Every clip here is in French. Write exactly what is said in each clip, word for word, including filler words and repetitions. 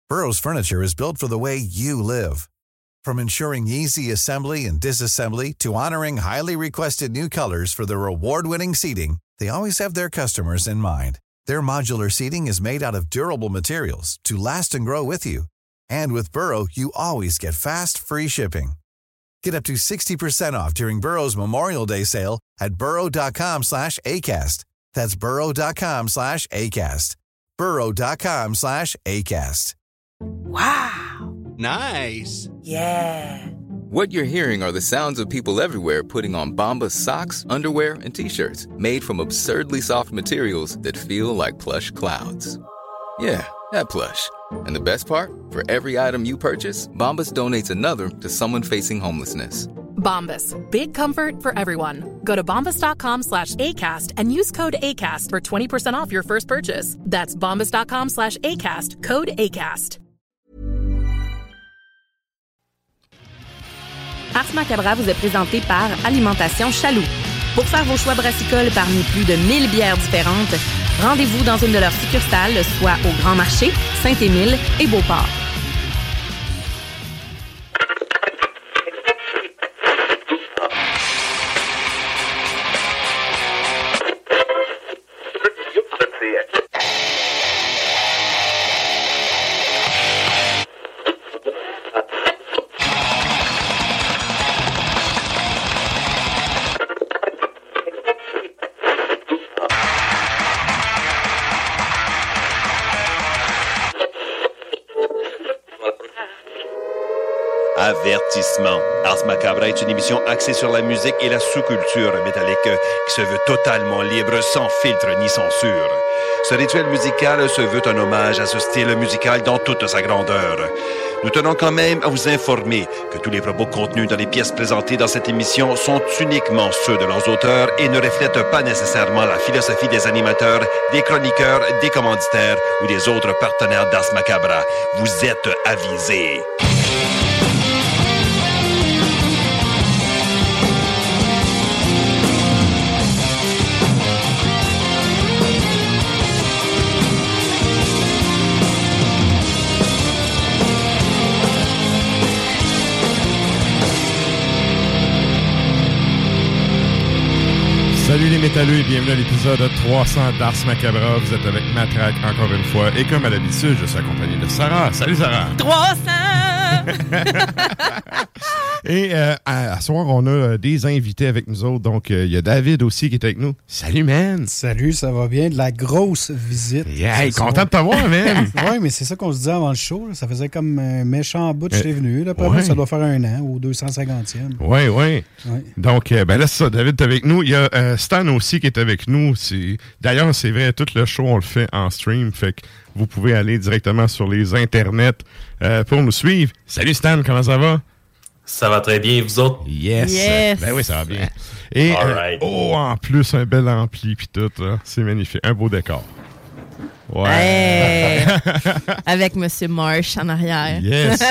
Burrow's furniture is built for the way you live. From ensuring easy assembly and disassembly to honoring highly requested new colors for their award-winning seating, they always have their customers in mind. Their modular seating is made out of durable materials to last and grow with you. And with Burrow, you always get fast, free shipping. Get up to sixty percent off during Burrow's Memorial Day sale at burrow.com slash ACAST. That's burrow.com slash ACAST. burrow.com slash ACAST. Wow. Nice. Yeah. What you're hearing are the sounds of people everywhere putting on Bombas socks, underwear, and T-shirts made from absurdly soft materials that feel like plush clouds. Yeah, that plush. And the best part? For every item you purchase, Bombas donates another to someone facing homelessness. Bombas. Big comfort for everyone. Go to bombas.com slash ACAST and use code ACAST for twenty percent off your first purchase. That's bombas.com slash ACAST. Code ACAST. Ars Macabra vous est présenté par Alimentation Chaloux. Pour faire vos choix brassicoles parmi plus de mille bières différentes, rendez-vous dans une de leurs succursales, soit au Grand Marché, Saint-Émile et Beauport. Avertissement. Ars Macabra est une émission axée sur la musique et la sous-culture métallique qui se veut totalement libre, sans filtre ni censure. Ce rituel musical se veut un hommage à ce style musical dans toute sa grandeur. Nous tenons quand même à vous informer que tous les propos contenus dans les pièces présentées dans cette émission sont uniquement ceux de leurs auteurs et ne reflètent pas nécessairement la philosophie des animateurs, des chroniqueurs, des commanditaires ou des autres partenaires d'Ars Macabra. Vous êtes avisés. Salut les métalleux et bienvenue à l'épisode trois cents d'Ars Macabra. Vous êtes avec Matraque encore une fois. Et comme à l'habitude, je suis accompagné de Sarah. Salut Sarah! trois cents! Et euh, à, à ce soir, on a euh, des invités avec nous autres. Donc, il euh, y a David aussi qui est avec nous. Salut, man! Salut, ça va bien? De la grosse visite. Yeah, hey, content de t'avoir, man! Oui, mais c'est ça qu'on se disait avant le show. Là. Ça faisait comme un méchant bout de euh, j'étais venu. Là. Après ouais. moi, ça doit faire un an ou deux cent cinquantième. Oui, oui. Ouais. Donc, euh, ben là, c'est ça. David est avec nous. Il y a euh, Stan aussi qui est avec nous. C'est... D'ailleurs, c'est vrai, tout le show, on le fait en stream. Fait que vous pouvez aller directement sur les internets euh, pour nous suivre. Salut, Stan, comment ça va? Ça va très bien, vous autres? Yes! yes. Ben oui, ça va bien. Et, All euh, right. oh, en plus, un bel ampli puis tout, là. C'est magnifique. Un beau décor. Ouais. Hey. Avec M. Marsh en arrière. Yes!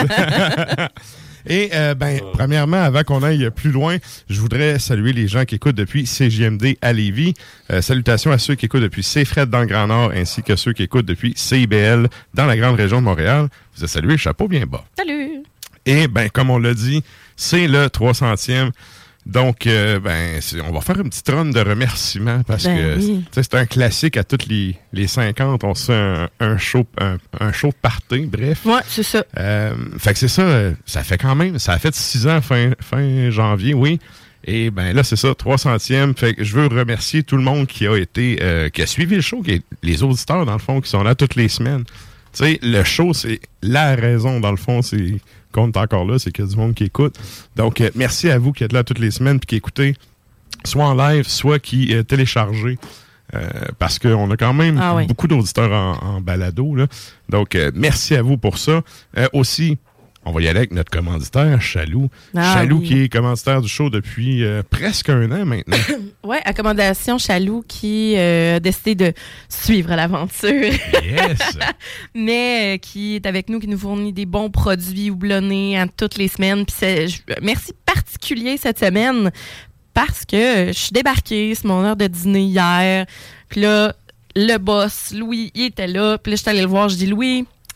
Et, euh, ben, oh. premièrement, avant qu'on aille plus loin, je voudrais saluer les gens qui écoutent depuis C J M D à Lévis. Euh, salutations à ceux qui écoutent depuis C-Fred dans le Grand Nord, ainsi que ceux qui écoutent depuis C I B L dans la grande région de Montréal. Vous êtes salués, chapeau bien bas. Salut! Et, ben, comme on l'a dit, c'est le trois centième. Donc, euh, ben, c'est, on va faire une petite run de remerciements parce ben que oui. c'est, c'est un classique à toutes les, les cinquante. On se fait un, un show un, un show de party, bref. Ouais, c'est ça. Euh, fait que c'est ça, ça fait quand même, ça a fait six ans fin, fin janvier, oui. Et ben là, c'est ça, trois centième. Fait que je veux remercier tout le monde qui a été, euh, qui a suivi le show, qui est, les auditeurs, dans le fond, qui sont là toutes les semaines. Tu sais, le show, c'est la raison, dans le fond, c'est qu'on est encore là, c'est qu'il y a du monde qui écoute. Donc, euh, merci à vous qui êtes là toutes les semaines puis qui écoutez, soit en live, soit qui euh, téléchargez, euh, parce qu'on a quand même ah oui. beaucoup d'auditeurs en, en balado, là. Donc, euh, merci à vous pour ça. Euh, aussi, on va y aller avec notre commanditaire, Chaloux. Ah, Chaloux oui. qui est commanditaire du show depuis euh, presque un an maintenant. Oui, accommodation Chaloux qui euh, a décidé de suivre l'aventure. Yes! Mais euh, qui est avec nous, qui nous fournit des bons produits houblonnés à toutes les semaines. Puis c'est, je, merci particulier cette semaine parce que je suis débarquée, c'est mon heure de dîner hier. Puis là, le boss, Louis, il était là. Puis là, je suis allée le voir, je dis « Louis,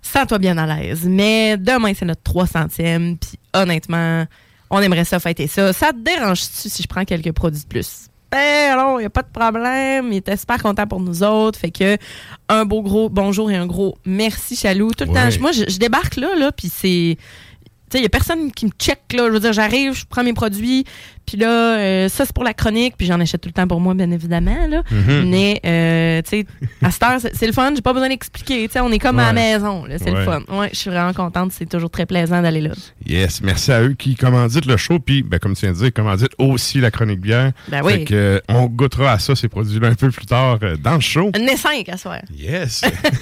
sens-toi bien à l'aise. Mais demain, c'est notre trois centième. Puis honnêtement, on aimerait ça fêter ça. Ça te dérange-tu si je prends quelques produits de plus? Ben non, il n'y a pas de problème. Il était super content pour nous autres. Fait que un beau gros bonjour et un gros merci, Chaloux. Tout le Ouais. temps, moi, je, je débarque là, là puis c'est... Il n'y a personne qui me check, là. Je veux dire, j'arrive, je prends mes produits, puis là, euh, ça, c'est pour la chronique, puis j'en achète tout le temps pour moi, bien évidemment, là. Mm-hmm. Mais, euh, tu sais, à cette heure, c'est, c'est le fun, j'ai pas besoin d'expliquer, tu sais, on est comme Ouais. à la maison, là, c'est Ouais. le fun. Ouais, je suis vraiment contente, c'est toujours très plaisant d'aller là. Yes, merci à eux qui commanditent le show, puis, ben, comme tu viens de dire, commanditent aussi la chronique bière. Ben oui. Fait que, euh, on goûtera à ça, ces produits-là, un peu plus tard euh, dans le show. Un nez cinq à soir. Yes!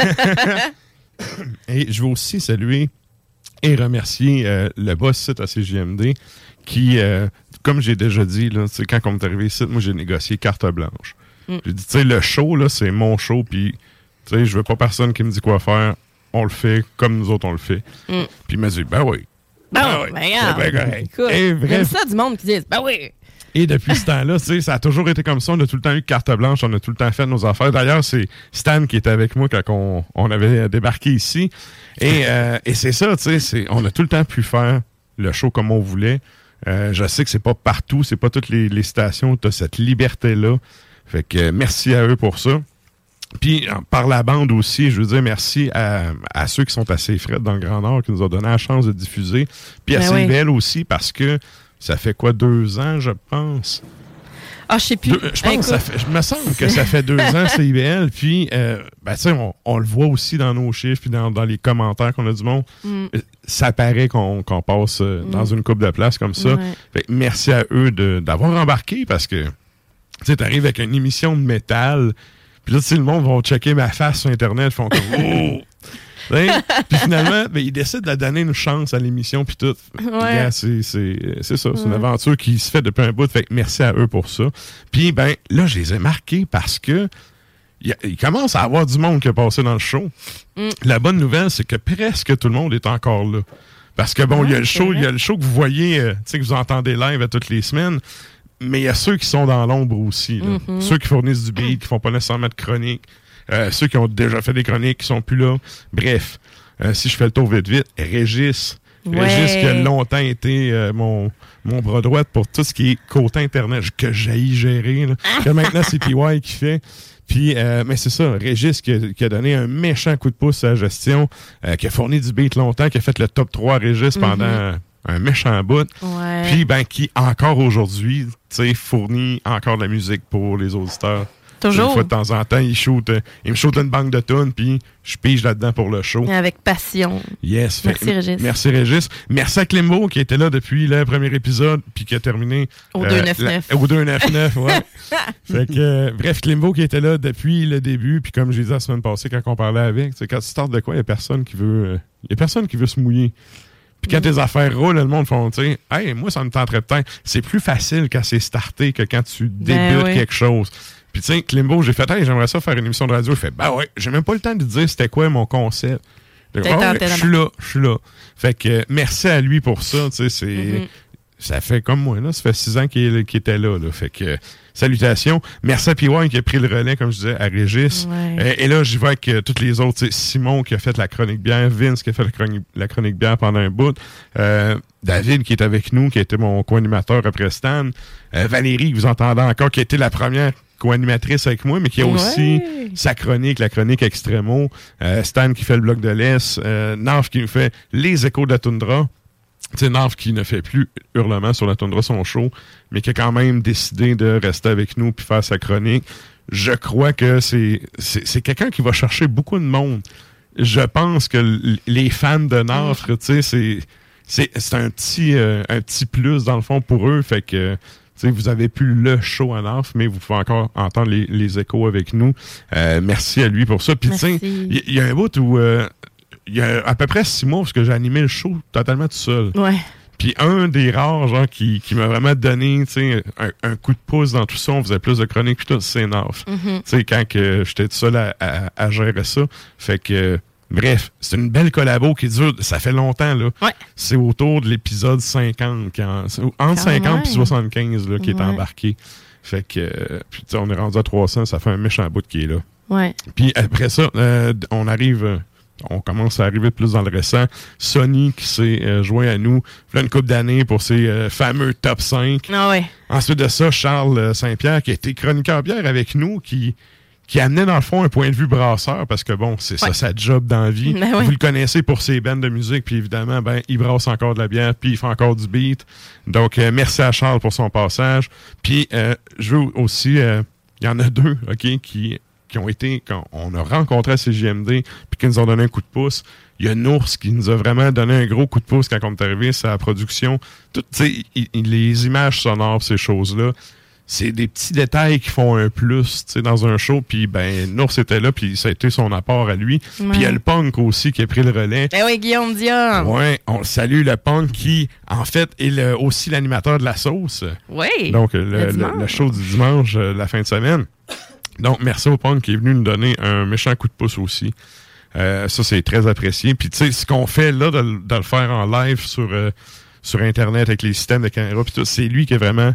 Et je veux aussi saluer et remercier euh, le boss site à C J M D qui, euh, comme j'ai déjà dit, là, quand on est arrivé ici, moi j'ai négocié carte blanche. Mm. J'ai dit, tu sais, le show, là, c'est mon show, puis tu sais, je veux pas personne qui me dit quoi faire. On le fait comme nous autres, on le fait. Mm. Puis il m'a dit, ben oui. Bon, Ben oui, ben regarde. c'est bien correct. Écoute, Et j'aime bref. ça du monde qui dit, ben oui. Et depuis ce temps-là, tu sais, ça a toujours été comme ça. On a tout le temps eu carte blanche, on a tout le temps fait nos affaires. D'ailleurs, c'est Stan qui était avec moi quand on, on avait débarqué ici. Et, euh, et c'est ça, tu sais, c'est, on a tout le temps pu faire le show comme on voulait. Euh, je sais que c'est pas partout, c'est pas toutes les, les stations où tu as cette liberté-là. Fait que euh, merci à eux pour ça. Puis, par la bande aussi, je veux dire merci à, à ceux qui sont assez frais dans le Grand Nord, qui nous ont donné la chance de diffuser. Puis à Ben C I B L oui. aussi, parce que ça fait quoi, deux ans, je pense? Ah, je sais plus. Deux, je pense Écoute, que ça fait, je me semble que ça fait deux ans, C I B L. Puis, euh, ben, tu sais, on, on le voit aussi dans nos chiffres, puis dans, dans les commentaires qu'on a du monde. Mm. Ça paraît qu'on, qu'on passe euh, dans une coupe de place comme ça. Ouais. Fait que merci à eux de, d'avoir embarqué parce que, tu sais, t'arrives avec une émission de métal, puis là, tu sais, le monde va checker ma face sur Internet, font comme, oh! Puis finalement, ben, ils décident de donner une chance à l'émission, puis tout. Ouais. Yeah, c'est, c'est, c'est ça, c'est une Ouais. aventure qui se fait depuis un bout. Fait que merci à eux pour ça. Puis, ben, là, je les ai marqués parce que il, il commence à avoir du monde qui a passé dans le show. Mm. La bonne nouvelle, c'est que presque tout le monde est encore là. Parce que, bon, il y a Ouais, le c'est show, vrai. il y a le show que vous voyez, euh, tu sais, que vous entendez live à toutes les semaines. Mais il y a ceux qui sont dans l'ombre aussi. Là. Mm-hmm. Ceux qui fournissent du beat, qui font pas nécessairement de chronique. Euh, ceux qui ont déjà fait des chroniques, qui sont plus là. Bref, euh, si je fais le tour vite vite, Régis. Ouais. Régis qui a longtemps été euh, mon, mon bras droit pour tout ce qui est côté Internet, que j'haïs gérer. Là. Que maintenant, c'est P Y qui fait. Puis, euh, mais c'est ça, Régis qui a, qui a donné un méchant coup de pouce à la gestion, euh, qui a fourni du beat longtemps, qui a fait le top trois Régis pendant Mm-hmm. un méchant bout. Ouais. Puis, ben, qui encore aujourd'hui, tu sais, fournit encore de la musique pour les auditeurs. Toujours. Une fois de temps en temps, il, shoot, euh, il me shoot une banque de tunes, puis je pige là-dedans pour le show. Avec passion. Yes. Merci, Fait- Régis. Merci, Régis. Merci à Klimbo, qui était là depuis le premier épisode, puis qui a terminé... Au euh, deux neuf neuf. la- Au deux neuf neuf, ouais. Fait que, euh, bref, Klimbo qui était là depuis le début, puis comme je l'ai dit la semaine passée quand on parlait avec, c'est quand tu startes de quoi, il n'y a personne qui veut... euh, il y a personne qui veut se mouiller. Puis quand tes affaires roulent, le monde font, tu sais, hey, moi, ça me tenterait peut-être. C'est plus facile quand c'est starté que quand tu débutes Ben oui. quelque chose. Puis, tu sais, Klimbo, j'ai fait, hey, j'aimerais ça faire une émission de radio. Il fait, ben ouais, j'ai même pas le temps de dire c'était quoi mon concept. Je dis, T'as Ah ouais, tenté je suis là, je suis là. Fait que, euh, merci à lui pour ça, tu sais, c'est. Mhm. Ça fait comme moi, là. Ça fait six ans qu'il, qu'il était là, là. Fait que, euh, salutations. Merci à P Y qui a pris le relais, comme je disais, à Régis. Ouais. Euh, et là, j'y vais avec euh, toutes les autres. Tu sais, Simon qui a fait la chronique bière, Vince qui a fait la chronique, la chronique bière pendant un bout, euh, David qui est avec nous, qui a été mon co-animateur après Stan, euh, Valérie, que vous entendez encore, qui a été la première co-animatrice avec moi, mais qui a Ouais. aussi sa chronique, la chronique Extremo, euh, Stan qui fait le bloc de l'Est, euh, Narf qui nous fait les échos de la toundra. Tu sais, Narf qui ne fait plus Hurlement sur la toundra, son show, mais qui a quand même décidé de rester avec nous puis faire sa chronique. Je crois que c'est, c'est, c'est quelqu'un qui va chercher beaucoup de monde. Je pense que l- les fans de Narf, tu sais, c'est, c'est, c'est un petit, euh, un petit plus dans le fond pour eux. Fait que, tu sais, vous avez plus le show à Narf, mais vous pouvez encore entendre les, les échos avec nous. Euh, merci à lui pour ça. Puis, tu sais, Merci. il y, il y a un bout où, euh, il y a à peu près six mois, parce que j'ai animé le show totalement tout seul. Ouais. Puis un des rares, genre, qui, qui m'a vraiment donné, tu sais, un, un coup de pouce dans tout ça, on faisait plus de chroniques, puis tout, c'est Narf. Mhm. Tu sais, quand que j'étais tout seul à, à, à gérer ça. Fait que, bref, c'est une belle collabo qui dure, ça fait longtemps, là. Ouais. C'est autour de l'épisode cinquante, quand, c'est entre Quand cinquante même. et soixante-quinze, là, qui est Ouais. embarqué. Fait que, euh, puis tu sais, on est rendu à trois cents, ça fait un méchant bout qui est là. Ouais. Puis après ça, euh, on arrive... euh, on commence à arriver plus dans le récent. Sonny qui s'est euh, joint à nous il y a une couple d'années pour ses euh, fameux top cinq. Ah ouais. Ensuite de ça, Charles Saint-Pierre qui a été chroniqueur bière avec nous, qui, qui amenait dans le fond un point de vue brasseur parce que bon, c'est ouais. ça sa job dans la vie. Ben ouais. Vous le connaissez pour ses bandes de musique, puis évidemment, ben il brasse encore de la bière, puis il fait encore du beat. Donc, euh, merci à Charles pour son passage. Puis, euh, je veux aussi... Il euh, y en a deux, OK, qui... qui ont été, quand on a rencontré à C J M D, puis qui nous ont donné un coup de pouce. Il y a Nours qui nous a vraiment donné un gros coup de pouce quand on est arrivé, c'est la production. Tout, tu sais, les images sonores, ces choses-là, c'est des petits détails qui font un plus, tu sais, dans un show. Puis, ben, Nours était là, puis ça a été son apport à lui. Ouais. Puis il y a le punk aussi qui a pris le relais. Ben oui, Guillaume Dion. Ouais, on le salue, le punk qui, en fait, est le, aussi l'animateur de la sauce. Oui. Donc, le, le, le, le show du dimanche, la fin de semaine. Donc, merci au punk qui est venu nous donner un méchant coup de pouce aussi. Euh, ça, c'est très apprécié. Puis, tu sais, ce qu'on fait là, de, de le faire en live sur, euh, sur Internet avec les systèmes de caméra, puis tout, c'est lui qui a vraiment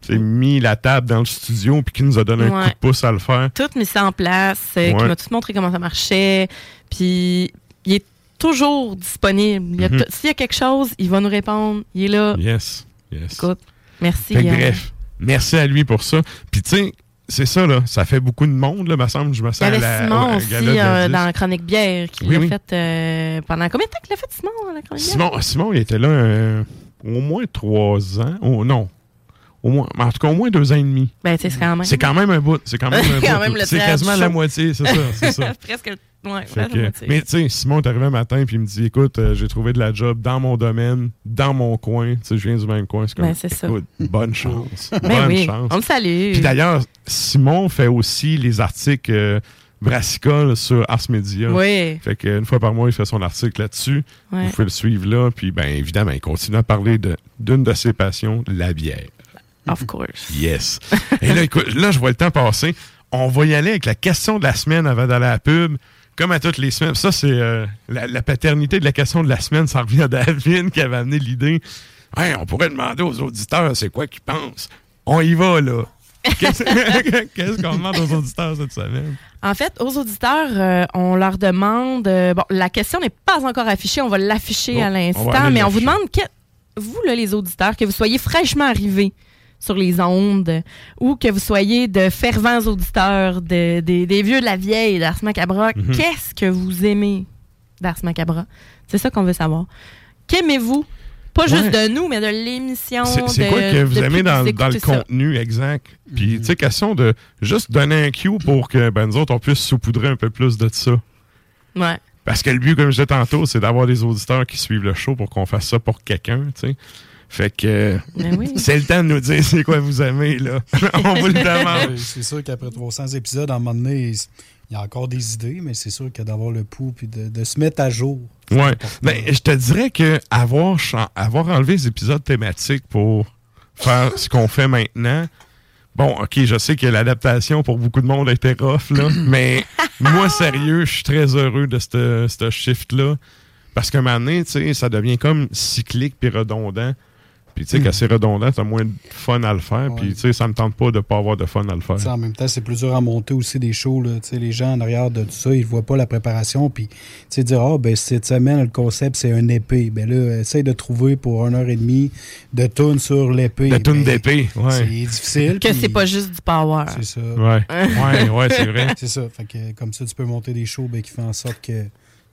mis la table dans le studio puis qui nous a donné ouais. un coup de pouce à le faire. Tout mis ça en place, euh, ouais. qui m'a tout montré comment ça marchait. Puis, il est toujours disponible. Il y a mm-hmm. t- s'il y a quelque chose, il va nous répondre. Il est là. Yes, yes. Écoute, merci. Fait que, bref, merci à lui pour ça. Puis, tu sais, c'est ça, là. Ça fait beaucoup de monde, là, me semble. Je me sens il y avait à la, Simon au, aussi euh, dans la chronique bière qui oui, l'a oui. fait euh, pendant combien de temps qu'il l'a fait, Simon, dans la chronique Simon, bière? Simon, il était là euh, au moins trois ans. Oh, non. Au moins, en tout cas, au moins deux ans et demi. Ben, tu sais, c'est quand même. C'est quand même un bout. C'est quand même un quand bout. Même le c'est quasiment la moitié, c'est ça. C'est ça. Presque. Ouais, que, la moitié. Mais tu sais, Simon est arrivé un matin puis il me dit écoute, euh, j'ai trouvé de la job dans mon domaine, dans mon coin. Tu sais, je viens du même coin. C'est comme, ben, c'est écoute, ça. Bonne chance. Ben bonne oui, chance. On le salue. Puis d'ailleurs, Simon fait aussi les articles euh, brassicoles sur Ars Media. Oui. Fait qu'une fois par mois, il fait son article là-dessus. Ouais. Vous pouvez le suivre là. Puis, bien évidemment, il continue à parler de, d'une de ses passions, la bière. Of course. Yes. Et là, écoute, là, je vois le temps passer. On va y aller avec la question de la semaine avant d'aller à la pub. Comme à toutes les semaines. Ça, c'est euh, la, la paternité de la question de la semaine. Ça revient à David qui avait amené l'idée. Hey, on pourrait demander aux auditeurs c'est quoi qu'ils pensent. On y va, là. Qu'est-ce, qu'est-ce qu'on demande aux auditeurs cette semaine? En fait, aux auditeurs, euh, on leur demande... Euh, bon, la question n'est pas encore affichée. On va l'afficher bon, à l'instant. On mais on vous demande, que, vous, là, les auditeurs, que vous soyez fraîchement arrivés sur les ondes, ou que vous soyez de fervents auditeurs de, de, des vieux de la vieille d'Ars Macabra, mm-hmm. qu'est-ce que vous aimez d'Ars Macabra? C'est ça qu'on veut savoir. Qu'aimez-vous? Pas ouais. juste de nous, mais de l'émission. C'est, c'est de, quoi que vous aimez dans, vous dans le ça. contenu exact? Puis, mm-hmm. tu sais, question de juste donner un cue pour que ben, nous autres, on puisse saupoudrer un peu plus de ça. Ouais. Parce que le but, comme je disais tantôt, c'est d'avoir des auditeurs qui suivent le show pour qu'on fasse ça pour quelqu'un, tu sais. Fait que oui. c'est le temps de nous dire c'est quoi vous aimez, là. On vous le demande. C'est sûr qu'après trois cents épisodes, à un moment donné, il y a encore des idées, mais c'est sûr que d'avoir le pouls et de, de se mettre à jour. Ouais. Ben, je te dirais que avoir, avoir enlevé les épisodes thématiques pour faire ce qu'on fait maintenant, bon, OK, je sais que l'adaptation pour beaucoup de monde a été rough, là, mais moi, sérieux, je suis très heureux de ce shift-là. Parce qu'à un moment donné, tu sais, ça devient comme cyclique puis redondant. Puis, tu sais, mmh. quand c'est redondant, t'as moins de fun à le faire. Puis, ouais. tu sais, ça me tente pas de pas avoir de fun à le faire. T'sais, en même temps, c'est plus dur à monter aussi des shows. Là. Les gens en arrière de tout ça, ils voient pas la préparation. Puis, tu sais, dire, ah, oh, ben, cette semaine, le concept, c'est un épée. Ben là, essaye de trouver pour une heure et demie de tunes sur l'épée. De tunes ben, d'épée, ouais. C'est difficile. Que puis... c'est pas juste du power. C'est ça. Ouais, ouais, ouais, c'est vrai. C'est ça. Fait que, comme ça, tu peux monter des shows ben, qui font en sorte que.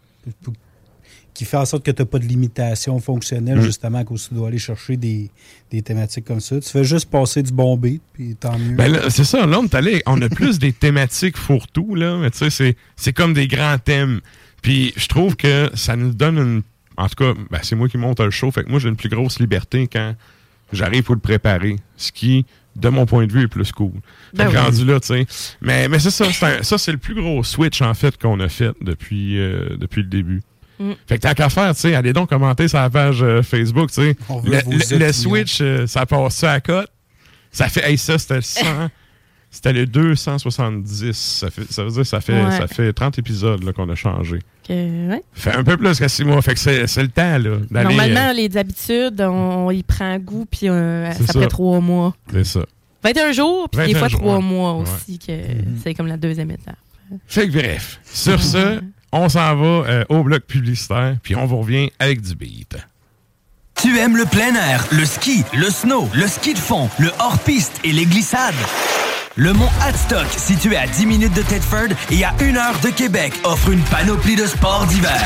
qui fait en sorte que tu n'as pas de limitation fonctionnelle, mmh. justement, à cause tu dois aller chercher des, des thématiques comme ça. Tu fais juste passer du bon beat, puis tant mieux. Ben là, c'est ça, là, on, est allé, on a plus des thématiques fourre-tout, là, mais tu sais, c'est, c'est comme des grands thèmes. Puis je trouve que ça nous donne une... En tout cas, ben, c'est moi qui monte le show, fait que moi, j'ai une plus grosse liberté quand j'arrive pour le préparer, ce qui, de mon point de vue, est plus cool. Ben oui. Rendu là, tu sais. Mais, mais c'est ça, c'est un, ça, c'est le plus gros switch, en fait, qu'on a fait depuis, euh, depuis le début. Mm. Fait que t'as qu'à faire, tu sais, allez donc commenter sur la page euh, Facebook, tu sais. Le, le, le Switch, euh, ça passe ça à cote. Ça fait, hey, ça, c'était le cent, c'était le deux cent soixante-dix. Ça, fait, ça veut dire que ça fait, ouais. ça fait trente épisodes là, qu'on a changé. Okay, ouais. Fait un peu plus que six mois. Fait que c'est, c'est le temps, là. Normalement, euh... les habitudes, on, on y prend goût, puis euh, ça, ça fait trois mois. C'est ça. vingt et un jours, puis des fois trois ouais. mois ouais. aussi, que mm-hmm. c'est comme la deuxième étape. Fait que bref, sur ce, on s'en va euh, au bloc publicitaire, puis on vous revient avec du beat. Tu aimes le plein air, le ski, le snow, le ski de fond, le hors-piste et les glissades? Le mont Hadstock, situé à dix minutes de Thetford et à une heure de Québec, offre une panoplie de sports d'hiver.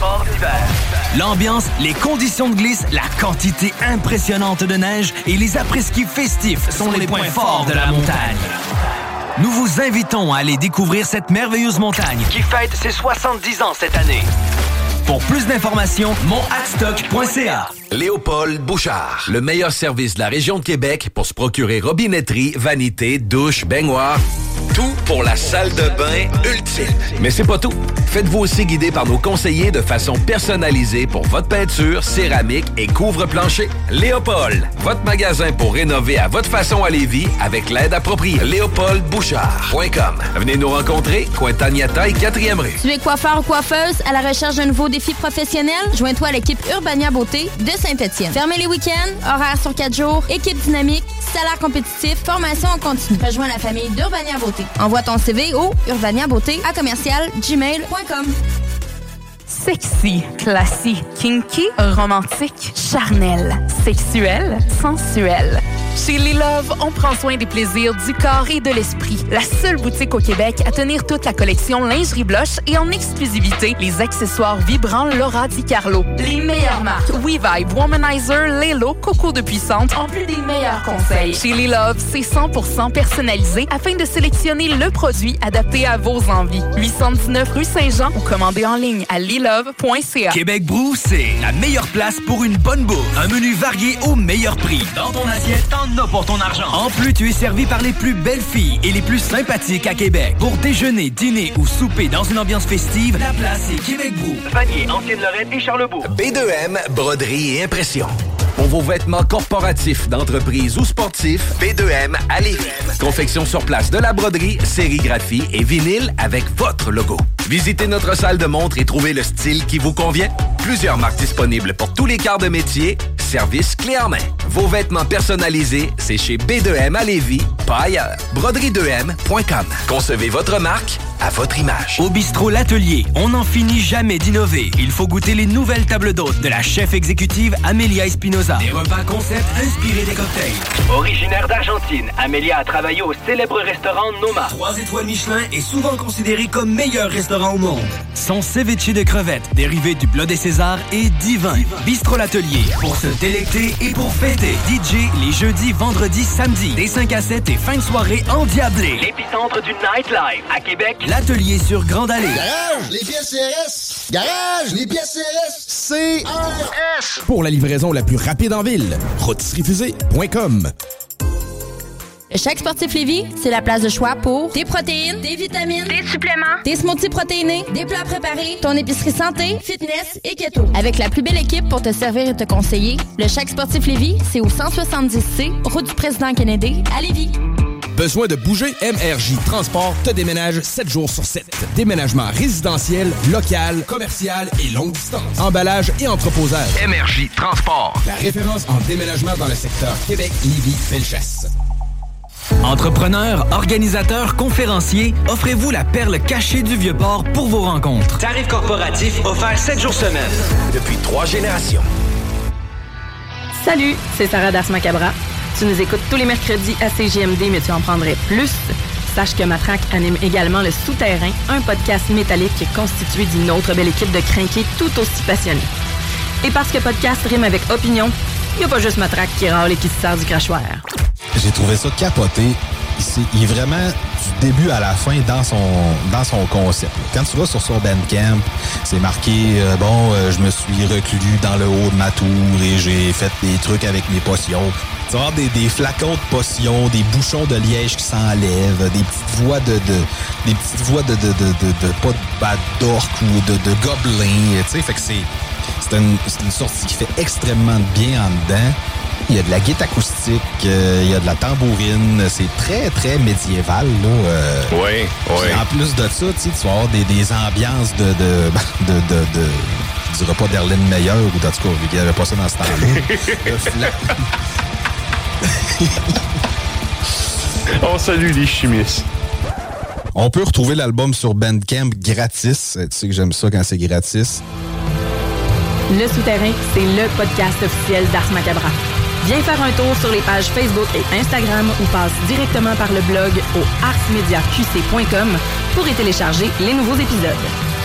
L'ambiance, les conditions de glisse, la quantité impressionnante de neige et les après-ski festifs sont les points forts de la montagne. Nous vous invitons à aller découvrir cette merveilleuse montagne qui fête ses soixante-dix ans cette année. Pour plus d'informations, mont hadstock point c a. Léopold Bouchard, le meilleur service de la région de Québec pour se procurer robinetterie, vanité, douche, baignoire. Tout pour la salle de bain ultime. Mais c'est pas tout. Faites-vous aussi guider par nos conseillers de façon personnalisée pour votre peinture, céramique et couvre-plancher. Léopold, votre magasin pour rénover à votre façon à Lévis avec l'aide appropriée. léopold bouchard point com. Venez nous rencontrer, Cointagnata et quatrième rue. Tu es coiffeur ou coiffeuse à la recherche d'un nouveau défi professionnel? Joins-toi à l'équipe Urbania Beauté de Saint-Étienne. Fermé les week-ends, horaires sur quatre jours, équipe dynamique, salaire compétitif, formation en continu. Rejoins la famille d'Urbania Beauté. Envoie ton C V au urbaniabeauté à commercial gmail point com. Sexy, classique, kinky, romantique, charnel, sexuel, sensuel. Chez Les Love, on prend soin des plaisirs du corps et de l'esprit. La seule boutique au Québec à tenir toute la collection lingerie blush et en exclusivité, les accessoires vibrants Laura Di Carlo. Les meilleures marques WeVibe, Womanizer, Lelo, Coco de Puissante, en plus des meilleurs conseils. Chez Les Love, c'est cent pour cent personnalisé afin de sélectionner le produit adapté à vos envies. huit cent dix-neuf rue Saint-Jean ou commandez en ligne à lilove point c a. Québec Brou, c'est la meilleure place pour une bonne bouffe. Un menu varié au meilleur prix. Dans ton assiette, t'en as pour ton argent. En plus, tu es servi par les plus belles filles et les plus sympathiques à Québec. Pour déjeuner, dîner ou souper dans une ambiance festive, la place est Québec Brou. Vanier, Ancienne-Lorraine et Charlebourg. B deux M, broderie et impression. Pour vos vêtements corporatifs, d'entreprise ou sportifs, B deux M à Lévis. Confection sur place de la broderie, sérigraphie et vinyle avec votre logo. Visitez notre salle de montre et trouvez le style qui vous convient. Plusieurs marques disponibles pour tous les quarts de métier. Service clé en main. Vos vêtements personnalisés, c'est chez B deux M à Lévis, pas ailleurs. broderie deux m point com. Concevez votre marque à votre image. Au bistrot L'Atelier, on n'en finit jamais d'innover. Il faut goûter les nouvelles tables d'hôtes de la chef exécutive Amelia Espinosa. Des repas concept inspirés des cocktails. Originaire d'Argentine, Amelia a travaillé au célèbre restaurant Noma. Trois étoiles Michelin est souvent considéré comme meilleur restaurant au monde. Son ceviche de crevettes, dérivé du Bleu des Césars, est divin. Bistrot L'Atelier, pour se délecter et pour fêter. D J les jeudis, vendredis, samedis, des cinq à sept et fin de soirée endiablée. L'épicentre du nightlife à Québec. L'Atelier sur Grande Allée. Garage, les pièces C R S. Garage, les pièces C R S. C R S. Pour la livraison la plus rapide en ville, rôtisseriefusée point com. Le Chèque Sportif Lévis, c'est la place de choix pour des protéines, des vitamines, des suppléments, des smoothies protéinés, des plats préparés, ton épicerie santé, fitness et keto. Avec la plus belle équipe pour te servir et te conseiller, le Chèque Sportif Lévis, c'est au cent soixante-dix C, route du Président Kennedy, à Lévis. Besoin de bouger? M R J Transport te déménage sept jours sur sept. Déménagement résidentiel, local, commercial et longue distance. Emballage et entreposage. M R J Transport. La référence en déménagement dans le secteur Québec-Lévis-Bellechasse. Entrepreneurs, organisateurs, conférenciers, offrez-vous la perle cachée du Vieux-Port pour vos rencontres. Tarif corporatif offert sept jours semaine. Depuis trois générations. Salut, c'est Sarah Das Macabra. Tu nous écoutes tous les mercredis à C G M D, mais tu en prendrais plus. Sache que Matraque anime également Le Souterrain, un podcast métallique constitué d'une autre belle équipe de crinqués tout aussi passionnés. Et parce que podcast rime avec opinion, il n'y a pas juste Matraque qui râle et qui se sert du crachoir. J'ai trouvé ça capoté. Il est vraiment du début à la fin dans son dans son concept. Quand tu vas sur son Bandcamp, c'est marqué euh, bon, euh, je me suis reclus dans le haut de ma tour et j'ai fait des trucs avec mes potions. Tu vas avoir des, des flacons de potions, des bouchons de liège qui s'enlèvent, des petites voix de, de des petites voix de de de de, de pas de bad d'orc ou de de gobelins, tu sais, fait que c'est c'est une c'est une sortie qui fait extrêmement bien en dedans. Il y a de la guitare acoustique, euh, il y a de la tambourine, c'est très, très médiéval, là. Euh, oui, oui. En plus de ça, tu vas avoir des, des ambiances de... de, de, de, de je dirais pas d'Erlen Meyer, ou en tout cas, vu qu'il n'y avait pas ça dans ce temps-là. On salue les chimistes. On peut retrouver l'album sur Bandcamp gratis. Tu sais que j'aime ça quand c'est gratis. Le Souterrain, c'est le podcast officiel d'Ars Macabra. Viens faire un tour sur les pages Facebook et Instagram ou passe directement par le blog au ars media q c point com pour y télécharger les nouveaux épisodes.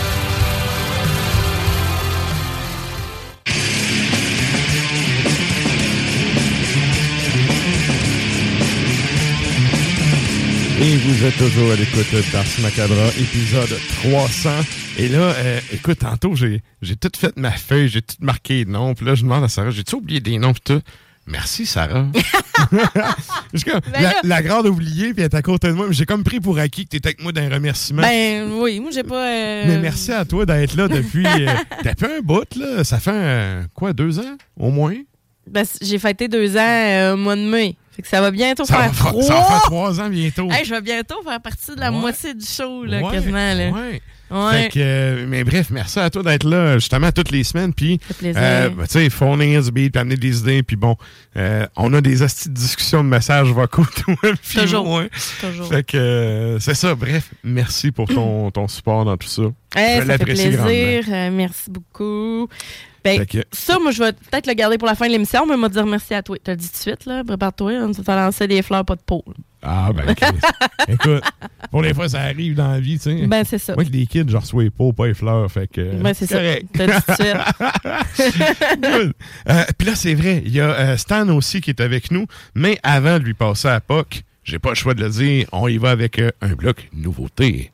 Et vous êtes toujours à l'écoute d'Ars Macabra, épisode trois cents. Et là, euh, écoute, tantôt, j'ai, j'ai tout fait ma feuille, j'ai tout marqué les noms. Puis là, je demande à Sarah, j'ai-tu oublié des noms pis tout? Merci, Sarah. comme, ben la, la grande oubliée, puis elle est à côté de moi. Mais j'ai comme pris pour acquis que t'étais avec moi dans les remerciements. Ben oui, moi, j'ai pas... Euh... Mais merci à toi d'être là depuis... euh, t'as fait un bout, là. Ça fait, euh, quoi, deux ans, au moins? Ben, j'ai fêté deux ans euh, au mois de mai. Fait que ça va bientôt ça faire va, trois. Ça va faire trois ans bientôt. Hey, je vais bientôt faire partie de la ouais. moitié du show, là, ouais, quasiment. Là. Ouais. Ouais. Fait que, euh, mais bref, merci à toi d'être là, justement, toutes les semaines. Puis, euh, ben, tu sais, fournir du beat, puis amener des idées. Puis bon, euh, on a des astis de discussion de messages vocaux, toi, puis Toujours. moi. Toujours. Fait que, euh, c'est ça. Bref, merci pour ton, ton support dans tout ça. Hey, je ça fait plaisir. Euh, merci beaucoup. Ben, que... ça, moi, je vais peut-être le garder pour la fin de l'émission, mais moi, dire merci à toi. Tu le dis tout de suite, là. Prépare-toi. On t'a lancé des fleurs, pas de peau. Ah, ben, okay. Écoute, pour les fois, ça arrive dans la vie, tu sais. Ben, c'est ça. Moi, que des kids, je reçois les peaux, pas les fleurs. Fait que. Ben, c'est correct. Ça. T'as dit tout de suite. euh, Puis là, c'est vrai, il y a euh, Stan aussi qui est avec nous, mais avant de lui passer à P O C, j'ai pas le choix de le dire, on y va avec euh, un bloc nouveauté.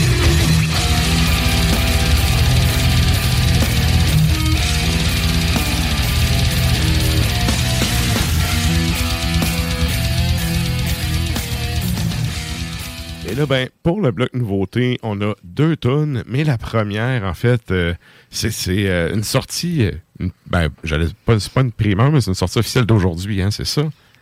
Et là, ben, pour le bloc nouveauté, on a deux tunes, mais la première, en fait, euh, c'est, c'est euh, une sortie, euh, une, ben, j'allais pas, c'est pas une primeur, mais c'est une sortie officielle d'aujourd'hui, hein, c'est ça?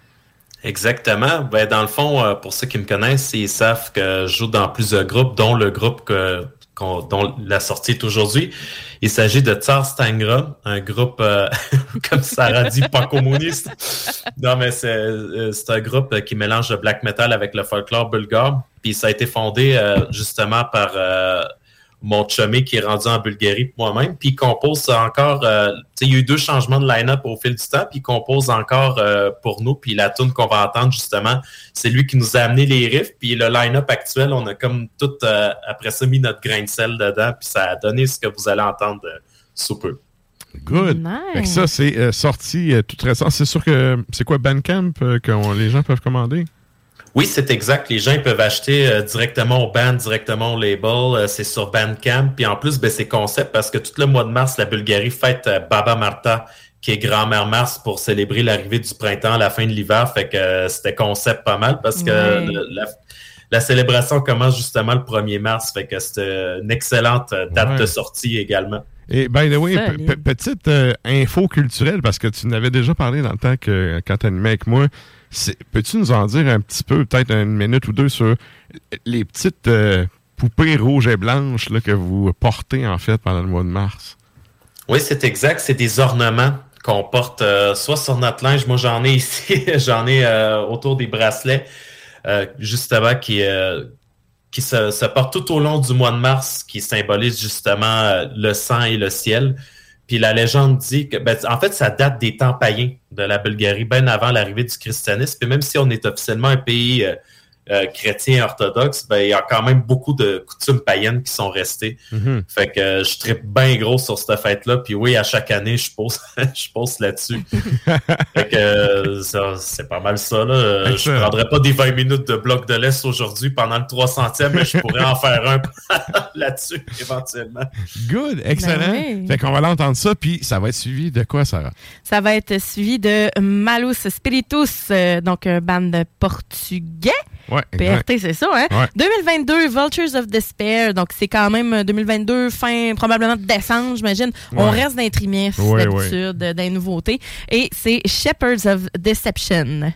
Exactement. Ben, dans le fond, euh, pour ceux qui me connaissent, ils savent que je joue dans plusieurs groupes, dont le groupe que, qu'on, dont la sortie est aujourd'hui. Il s'agit de Tsar Stangra, un groupe, euh, comme Sarah dit, pas communiste. Non, mais c'est, euh, c'est un groupe qui mélange le black metal avec le folklore bulgare. Puis ça a été fondé euh, justement par euh, mon chumé qui est rendu en Bulgarie moi-même. Puis il compose encore... Euh, tu sais, il y a eu deux changements de line-up au fil du temps, puis il compose encore euh, pour nous. Puis la tune qu'on va entendre, justement, c'est lui qui nous a amené les riffs. Puis le line-up actuel, on a comme tout, euh, après ça, mis notre grain de sel dedans. Puis ça a donné ce que vous allez entendre euh, sous peu. Good. Nice. Fait que ça, c'est euh, sorti euh, tout récent. C'est sûr que... C'est quoi, Bandcamp, euh, que on, les gens peuvent commander? Oui, c'est exact. Les gens ils peuvent acheter euh, directement au band, directement au label. Euh, c'est sur Bandcamp. Puis en plus, ben, c'est concept parce que tout le mois de mars, la Bulgarie fête euh, Baba Marta, qui est grand-mère Mars, pour célébrer l'arrivée du printemps à la fin de l'hiver. Fait que euh, c'était concept pas mal parce que ouais. le, la, la célébration commence justement le premier mars. Fait que c'était une excellente date ouais. de sortie également. Et by the way, p- p- petite euh, info culturelle, parce que tu n'avais déjà parlé dans le temps que quand tu animais avec moi. C'est, peux-tu nous en dire un petit peu, peut-être une minute ou deux, sur les petites euh, poupées rouges et blanches là, que vous portez, en fait, pendant le mois de mars? Oui, c'est exact. C'est des ornements qu'on porte euh, soit sur notre linge. Moi, j'en ai ici. j'en ai euh, autour des bracelets, euh, justement, qui, euh, qui se, se portent tout au long du mois de mars, qui symbolisent justement euh, le sang et le ciel. Puis la légende dit que, ben, en fait, ça date des temps païens de la Bulgarie, bien avant l'arrivée du christianisme. Puis même si on est officiellement un pays euh, euh, chrétien orthodoxe, ben, il y a quand même beaucoup de coutumes païennes qui sont restées. Mm-hmm. Fait que euh, je trippe bien gros sur cette fête-là. Puis oui, à chaque année, je pose, je pose là-dessus. Fait que euh, ça, c'est pas mal ça. Là. Je ne prendrais pas des vingt minutes de bloc de l'Est aujourd'hui pendant le trois centième, mais je pourrais en faire un là-dessus éventuellement. Good, excellent. Ben oui. Fait qu'on va l'entendre ça, puis ça va être suivi de quoi, Sarah? Ça va être suivi de Malus Spiritus, euh, donc un band portugais. Ouais, P R T, c'est ça, hein? Ouais. deux mille vingt-deux, Vultures of Despair. Donc, c'est quand même deux mille vingt-deux, fin probablement de décembre, j'imagine. Ouais. On reste dans les trimestres, ouais, d'habitude, ouais. dans les nouveautés. Et c'est Shepherds of Deception.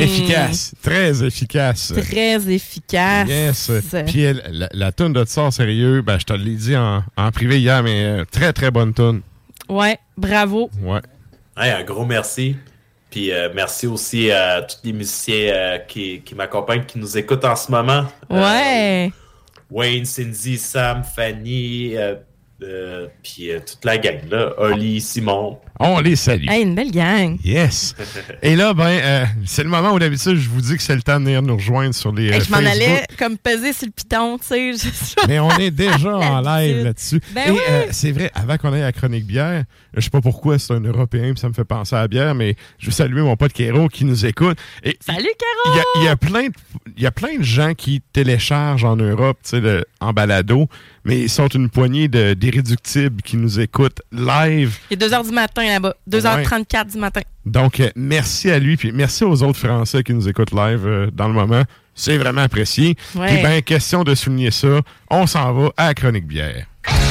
Efficace. Très efficace. Très efficace. Yes. Puis elle, la, la toune de Tsar sérieux, ben, je te l'ai dit en, en privé hier, mais euh, très, très bonne toune. Ouais, bravo. Ouais. Hey, un gros merci. Puis euh, merci aussi à tous les musiciens euh, qui, qui m'accompagnent, qui nous écoutent en ce moment. Ouais. Euh, Wayne, Cindy, Sam, Fanny, euh, euh, puis euh, toute la gang, là. Oli, Simon. On les salue. Hey, une belle gang. Yes. Et là, ben, euh, c'est le moment où d'habitude, je vous dis que c'est le temps de venir nous rejoindre sur les Hey, euh, je m'en Facebook. allais comme peser sur le piton, tu sais. Je- Mais on est déjà en live là-dessus. Ben Et oui. euh, c'est vrai, avant qu'on aille à la chronique bière, je sais pas pourquoi c'est un Européen puis ça me fait penser à la bière, mais je veux saluer mon pote Kéro qui nous écoute. Et Salut il y Caro! a, il y a plein de, il y a plein de gens qui téléchargent en Europe, tu sais, le- en balado, mais ils sont une poignée de, d'irréductibles qui nous écoutent live. Il est deux heures du matin là-bas. deux heures trente-quatre du matin. Donc, euh, merci à lui, puis merci aux autres Français qui nous écoutent live euh, dans le moment. C'est vraiment apprécié. Ouais. Puis, ben, question de souligner ça, on s'en va à la chronique bière.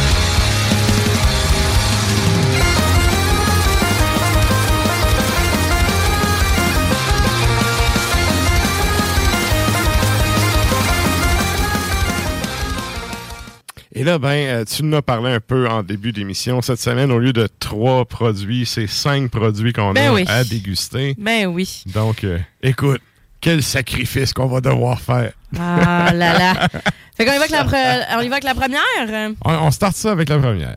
Et là, ben, euh, tu nous as parlé un peu en début d'émission. Cette semaine, au lieu de trois produits, c'est cinq produits qu'on Ben a oui. à déguster. Ben oui. Donc, euh, écoute, quel sacrifice qu'on va devoir faire. Ah là là. Fait qu'on y va avec la, pre- on y va avec la première. On, on starte ça avec la première.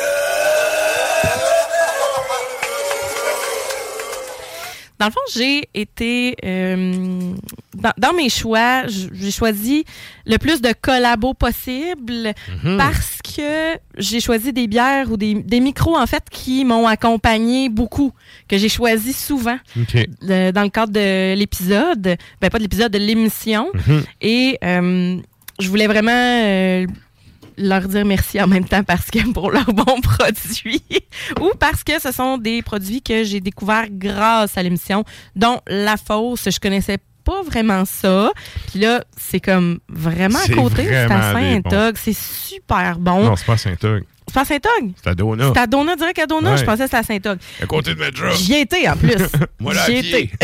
Dans le fond, j'ai été... euh, dans, dans mes choix, j- j'ai choisi le plus de collabos possible Mhm. parce que j'ai choisi des bières ou des, des micros, en fait, qui m'ont accompagné beaucoup, que j'ai choisi souvent OK. le- dans le cadre de l'épisode. Ben, pas de l'épisode, de l'émission. Mhm. Et euh, je voulais vraiment... euh, leur dire merci en même temps parce que pour leurs bons produits ou parce que ce sont des produits que j'ai découverts grâce à l'émission, dont La Fosse. Je connaissais pas vraiment ça. Puis là, c'est comme vraiment C'est à côté. C'est à vraiment des Saint-Og. C'est super bon. Non, c'est pas Saint-Og. C'est pas à Saint-Og? C'est à Donut. C'est à Donut, direct à Donut. Ouais. Je pensais que c'était à Saint-Og. À côté de Medra. J'y ai été en plus. Moi, là, à J'y ai pied. été.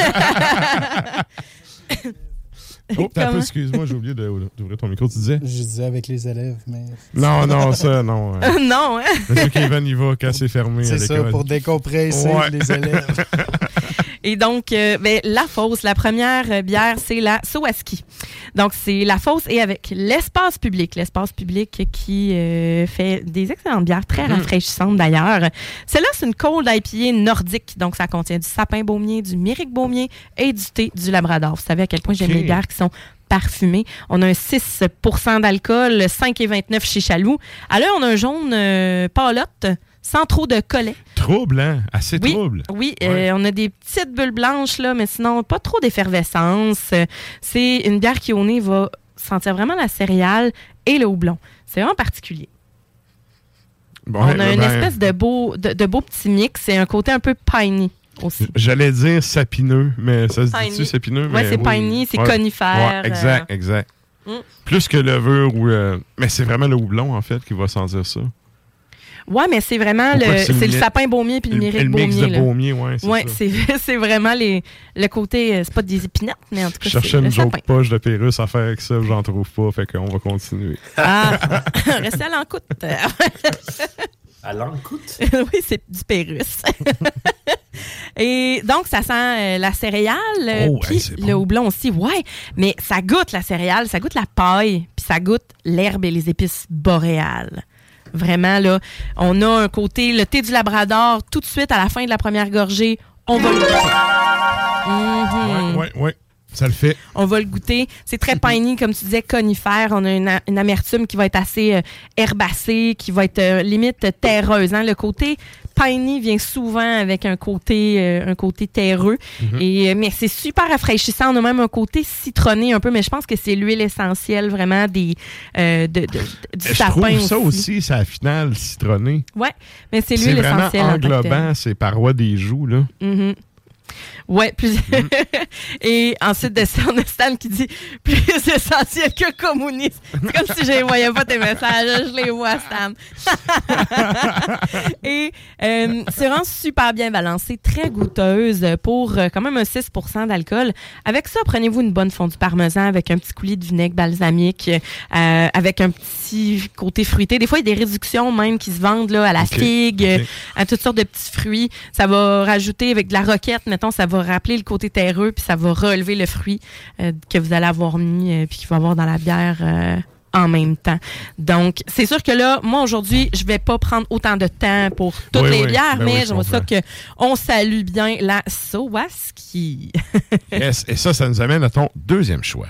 Oh, t'as peu, Comment? excuse-moi, j'ai oublié de- d'ouvrir ton micro, tu disais? Je disais avec les élèves, mais... Non, non, ça, non. euh. Non, hein? Monsieur Kevin, il va quand c'est fermé à C'est ça, l'école. pour décompresser Ouais. les élèves. Et donc, euh, ben, La Fosse, la première euh, bière, c'est la Sowaski. Donc, c'est La Fosse et avec l'Espace Public. L'Espace Public qui euh, fait des excellentes bières, très rafraîchissantes d'ailleurs. Celle-là, c'est une cold I P A nordique. Donc, ça contient du sapin baumier, du myrique baumier et du thé du Labrador. Vous savez à quel point j'aime Ok. les bières qui sont parfumées. On a un six pour cent d'alcool, cinq virgule vingt-neuf chez Chaloux. À l'heure, on a un jaune euh, palotte, sans trop de collet. Trouble, hein? Assez Oui, trouble. oui euh, on a des petites bulles blanches, là, mais sinon, pas trop d'effervescence. Euh, C'est une bière qui, au nez, va sentir vraiment la céréale et le houblon. C'est vraiment particulier. Bon, on a ben, une ben, espèce de beau, de, de beau petit mix. C'est un côté un peu piney aussi. J'allais dire sapineux, mais ça se Piney. dit-tu sapineux? Ouais, mais c'est oui. piney, c'est Ouais. conifère, Ouais, exact, euh. exact. Mm. Plus que levure ou... euh, mais c'est vraiment le houblon, en fait, qui va sentir ça. Ouais, mais c'est vraiment Pourquoi le, que c'est c'est le le mi- sapin baumier puis le le- myrique le mix baumier. de là. baumier, ouais, c'est Ouais, ça. c'est, c'est vraiment les, le côté, euh, c'est pas des épinettes, mais en tout Je cas, cherchais c'est le une joke sapin. poche de Pérus à faire avec ça, j'en trouve pas, fait qu'on va continuer. Ah, restez à l'encoute. À l'encoute? Oui, c'est du Pérus. Et donc, ça sent euh, la céréale, euh, Oh, puis hey, c'est le houblon aussi. Ouais, mais ça goûte la céréale, ça goûte la paille, puis ça goûte l'herbe et les épices boréales. Vraiment, là, on a un côté, le thé du Labrador, tout de suite à la fin de la première gorgée, on va le goûter. Mhm. Ouais, ouais, ça le fait. On va le goûter. C'est très piney, comme tu disais, conifère. On a une, a- une amertume qui va être assez euh, herbacée, qui va être euh, limite terreuse. Hein. Le côté piney vient souvent avec un côté, euh, un côté terreux. Mhm. Et, euh, mais c'est super rafraîchissant. On a même un côté citronné un peu, mais je pense que c'est l'huile essentielle vraiment des, euh, de, de- de- du Je sapin trouve ça aussi, c'est la finale citronnée. Ouais, mais c'est C'est l'huile vraiment essentielle. en tant que telle. englobant ces parois des joues, là. Mhm. Ouais, plus. Mm. Et ensuite de ça, on a Stan qui dit plus essentiel que communiste. C'est comme si je ne voyais pas tes messages, je les vois, Stan. Et euh, c'est vraiment super bien balancé, très goûteuse pour euh, quand même un six pour cent d'alcool. Avec ça, prenez-vous une bonne fondue parmesan avec un petit coulis de vinaigre balsamique, euh, avec un petit côté fruité. Des fois, il y a des réductions même qui se vendent là, à la okay. figue, okay. à toutes sortes de petits fruits. Ça va rajouter avec de la roquette, mettons, ça va rappeler le côté terreux, puis ça va relever le fruit euh, que vous allez avoir mis, euh, puis qu'il va avoir dans la bière euh, en même temps. Donc, c'est sûr que là, moi, aujourd'hui, je vais pas prendre autant de temps pour toutes oui, les oui. bières, ben mais oui, j'aimerais ça qu'on salue bien la Sawaski. Yes, et ça, ça nous amène à ton deuxième choix.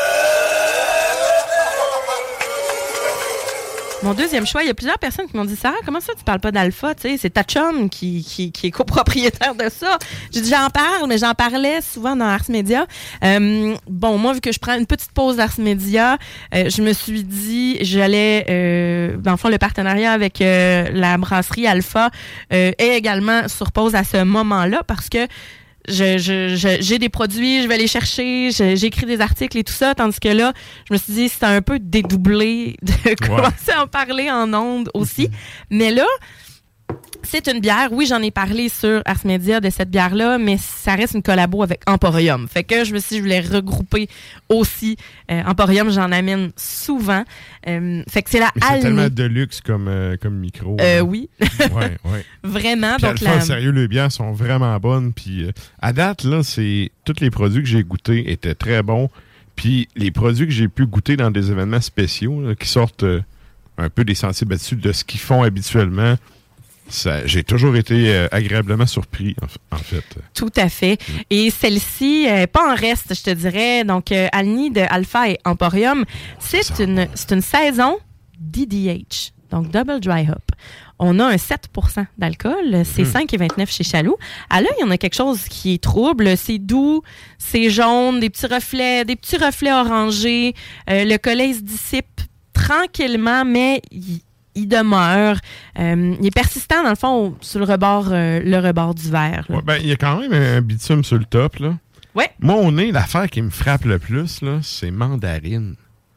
Mon deuxième choix, il y a plusieurs personnes qui m'ont dit « Sarah, comment ça tu parles pas d'Alpha? Tu sais, c'est ta chum qui, qui, qui est copropriétaire de ça. » J'ai dit « J'en parle, mais j'en parlais souvent dans Ars Media. Euh, » Bon, moi, vu que je prends une petite pause d'Ars Media, euh, je me suis dit j'allais, euh, dans le fond, le partenariat avec euh, la brasserie Alpha euh, est également sur pause à ce moment-là parce que Je, je, je, j'ai des produits, je vais les chercher, je, j'écris des articles et tout ça, tandis que là, je me suis dit, c'était un peu dédoublé de ouais. commencer à en parler en ondes aussi. Mm-hmm. Mais là, c'est une bière. Oui, j'en ai parlé sur Ars Media de cette bière-là, mais ça reste une collabo avec Emporium. Fait que je me suis dit, je voulais regrouper aussi. Euh, Emporium, j'en amène souvent. Euh, fait que c'est la mais c'est tellement de luxe comme, euh, comme micro. Euh, oui. ouais, ouais. Vraiment. Puis donc Alpha, la... sérieux, les bières sont vraiment bonnes. Puis euh, à date, là, c'est tous les produits que j'ai goûtés étaient très bons. Puis les produits que j'ai pu goûter dans des événements spéciaux, là, qui sortent euh, un peu des sentiers battus de ce qu'ils font habituellement, ça, j'ai toujours été euh, agréablement surpris, en, en fait. Tout à fait. Mm. Et celle-ci, euh, pas en reste, je te dirais. Donc, euh, Alni de Alpha et Emporium, c'est une, c'est une saison D D H, donc Double Dry Hop. On a un sept pour cent d'alcool. C'est mm. cinq virgule vingt-neuf chez Chaloux. À l'œil, on a quelque chose qui est trouble. C'est doux, c'est jaune, des petits reflets, des petits reflets orangés. Euh, le collet se dissipe tranquillement, mais il il demeure. Euh, il est persistant, dans le fond, au, sur le rebord, euh, le rebord du verre. Ouais, ben, il y a quand même un bitume sur le top, là. Ouais. Moi, au nez, l'affaire qui me frappe le plus, là, c'est mandarine.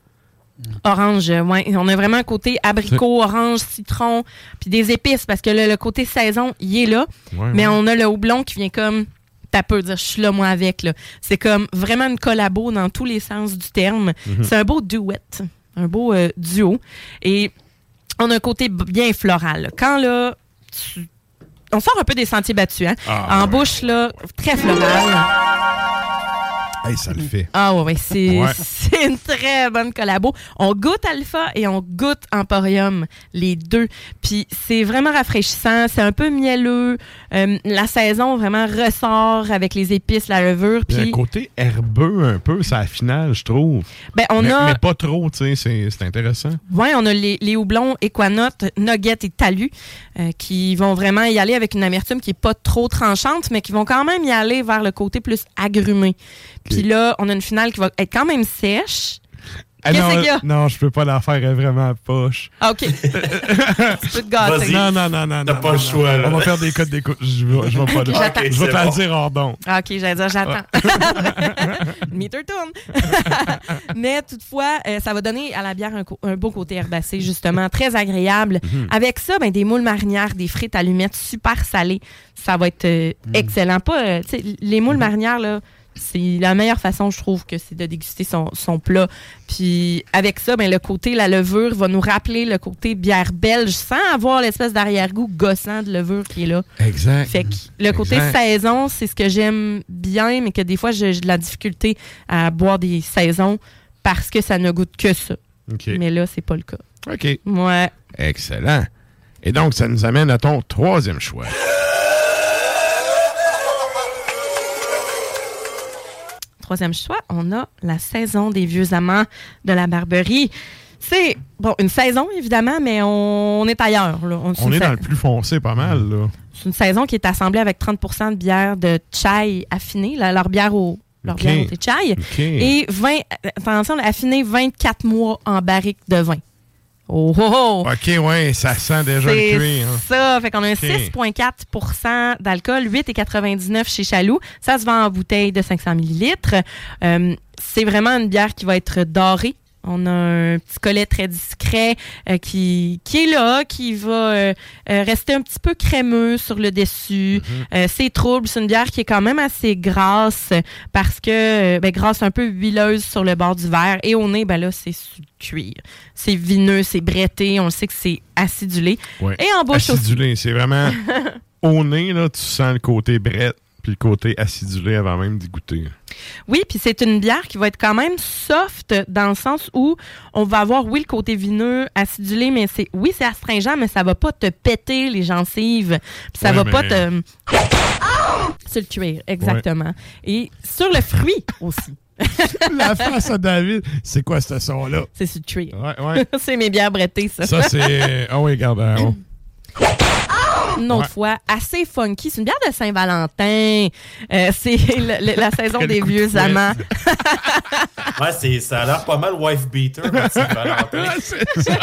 Orange, oui. On a vraiment un côté abricot, c'est... orange, citron, puis des épices, parce que le, le côté saison, il est là. Ouais, mais ouais. on a le houblon qui vient comme... T'as peu dire, je suis là, moi, avec. Là. C'est comme vraiment une collabo dans tous les sens du terme. Mm-hmm. C'est un beau duet, un beau euh, duo. Et... on a un côté bien floral. Quand là, tu... on sort un peu des sentiers battus, hein? Ah, en ouais. bouche, là, très floral. Hey, ça le fait. Ah ouais, c'est, ouais. c'est une très bonne collabo. On goûte Alpha et on goûte Emporium, les deux. Puis c'est vraiment rafraîchissant, c'est un peu mielleux. Euh, la saison vraiment ressort avec les épices, la levure. Puis... il y a un côté herbeux un peu, c'est à la finale, je trouve. Ben, on mais, a... mais pas trop, tu sais, c'est, c'est intéressant. Oui, on a les, les houblons Equanote, Nugget et Talus euh, qui vont vraiment y aller avec une amertume qui n'est pas trop tranchante, mais qui vont quand même y aller vers le côté plus agrumé. Puis là, on a une finale qui va être quand même sèche. Ah Qu'est-ce non, qu'il y a? Non, je peux pas la faire, elle est vraiment poche. Ah, OK. Tu peux te gâter. Non, non, non, non. T'as non, pas non, le choix, là. On va faire des codes d'écoute. Je vais, je vais pas okay, le j'attends. Je vais te la dire hors d'onde. Ah, OK, j'allais dire, j'attends. Meter tourne. Mais toutefois, euh, ça va donner à la bière un, co- un beau côté herbacé, justement, très agréable. Mm-hmm. Avec ça, ben, des moules marinières, des frites allumettes super salées. Ça va être euh, mm. excellent. Pas, euh, les moules mm-hmm. marinières, là, c'est la meilleure façon, je trouve, que c'est de déguster son, son plat. Puis avec ça, ben, le côté, la levure va nous rappeler le côté bière belge sans avoir l'espèce d'arrière-goût gossant de levure qui est là. Exact. Fait que le côté exact. saison, c'est ce que j'aime bien, mais que des fois, j'ai, j'ai de la difficulté à boire des saisons parce que ça ne goûte que ça. Okay. Mais là, c'est pas le cas. OK. Ouais. Excellent. Et donc, ça nous amène à ton troisième choix. Troisième choix, on a la saison des vieux amants de la Barberie. C'est, bon, une saison, évidemment, mais on, on est ailleurs. Là. On, on est sa... dans le plus foncé pas mal. Là. C'est une saison qui est assemblée avec trente pour cent de bière de chai affinée, là, leur bière au, leur okay. bière au thé chai. Okay. Et vingt, attention, affinée vingt-quatre mois en barrique de vin. Oh, oh, oh. OK, ouais, ça sent déjà C'est le cuir. Hein. ça. Fait qu'on a un Okay. six virgule quatre pour cent d'alcool, huit virgule quatre-vingt-dix-neuf chez Chaloux. Ça se vend en bouteille de cinq cents millilitres. Euh, c'est vraiment une bière qui va être dorée. On a un petit collet très discret euh, qui, qui est là, qui va euh, euh, rester un petit peu crémeux sur le dessus. Mm-hmm. Euh, c'est trouble. C'est une bière qui est quand même assez grasse parce que, euh, ben, grasse un peu huileuse sur le bord du verre. Et au nez, ben là, c'est sur le cuir. C'est vineux, c'est bretté. On le sait que c'est acidulé. Ouais. Et en bouche acidulé, c'est vraiment... au nez, là, tu sens le côté brette puis le côté acidulé avant même d'y goûter. Oui, puis c'est une bière qui va être quand même soft dans le sens où on va avoir, oui, le côté vineux, acidulé, mais c'est oui, c'est astringent, mais ça va pas te péter les gencives. Puis ça ouais, va mais... pas te... Sur le cuir, exactement. Ouais. Et sur le fruit aussi. La face à David, c'est quoi ce son-là? C'est sur le cuir. Ouais, ouais. C'est mes bières brettées, ça. Ça, c'est... Ah oui, regarde. Oh. Une autre ouais. fois, assez funky. C'est une bière de Saint-Valentin. Euh, c'est le, le, la saison des vieux amants. Ouais, c'est, ça a l'air pas mal wife beater, Saint-Valentin. C'est ça.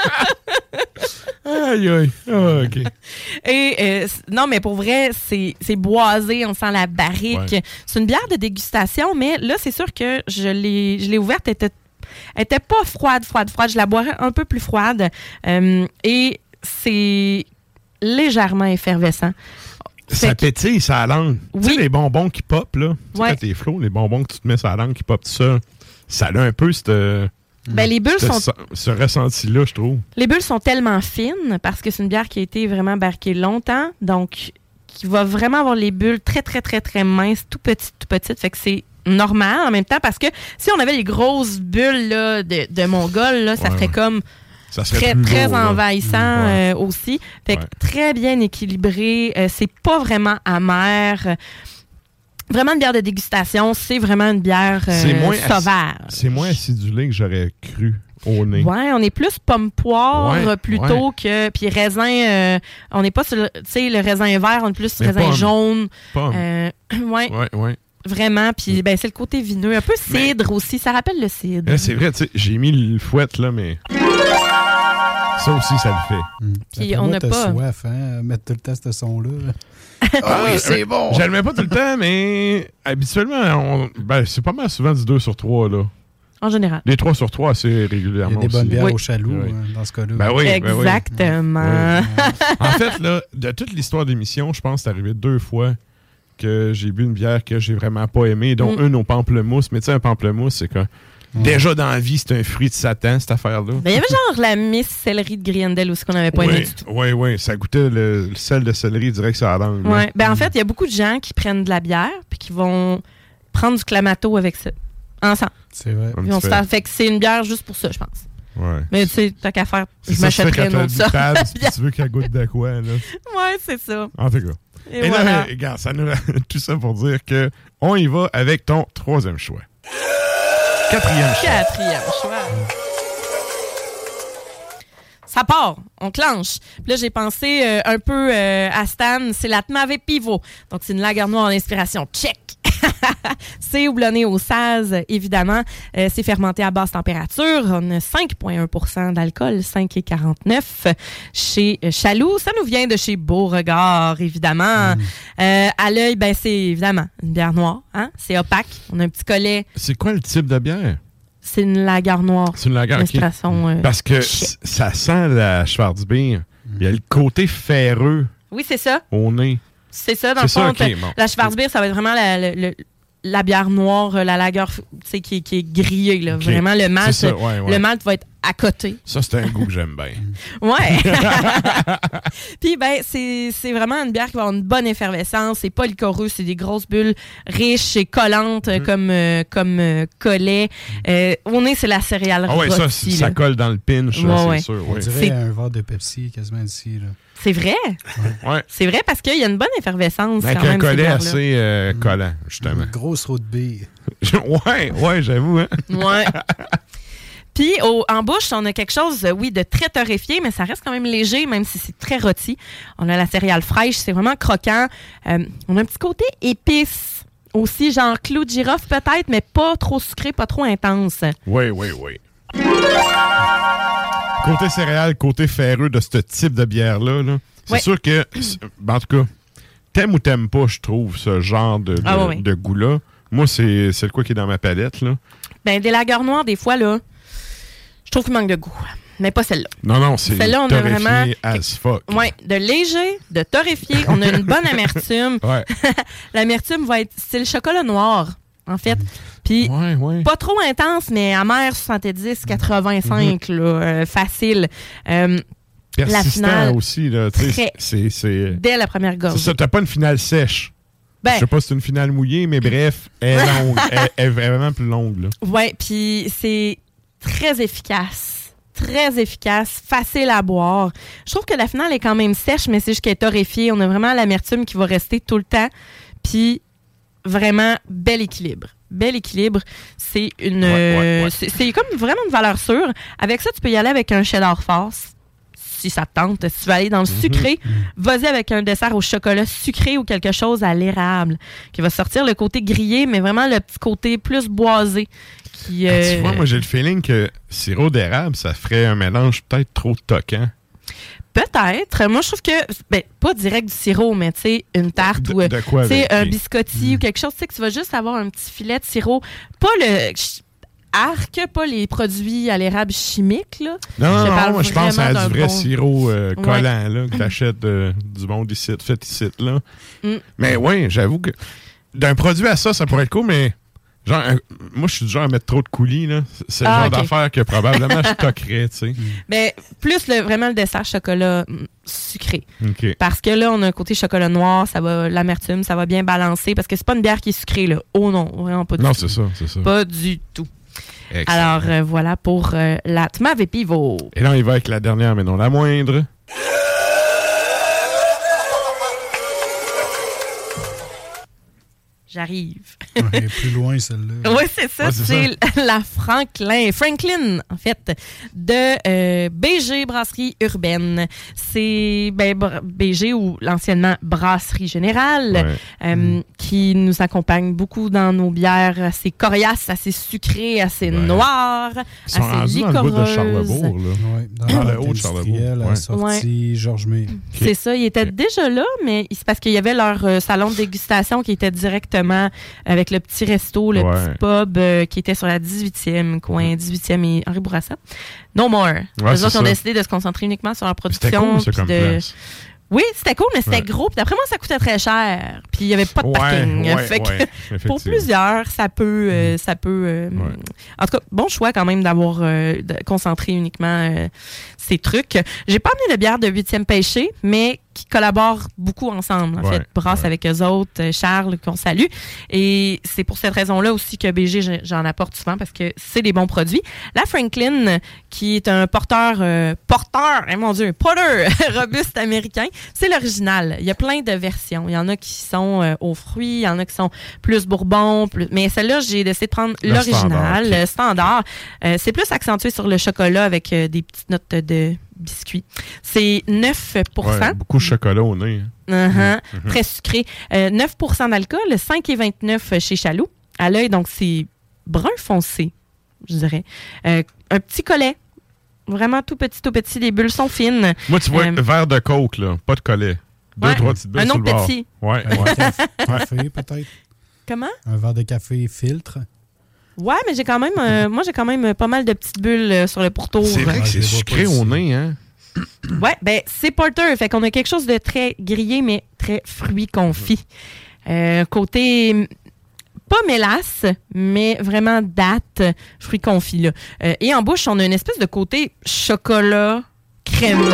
Aïe, aïe. Oh, OK. Et euh, non, mais pour vrai, c'est, c'est boisé. On sent la barrique. Ouais. C'est une bière de dégustation, mais là, c'est sûr que je l'ai, je l'ai ouverte. Elle était, elle était pas froide, froide, froide. Je la boirais un peu plus froide. Euh, et c'est légèrement effervescent. Ça fait pétille, ça a la langue. Oui. Tu sais, les bonbons qui popent, là. Tu sais, ouais. quand t'es flot, les bonbons que tu te mets sur la langue qui popent tout ça, ça a un peu cette, ben, les bulles cette, sont... ce ressenti-là, je trouve. Les bulles sont tellement fines parce que c'est une bière qui a été vraiment barriquée longtemps, donc qui va vraiment avoir les bulles très, très, très, très minces, tout petites, tout petites. Fait que c'est normal en même temps parce que si on avait les grosses bulles là, de, de Mongol, là, ça ouais, ferait ouais. comme... Ça serait très, plus très lourd, envahissant ouais. euh, aussi. Fait que ouais. très bien équilibré. Euh, c'est pas vraiment amer. Euh, vraiment une bière de dégustation. C'est vraiment une bière euh, c'est moins sauvage. Ac- c'est moins acidulé que j'aurais cru au nez. Ouais, on est plus pomme-poire ouais, plutôt ouais. que... Puis raisin, euh, on n'est pas sur le... Tu sais, le raisin vert, on est plus Mais raisin pomme. jaune. Pomme. Euh, ouais. Ouais, ouais. Vraiment, puis ben, c'est le côté vineux. Un peu cidre mais, aussi, ça rappelle le cidre. Là, c'est vrai, tu sais, j'ai mis le fouette, là, mais... Ça aussi, ça le fait. Mmh. Puis on n'a pas... soif, hein, mettre tout le temps ce son-là. Ah oui, c'est bon! Je le mets pas tout le temps, mais habituellement, on... ben, c'est pas mal souvent du deux sur trois, là. En général. Les trois sur trois, assez régulièrement. Il y a des bonnes bières oui. au Chaloux, oui. hein, dans ce cas-là. Ben oui, exactement. Ben oui. Oui. En fait, là, de toute l'histoire de l'émission, je pense que c'est arrivé deux fois que j'ai bu une bière que j'ai vraiment pas aimée, dont mm. une au pamplemousse. Mais tu sais, un pamplemousse, c'est quoi? Mm. Déjà dans la vie, c'est un fruit de Satan, cette affaire-là. Ben, il y avait genre la Miss Céleri de Griendel aussi qu'on n'avait pas oui, aimé du tout. Oui, oui, ça goûtait le, le sel de céleri direct sur la langue. Ouais. Ben, en fait, il y a beaucoup de gens qui prennent de la bière puis qui vont prendre du clamato avec ça, ensemble. C'est vrai. Puis on se fait... fait que c'est une bière juste pour ça, je pense. Ouais. Mais tu sais, t'as qu'à faire, c'est je m'achèterais une autre ça. ça. Tu veux qu'elle goûte de quoi, là? Ouais, c'est ça. En tout cas. Et, Et voilà. là, regarde, ça nous tout ça pour dire que on y va avec ton troisième choix. Quatrième choix. Quatrième choix. Ça part, on clenche. Puis là, j'ai pensé euh, un peu euh, à Stan, c'est la Tmave Pivot. Donc, c'est une lager noire en inspiration. Check! C'est houblonné au saz, évidemment. Euh, c'est fermenté à basse température. On a cinq virgule un pour cent d'alcool, cinq virgule quarante-neuf chez Chaloux. Ça nous vient de chez Beauregard, évidemment. Mmh. Euh, à l'œil, ben, c'est évidemment une bière noire. Hein? C'est opaque. On a un petit collet. C'est quoi le type de bière? C'est une lager noire. C'est une lager, okay. euh, Parce que c- ça sent la Schwarzbier. Mmh. Il y a le côté ferreux. Oui, c'est ça. Au nez. C'est ça, dans c'est le fond. Ça, okay, bon. La Schwarzbier, ça va être vraiment la, la, la, la bière noire, la lager qui, qui est grillée. Là. Okay. Vraiment, le malt, ça, ouais, ouais. le malt va être à côté. Ça, c'est un goût que j'aime bien. Ouais. Puis, ben, c'est, c'est vraiment une bière qui va avoir une bonne effervescence. C'est pas licoreux, c'est des grosses bulles riches et collantes mm. comme, euh, comme euh, collet. Euh, au nez, c'est la céréale ah ouais, rôtie. Ça, ça colle dans le pinch, ouais, là, ouais. c'est sûr. On ouais. dirait c'est... un verre de Pepsi quasiment ici. Là. C'est vrai? Ouais. ouais. C'est vrai parce qu'il y a une bonne effervescence. Avec quand un même, collet assez euh, collant, justement. Une grosse roue de bille. ouais, ouais, j'avoue. Hein? Ouais. Puis, au, en bouche, on a quelque chose, oui, de très torréfié, mais ça reste quand même léger, même si c'est très rôti. On a la céréale fraîche, c'est vraiment croquant. Euh, on a un petit côté épice aussi, genre clou de girofle peut-être, mais pas trop sucré, pas trop intense. Oui, oui, oui. côté céréales, côté ferreux de ce type de bière-là, là, c'est ouais. sûr que, ben, en tout cas, t'aimes ou t'aimes pas, je trouve, ce genre de, de, ah, ouais, ouais. de goût-là. Moi, c'est, c'est le quoi qui est dans ma palette, là. Ben, des lagers noirs, des fois, là, je trouve qu'il manque de goût. Mais pas celle-là. Non, non, c'est celle-là, on a vraiment as fuck. Oui, de léger, de torréfié. On a une bonne amertume. Ouais. L'amertume va être style chocolat noir, en fait. Puis, ouais, ouais. pas trop intense, mais amère soixante-dix quatre-vingt-cinq, mm-hmm. là, euh, facile. Euh, Persistant la finale, aussi, là. Très, c'est, c'est... Dès la première gorge. C'est ça, t'as pas une finale sèche. Ben, je sais pas si c'est une finale mouillée, mais bref, elle est longue. elle, elle est vraiment plus longue, là. Ouais, puis c'est très efficace. Très efficace, facile à boire. Je trouve que la finale est quand même sèche, mais c'est juste qu'elle est torréfiée. On a vraiment l'amertume qui va rester tout le temps. Puis vraiment, bel équilibre. Bel équilibre. C'est une, ouais, ouais, ouais. C'est, c'est comme vraiment une valeur sûre. Avec ça, tu peux y aller avec un cheddar farce. Si ça te tente, si tu veux aller dans le sucré, mm-hmm. vas-y avec un dessert au chocolat sucré ou quelque chose à l'érable qui va sortir le côté grillé, mais vraiment le petit côté plus boisé. Qui, euh... ah, tu vois, moi, j'ai le feeling que sirop d'érable, ça ferait un mélange peut-être trop toquant. Peut-être. Moi, je trouve que, ben, pas direct du sirop, mais tu sais, une tarte de, ou de quoi, un biscotti mmh. ou quelque chose, tu sais, que tu vas juste avoir un petit filet de sirop. Pas le... Arc, pas les produits à l'érable chimiques, là. Non, non, non, moi, je pense à du vrai bon... sirop euh, collant, ouais. là, que t'achètes euh, du bon d'ici, fait ici, là. Mm. Mais oui, j'avoue que d'un produit à ça, ça pourrait être cool, mais genre, un, moi, je suis du genre à mettre trop de coulis, là. C'est le ah, genre okay. d'affaire que probablement je toquerais, tu sais. Mais plus le, vraiment le dessert chocolat sucré. Okay. Parce que là, on a un côté chocolat noir, ça va, l'amertume, ça va bien balancer, parce que c'est pas une bière qui est sucrée, là. Oh non, vraiment pas du non, tout. Non, c'est ça, c'est ça. Pas du tout. Excellent. Alors, euh, voilà pour euh, la Tmave Pivo. Et là, on y va avec la dernière, mais non la moindre. J'arrive. Ouais, plus loin, celle-là. Oui, c'est ça. Ouais, c'est, c'est ça. La Franklin. Franklin, en fait, de euh, B G Brasserie Urbaine. C'est ben, B G ou l'anciennement Brasserie Générale, ouais. euh, mmh. qui nous accompagne beaucoup dans nos bières assez coriaces, assez sucrées, assez ouais. noires, Ils sont assez liquoreuses. Dans le bout de Charlebourg, là. Ouais, dans, dans le haut de Charlebourg. Ouais. Sortie ouais. Georges May. Okay. C'est ça. Ils étaient okay. déjà là, mais c'est parce qu'il y avait leur euh, salon de dégustation qui était directement avec le petit resto, le ouais. petit pub euh, qui était sur la dix-huitième, coin dix-huitième et Henri Bourassa. No more. Ouais, Les autres ont décidé de se concentrer uniquement sur leur production. C'était cool, ça, comme de... place. Oui, c'était cool, mais c'était ouais. gros. Puis d'après moi, ça coûtait très cher. Puis il n'y avait pas de ouais, parking. Ouais, fait ouais, que pour plusieurs, ça peut... Euh, ça peut euh, ouais. En tout cas, bon choix quand même d'avoir euh, de concentrer uniquement euh, ces trucs. J'ai pas amené de bière de huitième pêché, mais qui collaborent beaucoup ensemble, en ouais, fait. Brasse ouais. avec eux autres, Charles, qu'on salue. Et c'est pour cette raison-là aussi que B G, j'en apporte souvent parce que c'est des bons produits. La Franklin, qui est un porteur, euh, porteur, eh, mon Dieu, porter robuste américain, c'est l'original. Il y a plein de versions. Il y en a qui sont euh, aux fruits, il y en a qui sont plus bourbon, plus... mais celle-là, j'ai décidé de prendre le l'original, standard. le standard. Euh, c'est plus accentué sur le chocolat avec euh, des petites notes de biscuits. C'est neuf pour cent. Ouais, beaucoup de chocolat au nez. Hein. Uh-huh. Mm-hmm. Très sucré. Euh, neuf pour cent d'alcool, cinq virgule vingt-neuf chez Chaloux. À l'œil, donc c'est brun foncé, je dirais. Euh, un petit collet. Vraiment tout petit, tout petit. Les bulles sont fines. Moi, tu vois, euh, verre de coke, là. Pas de collet. Deux, ouais. trois petites bulles un sur autre le bord. petit. Ouais, un ouais. café, café peut-être. Comment? Un verre de café filtre. Ouais, mais j'ai quand même, euh, moi, j'ai quand même pas mal de petites bulles euh, sur le pourtour. C'est vrai que c'est sucré au nez, hein? Ouais, ben c'est porter. Fait qu'on a quelque chose de très grillé, mais très fruits confits. Euh, côté, pas mélasse, mais vraiment date, fruits confits, là. Euh, et en bouche, on a une espèce de côté chocolat crémeux.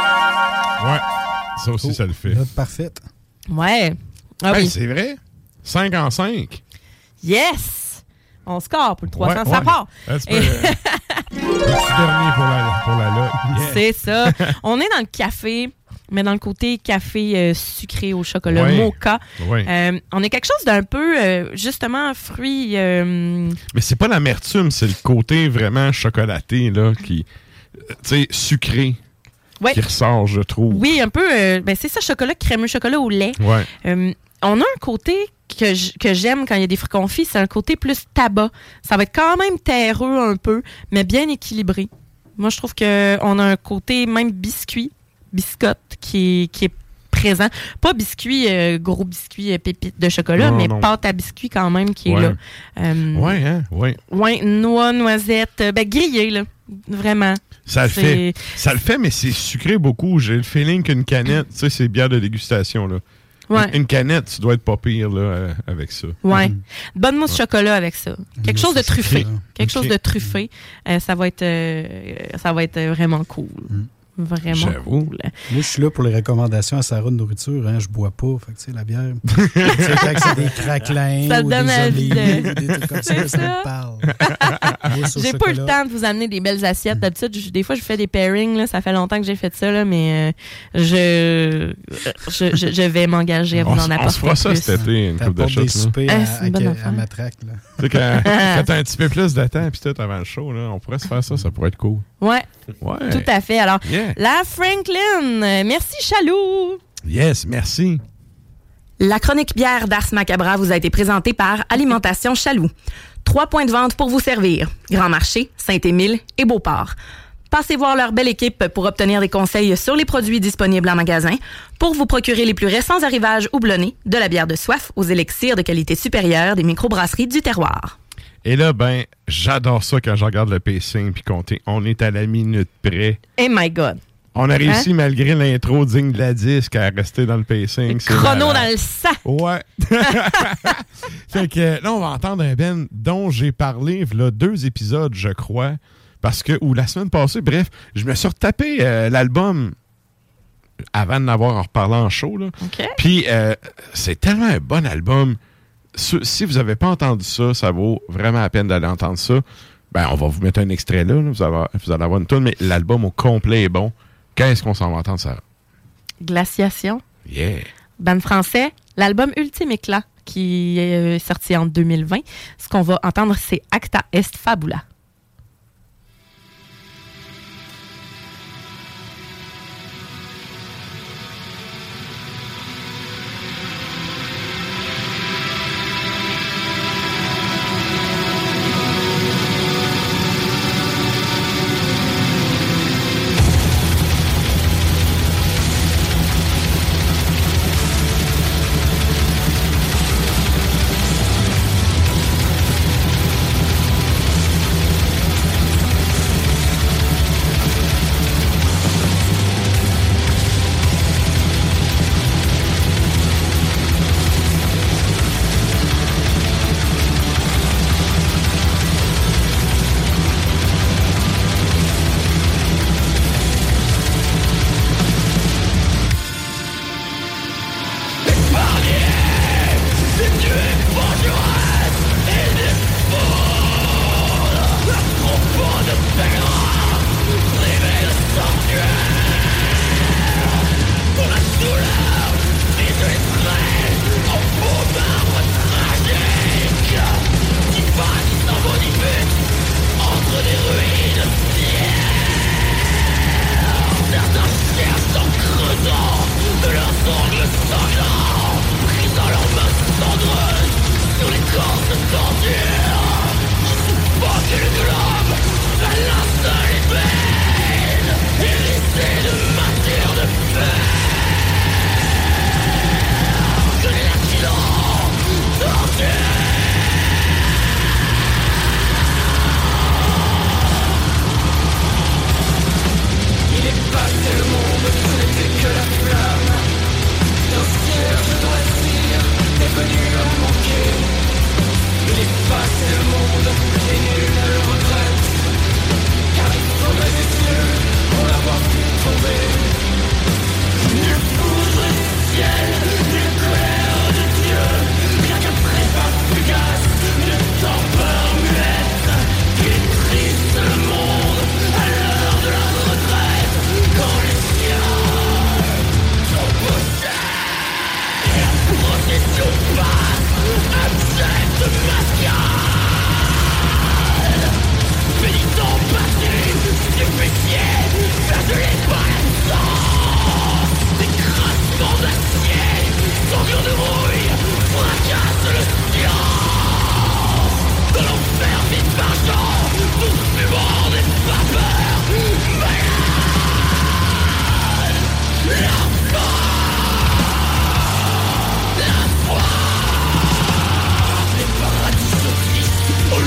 Ouais, ça aussi, oh, ça le fait. Note parfaite. Ouais. Ah, hey, oui. C'est vrai? cinq en cinq. Yes! On score pour le trois cents, ouais, ça ouais. part. Un petit peu. Le petit dernier pour la, pour la lotte. Yeah. C'est ça. On est dans le café, mais dans le côté café euh, sucré au chocolat, ouais. mocha. Ouais. Euh, on a quelque chose d'un peu, euh, justement, fruit... Euh... Mais c'est pas l'amertume, c'est le côté vraiment chocolaté, là, qui... Tu sais, sucré. Ouais. Qui ressort, je trouve. Oui, un peu... Euh, ben c'est ça, chocolat crémeux, chocolat au lait. Ouais. Euh, on a un côté... Que, j- que j'aime quand il y a des fruits confits, c'est un côté plus tabac. Ça va être quand même terreux un peu, mais bien équilibré. Moi, je trouve qu'on a un côté même biscuit, biscotte, qui est, qui est présent. Pas biscuit, euh, gros biscuit, euh, pépites de chocolat, non, mais non. Pâte à biscuit quand même qui ouais. est là. Euh, oui, hein? Oui. Oui, noix, noisettes, ben grillé, là. Vraiment. Ça le c'est... fait. Ça le fait, mais c'est sucré beaucoup. J'ai le feeling qu'une canette, tu sais, c'est bière de dégustation, là. Ouais. Une canette, tu dois être pas pire là, euh, avec ça. Oui. Mm. Bonne mousse ouais. chocolat avec ça. Quelque chose de truffé. Quelque okay. chose de truffé. Euh, ça va être euh, ça va être vraiment cool. Mm. Vraiment J'avoue. Cool. Moi, je suis là pour les recommandations à Sarah de nourriture. Hein. Je bois pas. Fait que, tu sais, la bière, quand c'est des craquelins ça ou donne des olives de... ou des trucs comme ça, ça. ça me parle. J'ai pas eu le temps de vous amener des belles assiettes. D'habitude, je, des fois, je fais des pairings. Là. Ça fait longtemps que j'ai fait ça, là, mais euh, je, je, je, je vais m'engager à vous on, en apporter On se fera ça plus. cet été, une coupe de des soupers à, à, à, à matraque. Là. Tu sais, quand, quand t'as un petit peu plus de temps puis tout avant le show, là, on pourrait se faire ça. Ça pourrait être cool. Ouais. Ouais. Tout à fait. Alors, yeah. la Franklin. Merci, Chaloux. Yes, merci. La chronique bière d'Ars Macabra vous a été présentée par Alimentation Chaloux. Trois points de vente pour vous servir. Grand Marché, Saint-Émile et Beauport. Passez voir leur belle équipe pour obtenir des conseils sur les produits disponibles en magasin, pour vous procurer les plus récents arrivages houblonnés, de la bière de soif aux élixirs de qualité supérieure des microbrasseries du terroir. Et là, ben, j'adore ça quand je regarde le pacing puis compter. On est à la minute près. Oh my God! On a réussi, hein? Malgré l'intro digne de la disque, à rester dans le pacing. Le chrono dans le sang! Ouais! Fait que là, on va entendre un Ben dont j'ai parlé, là, deux épisodes, je crois, parce que, ou la semaine passée, bref, je me suis retapé euh, l'album avant de l'avoir en reparlant en show, là. Okay. Puis, euh, c'est tellement un bon album. Si vous n'avez pas entendu ça, ça vaut vraiment la peine d'aller entendre ça. Ben, on va vous mettre un extrait là. là. Vous, avez, vous allez avoir une tonne, mais l'album au complet est bon. Qu'est-ce qu'on s'en va entendre, ça? Glaciation. Yeah. Band français. L'album Ultime Éclat, qui est sorti en deux mille vingt. Ce qu'on va entendre, c'est Acta Est Fabula.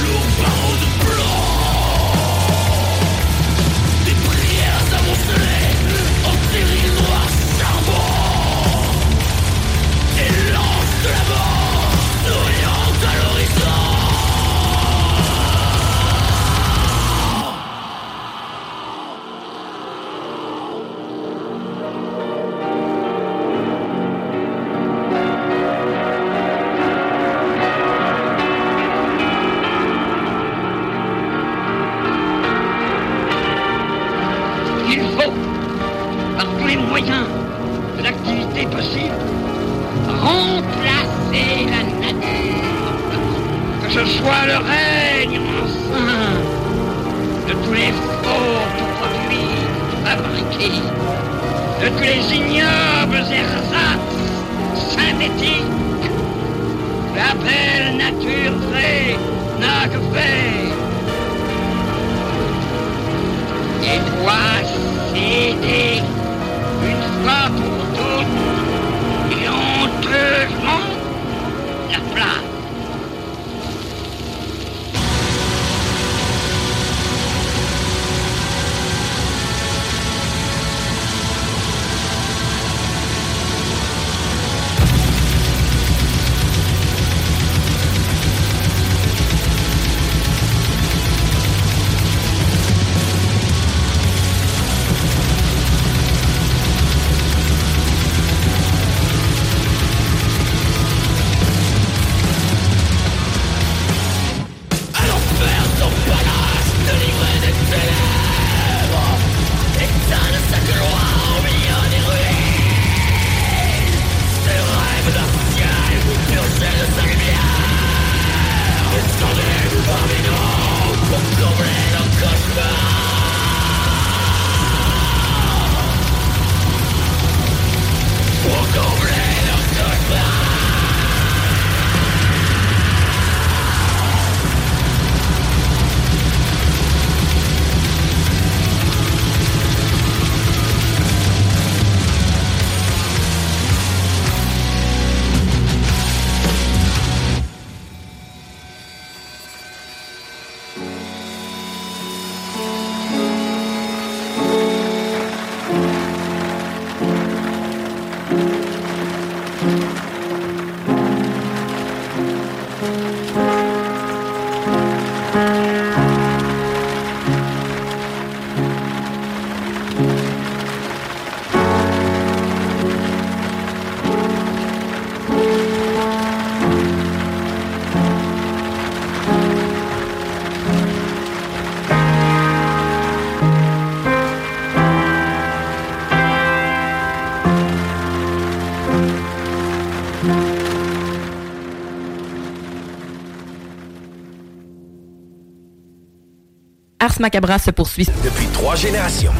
Ars Macabra se poursuit. Depuis trois générations.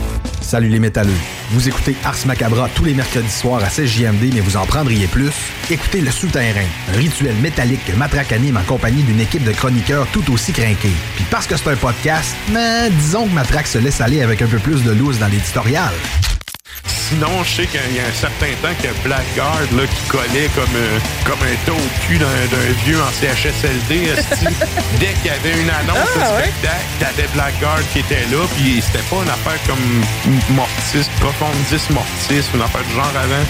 Salut les métalleux. Vous écoutez Ars Macabra tous les mercredis soirs à seize J M D, mais vous en prendriez plus? Écoutez Le Souterrain, un rituel métallique que Matraque anime en compagnie d'une équipe de chroniqueurs tout aussi crinqués. Puis parce que c'est un podcast, mais disons que Matraque se laisse aller avec un peu plus de loose dans l'éditorial. Sinon, je sais qu'il y a un certain temps que Blackguard, là, qui collait comme, euh, comme un tas au cul d'un, d'un vieux en C H S L D, dès qu'il y avait une annonce ah, de ouais? spectacle, t'avais Blackguard qui était là, puis c'était pas une affaire comme Mortis, Profundis Mortis, une affaire du genre avant.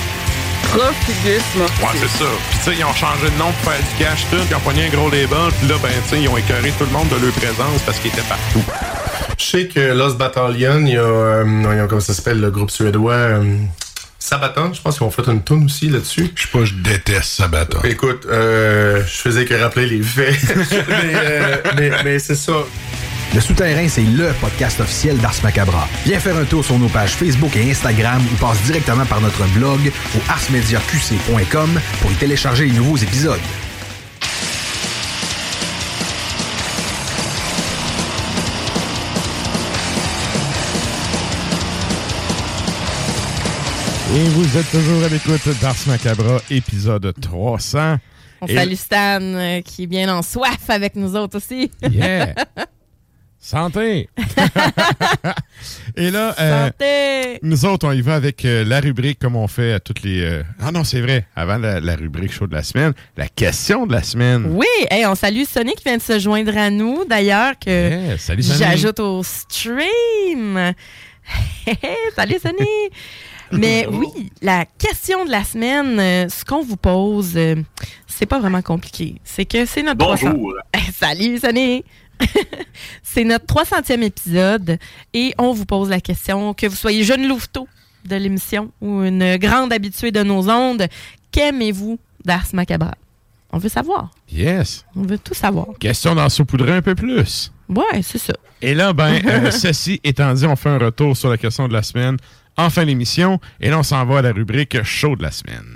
Profundis Mortis. Ouais, c'est ça. Puis tu sais, ils ont changé de nom pour faire du cash, tout, ils ont pogné un gros label, puis là, ben, tu sais, ils ont écœuré tout le monde de leur présence parce qu'ils étaient partout. Je sais que Lost Battalion, il y a, euh, comment ça s'appelle, le groupe suédois euh, Sabaton, je pense qu'ils vont faire une tune aussi là-dessus. Je sais pas, je déteste Sabaton. Écoute, euh, je faisais que rappeler les faits, mais, euh, mais, mais c'est ça. Le Souterrain, c'est le podcast officiel d'Ars Macabra. Viens faire un tour sur nos pages Facebook et Instagram ou passe directement par notre blog au ars media q c point com pour y télécharger les nouveaux épisodes. Et vous êtes toujours à l'écoute d'Ars Macabra, épisode trois cents. On Et... salue Stan, euh, qui est bien en soif avec nous autres aussi. Yeah! Santé! Et là, euh, Santé! Nous autres, on y va avec euh, la rubrique comme on fait à toutes les... Euh... Ah non, c'est vrai. Avant la, la rubrique chaud de la semaine, la question de la semaine. Oui, hey, on salue Sonny qui vient de se joindre à nous, d'ailleurs, que yeah, salut, Sonny. J'ajoute au stream. Salut Sonny! Mais oui, la question de la semaine, euh, ce qu'on vous pose, euh, c'est pas vraiment compliqué. C'est que c'est notre... Bonjour! trois cents... Salut Sonny! C'est notre trois centième épisode et on vous pose la question, que vous soyez jeune louveteau de l'émission ou une grande habituée de nos ondes, qu'aimez-vous d'Ars Macabra? On veut savoir. Yes. On veut tout savoir. Question d'en saupoudrer un peu plus. Ouais, c'est ça. Et là, ben, euh, ceci étant dit, on fait un retour sur la question de la semaine en fin d'émission et là, on s'en va à la rubrique chaud de la semaine.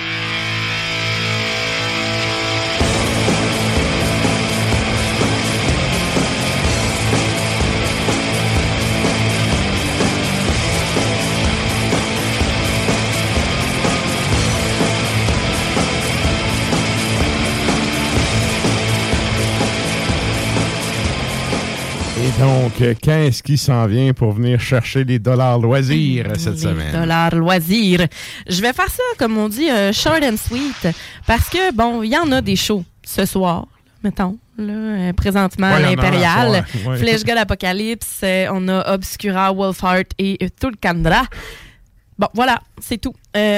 Et donc, qu'est-ce qui s'en vient pour venir chercher les dollars loisirs cette les semaine? Dollars loisirs. Je vais faire ça, comme on dit, euh, short and sweet. Parce que, bon, il y en a des shows ce soir, mettons. Là, euh, présentement ouais, à l'Impérial, ouais. Flèche God Apocalypse, euh, on a Obscura, Wolfheart et euh, Tulkandra. Bon, voilà, c'est tout. Euh...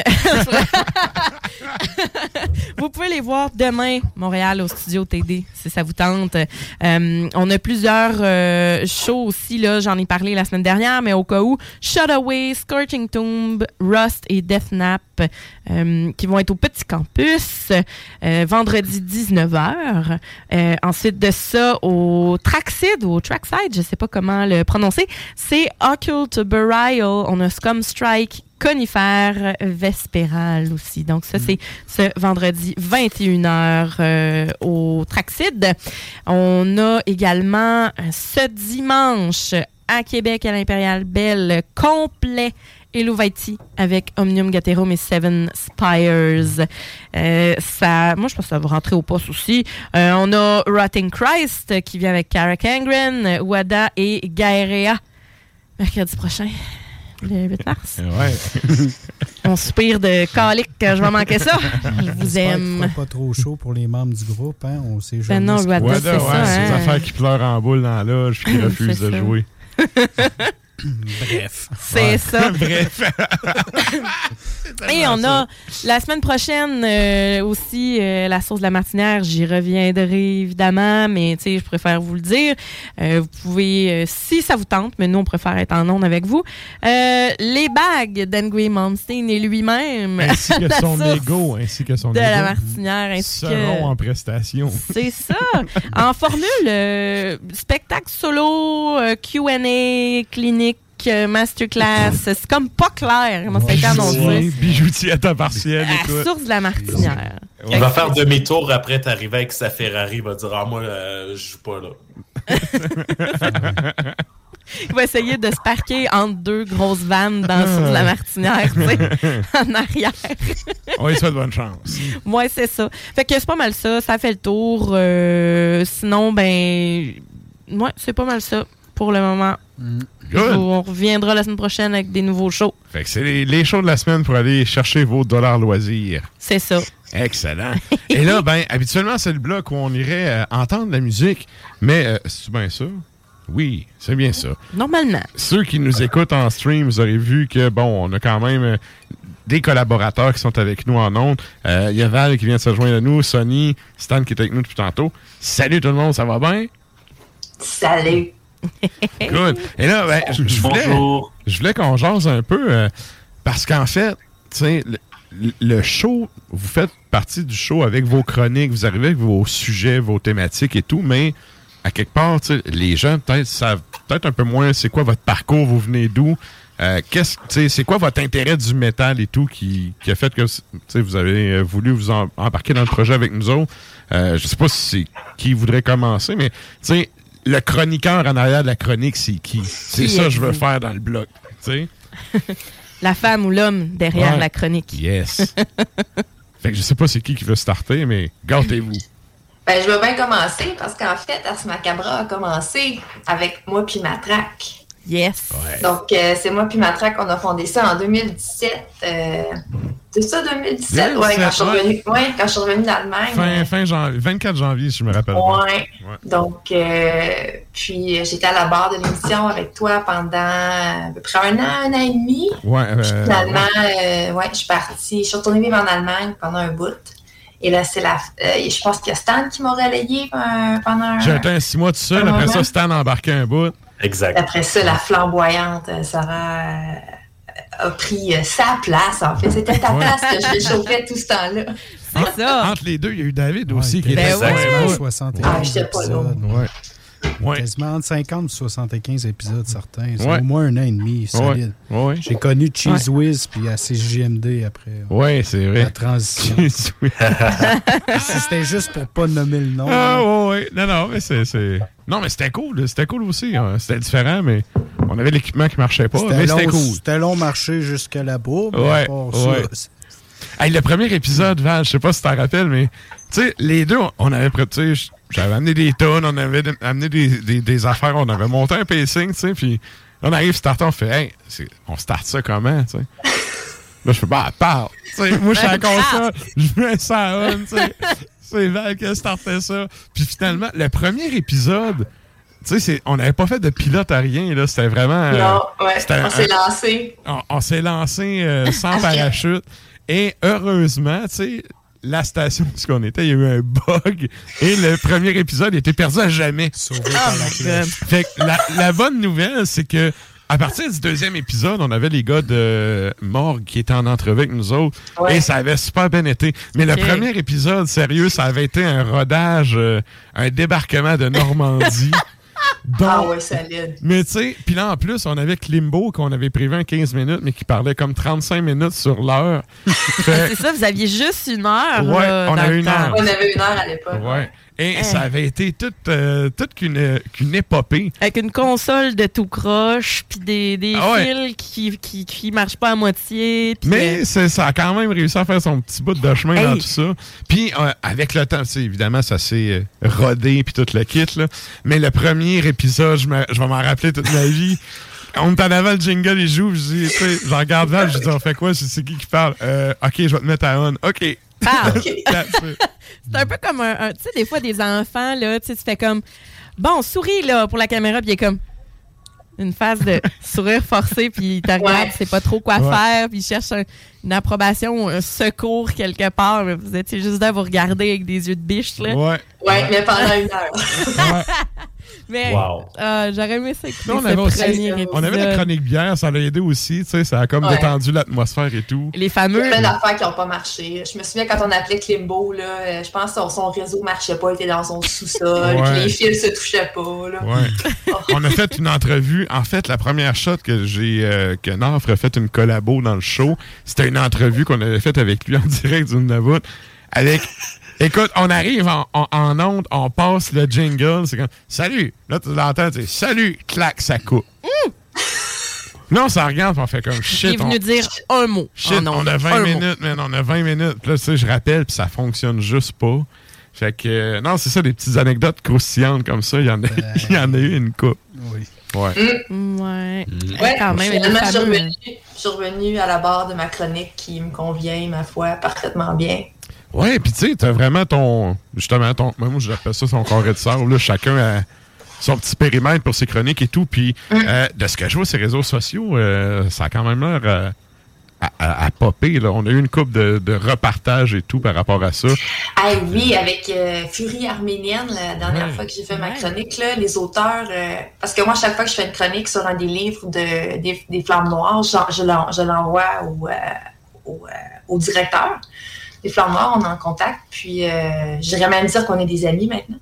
Vous pouvez les voir demain, Montréal, au Studio T D, si ça vous tente. Euh, on a plusieurs euh, shows aussi, là, j'en ai parlé la semaine dernière, mais au cas où, Shut Away, Scorching Tomb, Rust et Deathnap, euh, qui vont être au Petit Campus, euh, vendredi dix-neuf heures. Euh, ensuite de ça, au Trackside, ou au Trackside, je sais pas comment le prononcer, c'est Occult Burial, on a Scum Strike, Conifère Vespéral aussi. Donc, ça, c'est ce vendredi vingt et une heures euh, au Trackside. On a également ce dimanche à Québec, à l'Impérial Belle, complet Elovaiti avec Omnium Gaterum et Seven Spires. Euh, ça, moi, je pense que ça va rentrer au poste aussi. Euh, on a Rotting Christ qui vient avec Cara Kangren, Wada et Gaerea mercredi prochain. Le huit mars. Ouais. On soupire de calique quand je vais manquer ça. Je vous aime. C'est pas trop chaud pour les membres du groupe, hein? On sait ben non, Wada, Wada, c'est ouais, ça. C'est hein? des affaires qui pleurent en boule dans la loge et qui refusent de ça. jouer. Bref. C'est ouais. ça. Bref. Et on ça. a la semaine prochaine euh, aussi euh, la sauce de la martinière. J'y reviendrai évidemment, mais tu sais, je préfère vous le dire. Euh, vous pouvez, euh, si ça vous tente, mais nous on préfère être en ondes avec vous. Euh, les bagues d'Angry Malmsteen et lui-même, ainsi que son ego, ainsi que son de ego, la martinière, ainsi seront que en prestation. c'est ça. En formule, euh, spectacle solo, euh, Q and A, clinique, euh, masterclass. C'est comme pas clair comment ça a été annoncé. Bijoutier à temps partiel. À la source de la martinière. Il va faire demi-tour après t'arriver avec sa Ferrari. Il va dire « Ah, moi, euh, je joue pas là. » Il va essayer de se parquer entre deux grosses vannes dans la source de la martinière, tu sais, en arrière. On lui souhaite bonne chance. Ouais, c'est ça. Fait que c'est pas mal ça. Ça fait le tour. Euh, sinon, ben... Ouais, c'est pas mal ça pour le moment. Good. On reviendra la semaine prochaine avec des nouveaux shows. Fait que c'est les, les shows de la semaine pour aller chercher vos dollars loisirs. C'est ça. Excellent. Et là, ben, habituellement, c'est le bloc où on irait euh, entendre la musique. Mais, euh, c'est bien ça? Oui, c'est bien ça. Normalement. Ceux qui nous écoutent en stream, vous aurez vu que, bon, on a quand même euh, des collaborateurs qui sont avec nous en ondes. Il euh, y a Val qui vient de se joindre à nous, Sonny, Stan qui est avec nous depuis tantôt. Salut tout le monde, ça va bien? Salut. Good. Et là, ben, je, je voulais, Bonjour. je voulais qu'on jase un peu euh, parce qu'en fait, tu sais, le, le show, vous faites partie du show avec vos chroniques, vous arrivez avec vos sujets, vos thématiques et tout, mais à quelque part, tu sais, les gens peut-être savent peut-être un peu moins c'est quoi votre parcours, vous venez d'où, euh, qu'est-ce, tu sais, c'est quoi votre intérêt du métal et tout qui, qui a fait que tu sais, vous avez voulu vous en, embarquer dans le projet avec nous autres. Euh, je sais pas si c'est qui voudrait commencer, mais tu sais, le chroniqueur en arrière de la chronique, c'est qui? C'est Qui ça que je êtes-vous? veux faire dans le bloc. Tu sais? La femme ou l'homme derrière Ouais. la chronique. Yes. Fait que je sais pas c'est qui qui veut starter, mais gâtez-vous. Ben, je vais bien commencer parce qu'en fait, Ars Macabra a commencé avec moi puis Matraque. Yes. Ouais. Donc, euh, c'est moi puis Matraque, on a fondé ça en deux mille dix-sept. Euh, c'est ça, deux mille dix-sept? Oui, quand je suis revenue, ouais, quand je suis revenue d'Allemagne. Fin, euh, fin janvier, vingt-quatre janvier, si je me rappelle. Ouais. ouais. Donc, euh, puis j'étais à la barre de l'émission avec toi pendant à peu près un an, un an et demi. Ouais. Euh, finalement, ouais. Euh, ouais, je suis partie. Je suis retournée vivre en Allemagne pendant un bout. Et là, c'est la. Euh, je pense qu'il y a Stan qui m'a relayé euh, pendant un. J'ai été un six mois tout seul. Après moment. ça, Stan a embarqué un bout. Exact. Après ça, la flamboyante Sarah euh, a pris euh, sa place. En fait, c'était ta place que je réchauffais tout ce temps-là. C'est ça. Entre les deux, il y a eu David ouais, aussi qui était exactement soixante et quinze. Ah, j'étais pas là. Ouais. Ouais. Quasiment entre cinquante et soixante-quinze épisodes certains. C'est ouais. au moins un an et demi, solide. Ouais. Ouais. J'ai connu Cheese ouais. Whiz puis à C J M D après. Oui, c'est vrai. La transition. C'était juste pour pas nommer le nom. Ah oui, oui. Non, non, mais c'est... c'est... Non, mais c'était cool. C'était cool aussi. Hein. C'était différent, mais on avait l'équipement qui marchait pas. C'était mais long, c'était cool. C'était long marcher jusqu'à là-bas. Mais ouais, ouais. Ça, hey, le premier épisode, Val, je sais pas si tu t'en rappelles, mais tu sais, les deux, on avait prêt, tu sais, j'avais amené des tonnes, on avait amené des, des, des affaires, on avait monté un pacing, tu sais, puis on arrive, starter, on fait, hey, c'est, on starte ça comment, tu sais? Là, je fais, bah, parle. Tu sais, moi, je suis à console, je mets ça on, tu sais. C'est Val qui a starté ça. Puis finalement, le premier épisode, tu sais, on n'avait pas fait de pilote à rien, là. C'était vraiment. Non, euh, ouais. On un, s'est lancé. On, on s'est lancé euh, sans parachute. Et heureusement, tu sais, la station où on était, il y a eu un bug. Et le premier épisode était perdu à jamais. Sauvé par la cloche. Fait que la, la bonne nouvelle, c'est que à partir du deuxième épisode, on avait les gars de Morgue qui étaient en entrevue avec nous autres. Ouais. Et ça avait super bien été. Mais okay. le premier épisode, sérieux, ça avait été un rodage, euh, un débarquement de Normandie. Donc, ah ouais, solide. Mais tu sais, puis là, en plus, on avait Klimbo qu'on avait prévu en quinze minutes, mais qui parlait comme trente-cinq minutes sur l'heure. Fait... C'est ça, vous aviez juste une heure. Ouais, là, on avait une heure. On avait une heure à l'époque. Ouais. ouais. Et hey. ça avait été toute, euh, toute qu'une, qu'une épopée. Avec une console de tout croche, puis des, des ah ouais. fils qui, qui, qui marchent pas à moitié. Mais euh... c'est, ça a quand même réussi à faire son petit bout de chemin hey. dans tout ça. Puis euh, avec le temps, évidemment, ça s'est euh, rodé, puis tout le kit. Là. Mais le premier épisode, je, me, je vais m'en rappeler toute ma vie. On est en avant, le jingle, il joue, je dis, tu sais, je regarde là, je dis, on fait quoi? Je dis, c'est qui qui parle? Euh, OK, je vais te mettre à on. OK. Ah, okay. C'est un peu comme un, un tu sais, des fois, des enfants, là, tu sais, tu fais comme, bon, souris, là, pour la caméra, puis il est comme, une phase de sourire forcé, puis il te regarde, ouais. sait pas trop quoi ouais. faire, puis il cherche un, une approbation, un secours quelque part, mais vous étiez juste là à vous regarder avec des yeux de biche, là. Ouais. Ouais, mais pendant une heure. Ouais. Mais wow. euh, j'aurais aimé ça écouter on ce avait aussi, premier épisode. On avait la chronique bière, ça l'a aidé aussi, tu sais, ça a comme ouais. détendu l'atmosphère et tout. Les fameux... Il y a plein d'affaires qui n'ont pas marché. Je me souviens quand on appelait Klimbo, là, je pense que son, son réseau ne marchait pas, il était dans son sous-sol, ouais. les fils se touchaient pas. Là. Ouais. On a fait une entrevue. En fait, la première shot que j'ai euh, que Nafre a fait une collabo dans le show, c'était une entrevue qu'on avait faite avec lui en direct d'une Navout, avec... Écoute, on arrive en, en, en onde, on passe le jingle, c'est comme « Salut! » Là, tu l'entends, tu dis « Salut! » Clac, ça coupe. Mm. Là, on s'en regarde, on fait comme « Shit! » Il est venu on... dire un mot. Shit, oh, on a vingt minutes, man, on a vingt minutes. Puis là, tu sais, je rappelle, puis ça fonctionne juste pas. Fait que, euh, non, c'est ça, des petites anecdotes croustillantes comme ça, il y en a, euh... il y en a eu une coupe. Oui. Ouais. Mm. Ouais. Mm. Ouais, quand même. Finalement, je suis revenue, je suis revenue à la barre de ma chronique qui me convient, ma foi, parfaitement bien. Ouais, puis tu sais, t'as vraiment ton... Justement, ton... Moi, j'appelle ça son carré de sable. Là, chacun a son petit périmètre pour ses chroniques et tout. Puis, mm. euh, de ce que je vois sur les réseaux sociaux, euh, ça a quand même l'air euh, à, à, à popper. Là. On a eu une couple de, de repartages et tout par rapport à ça. Ah oui, avec euh, Furie arménienne, la dernière ouais. fois que j'ai fait ma chronique, là, les auteurs... Euh, parce que moi, chaque fois que je fais une chronique sur un des livres de, des, des Flammes Noires, je, je, l'en, je l'envoie au, euh, au, euh, au directeur. Les Flammes Noires, on est en contact, puis euh, j'irais même dire qu'on est des amis maintenant.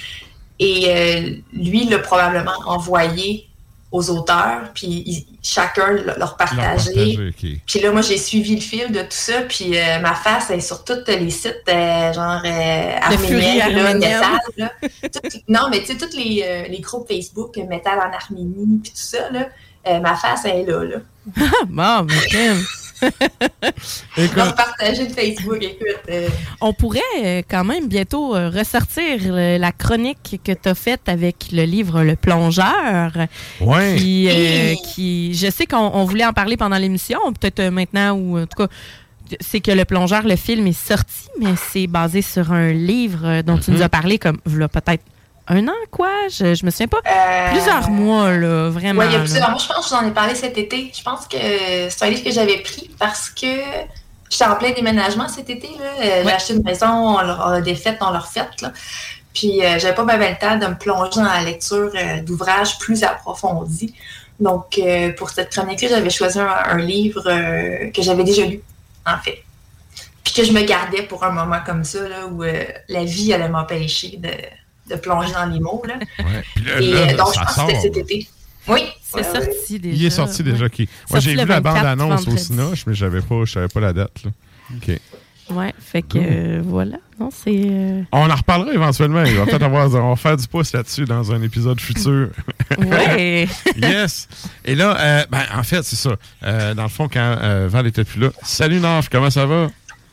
Et euh, lui, il l'a probablement envoyé aux auteurs, puis ils, chacun leur partagé. Okay. Puis là, moi, j'ai suivi le fil de tout ça, puis euh, ma face est sur tous les sites, euh, genre euh, arméniens, là, métal. Là. Tout, non, mais tu sais, tous les, euh, les groupes Facebook, métal en Arménie, puis tout ça, là, euh, ma face, elle est là. là. Bon, mais Écoute. Donc, partager de Facebook, écoute. Euh... On pourrait euh, quand même bientôt euh, ressortir euh, la chronique que tu as faite avec le livre Le Plongeur. Ouais. Qui, euh, qui, je sais qu'on on voulait en parler pendant l'émission, peut-être euh, maintenant, ou en tout cas, c'est que Le Plongeur, le film est sorti, mais c'est basé sur un livre dont mm-hmm. tu nous as parlé comme, là, peut-être un an, quoi? Je, je me souviens pas. Euh... Plusieurs mois, là, vraiment. Oui, il y a plusieurs mois. Je pense que je vous en ai parlé cet été. Je pense que c'est un livre que j'avais pris parce que j'étais en plein déménagement cet été. Là. Ouais. J'ai acheté une maison, on a des fêtes, on leur fête. Là. Puis, euh, j'avais pas mal le temps de me plonger dans la lecture euh, d'ouvrages plus approfondis. Donc, euh, pour cette chronique-là, j'avais choisi un, un livre euh, que j'avais déjà lu, en fait. Puis que je me gardais pour un moment comme ça, là, où euh, la vie allait m'empêcher de... de plonger dans les mots. Là. Ouais. Là, et là, donc, je ça pense sort. que c'était cet été. Oui. C'est ouais, sorti ouais. déjà. Il est sorti déjà. Ouais. Qui... Moi, j'ai vu la bande-annonce au Cinoche, mais j'avais pas, je savais pas la date. Là. OK. Ouais, fait que euh, voilà. Non, c'est. Euh... On en reparlera éventuellement. Il va peut-être avoir, on va faire du pouce là-dessus dans un épisode futur. Ouais. Yes. Et là, euh, ben, en fait, c'est ça. Euh, dans le fond, quand euh, Val était plus là. Salut Naf, comment ça va?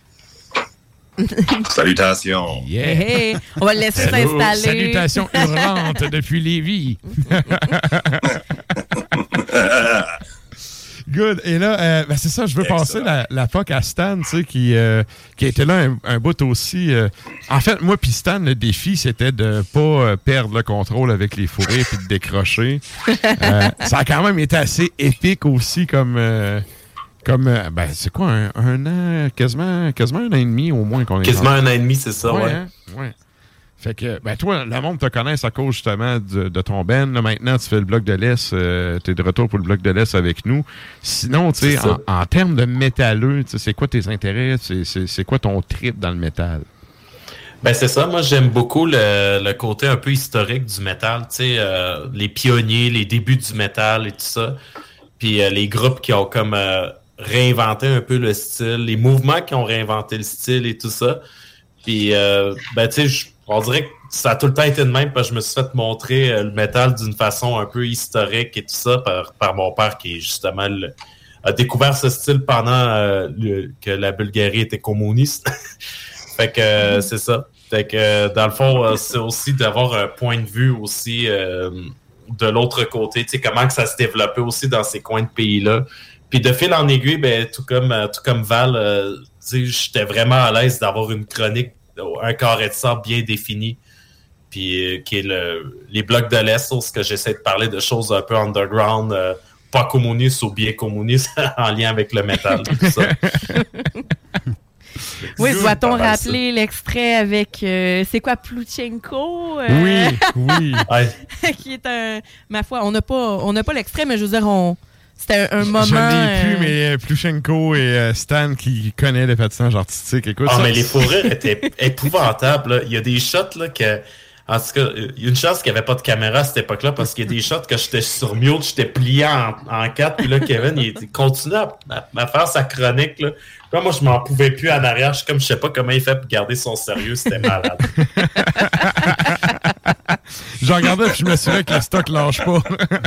Salutations. Yeah. Hey, on va le laisser Hello. s'installer. Salutations hurlantes depuis Lévis. Good. Et là, euh, ben c'est ça, je veux Excellent. passer la, la P O C à Stan, tu sais, qui, euh, qui était là un, un bout aussi. Euh, en fait, moi puis Stan, le défi, c'était de pas euh, perdre le contrôle avec les fourrés puis de décrocher. euh, ça a quand même été assez épique aussi comme... Euh, Comme, euh, ben, c'est quoi, un, un an, quasiment, quasiment un an et demi au moins qu'on est Quasiment un an et demi, c'est ça, ouais. Ouais. Hein? Ouais. Fait que, ben, toi, le monde te connaisse à cause justement de, de ton ben. Là, maintenant, tu fais le bloc de l'Est, euh, t'es de retour pour le bloc de l'Est avec nous. Sinon, tu sais, en, en termes de métalleux, c'est quoi tes intérêts? C'est, c'est, c'est quoi ton trip dans le métal? Ben, c'est ça. Moi, j'aime beaucoup le, le côté un peu historique du métal. Tu sais, euh, les pionniers, les débuts du métal et tout ça. Puis euh, les groupes qui ont comme... Euh, réinventer un peu le style, les mouvements qui ont réinventé le style et tout ça. Puis, euh, ben, tu sais, on dirait que ça a tout le temps été de même parce que je me suis fait montrer euh, le métal d'une façon un peu historique et tout ça par, par mon père qui, justement, le, a découvert ce style pendant euh, le, que la Bulgarie était communiste. Fait que euh, c'est ça. Fait que, euh, dans le fond, euh, c'est aussi d'avoir un point de vue aussi euh, de l'autre côté, tu sais, comment que ça se développait aussi dans ces coins de pays-là. Puis de fil en aiguille, ben, tout comme euh, tout comme Val, euh, j'étais vraiment à l'aise d'avoir une chronique, un carré de sable bien défini, puis euh, qui est le, les blocs de l'Est, où ce que j'essaie de parler de choses un peu underground, euh, pas communistes ou bien communistes, en lien avec le métal, tout ça. Oui, doit-on rappeler ça. L'extrait avec, euh, c'est quoi, Ploutchenko? Euh, oui, oui. Qui est un, ma foi, on n'a pas, on n'a pas l'extrait, mais je veux dire, on... C'était un, un moment... J'en ai plus, euh... mais Ploutchenko et euh, Stan qui connaît le patinage artistique. Écoute, ah, ça, mais les fourrures étaient épouvantables. Là. Il y a des shots là, que... En tout cas, il y a une chance qu'il n'y avait pas de caméra à cette époque-là parce qu'il y a des shots que j'étais sur mute, j'étais plié en, en quatre. Puis là, Kevin, il, il continuait à, à, à faire sa chronique. Là. Puis moi, je m'en pouvais plus en arrière. Je suis comme, je sais pas comment il fait pour garder son sérieux. C'était malade. Je regardais et je me suis dit que le stock lâche pas.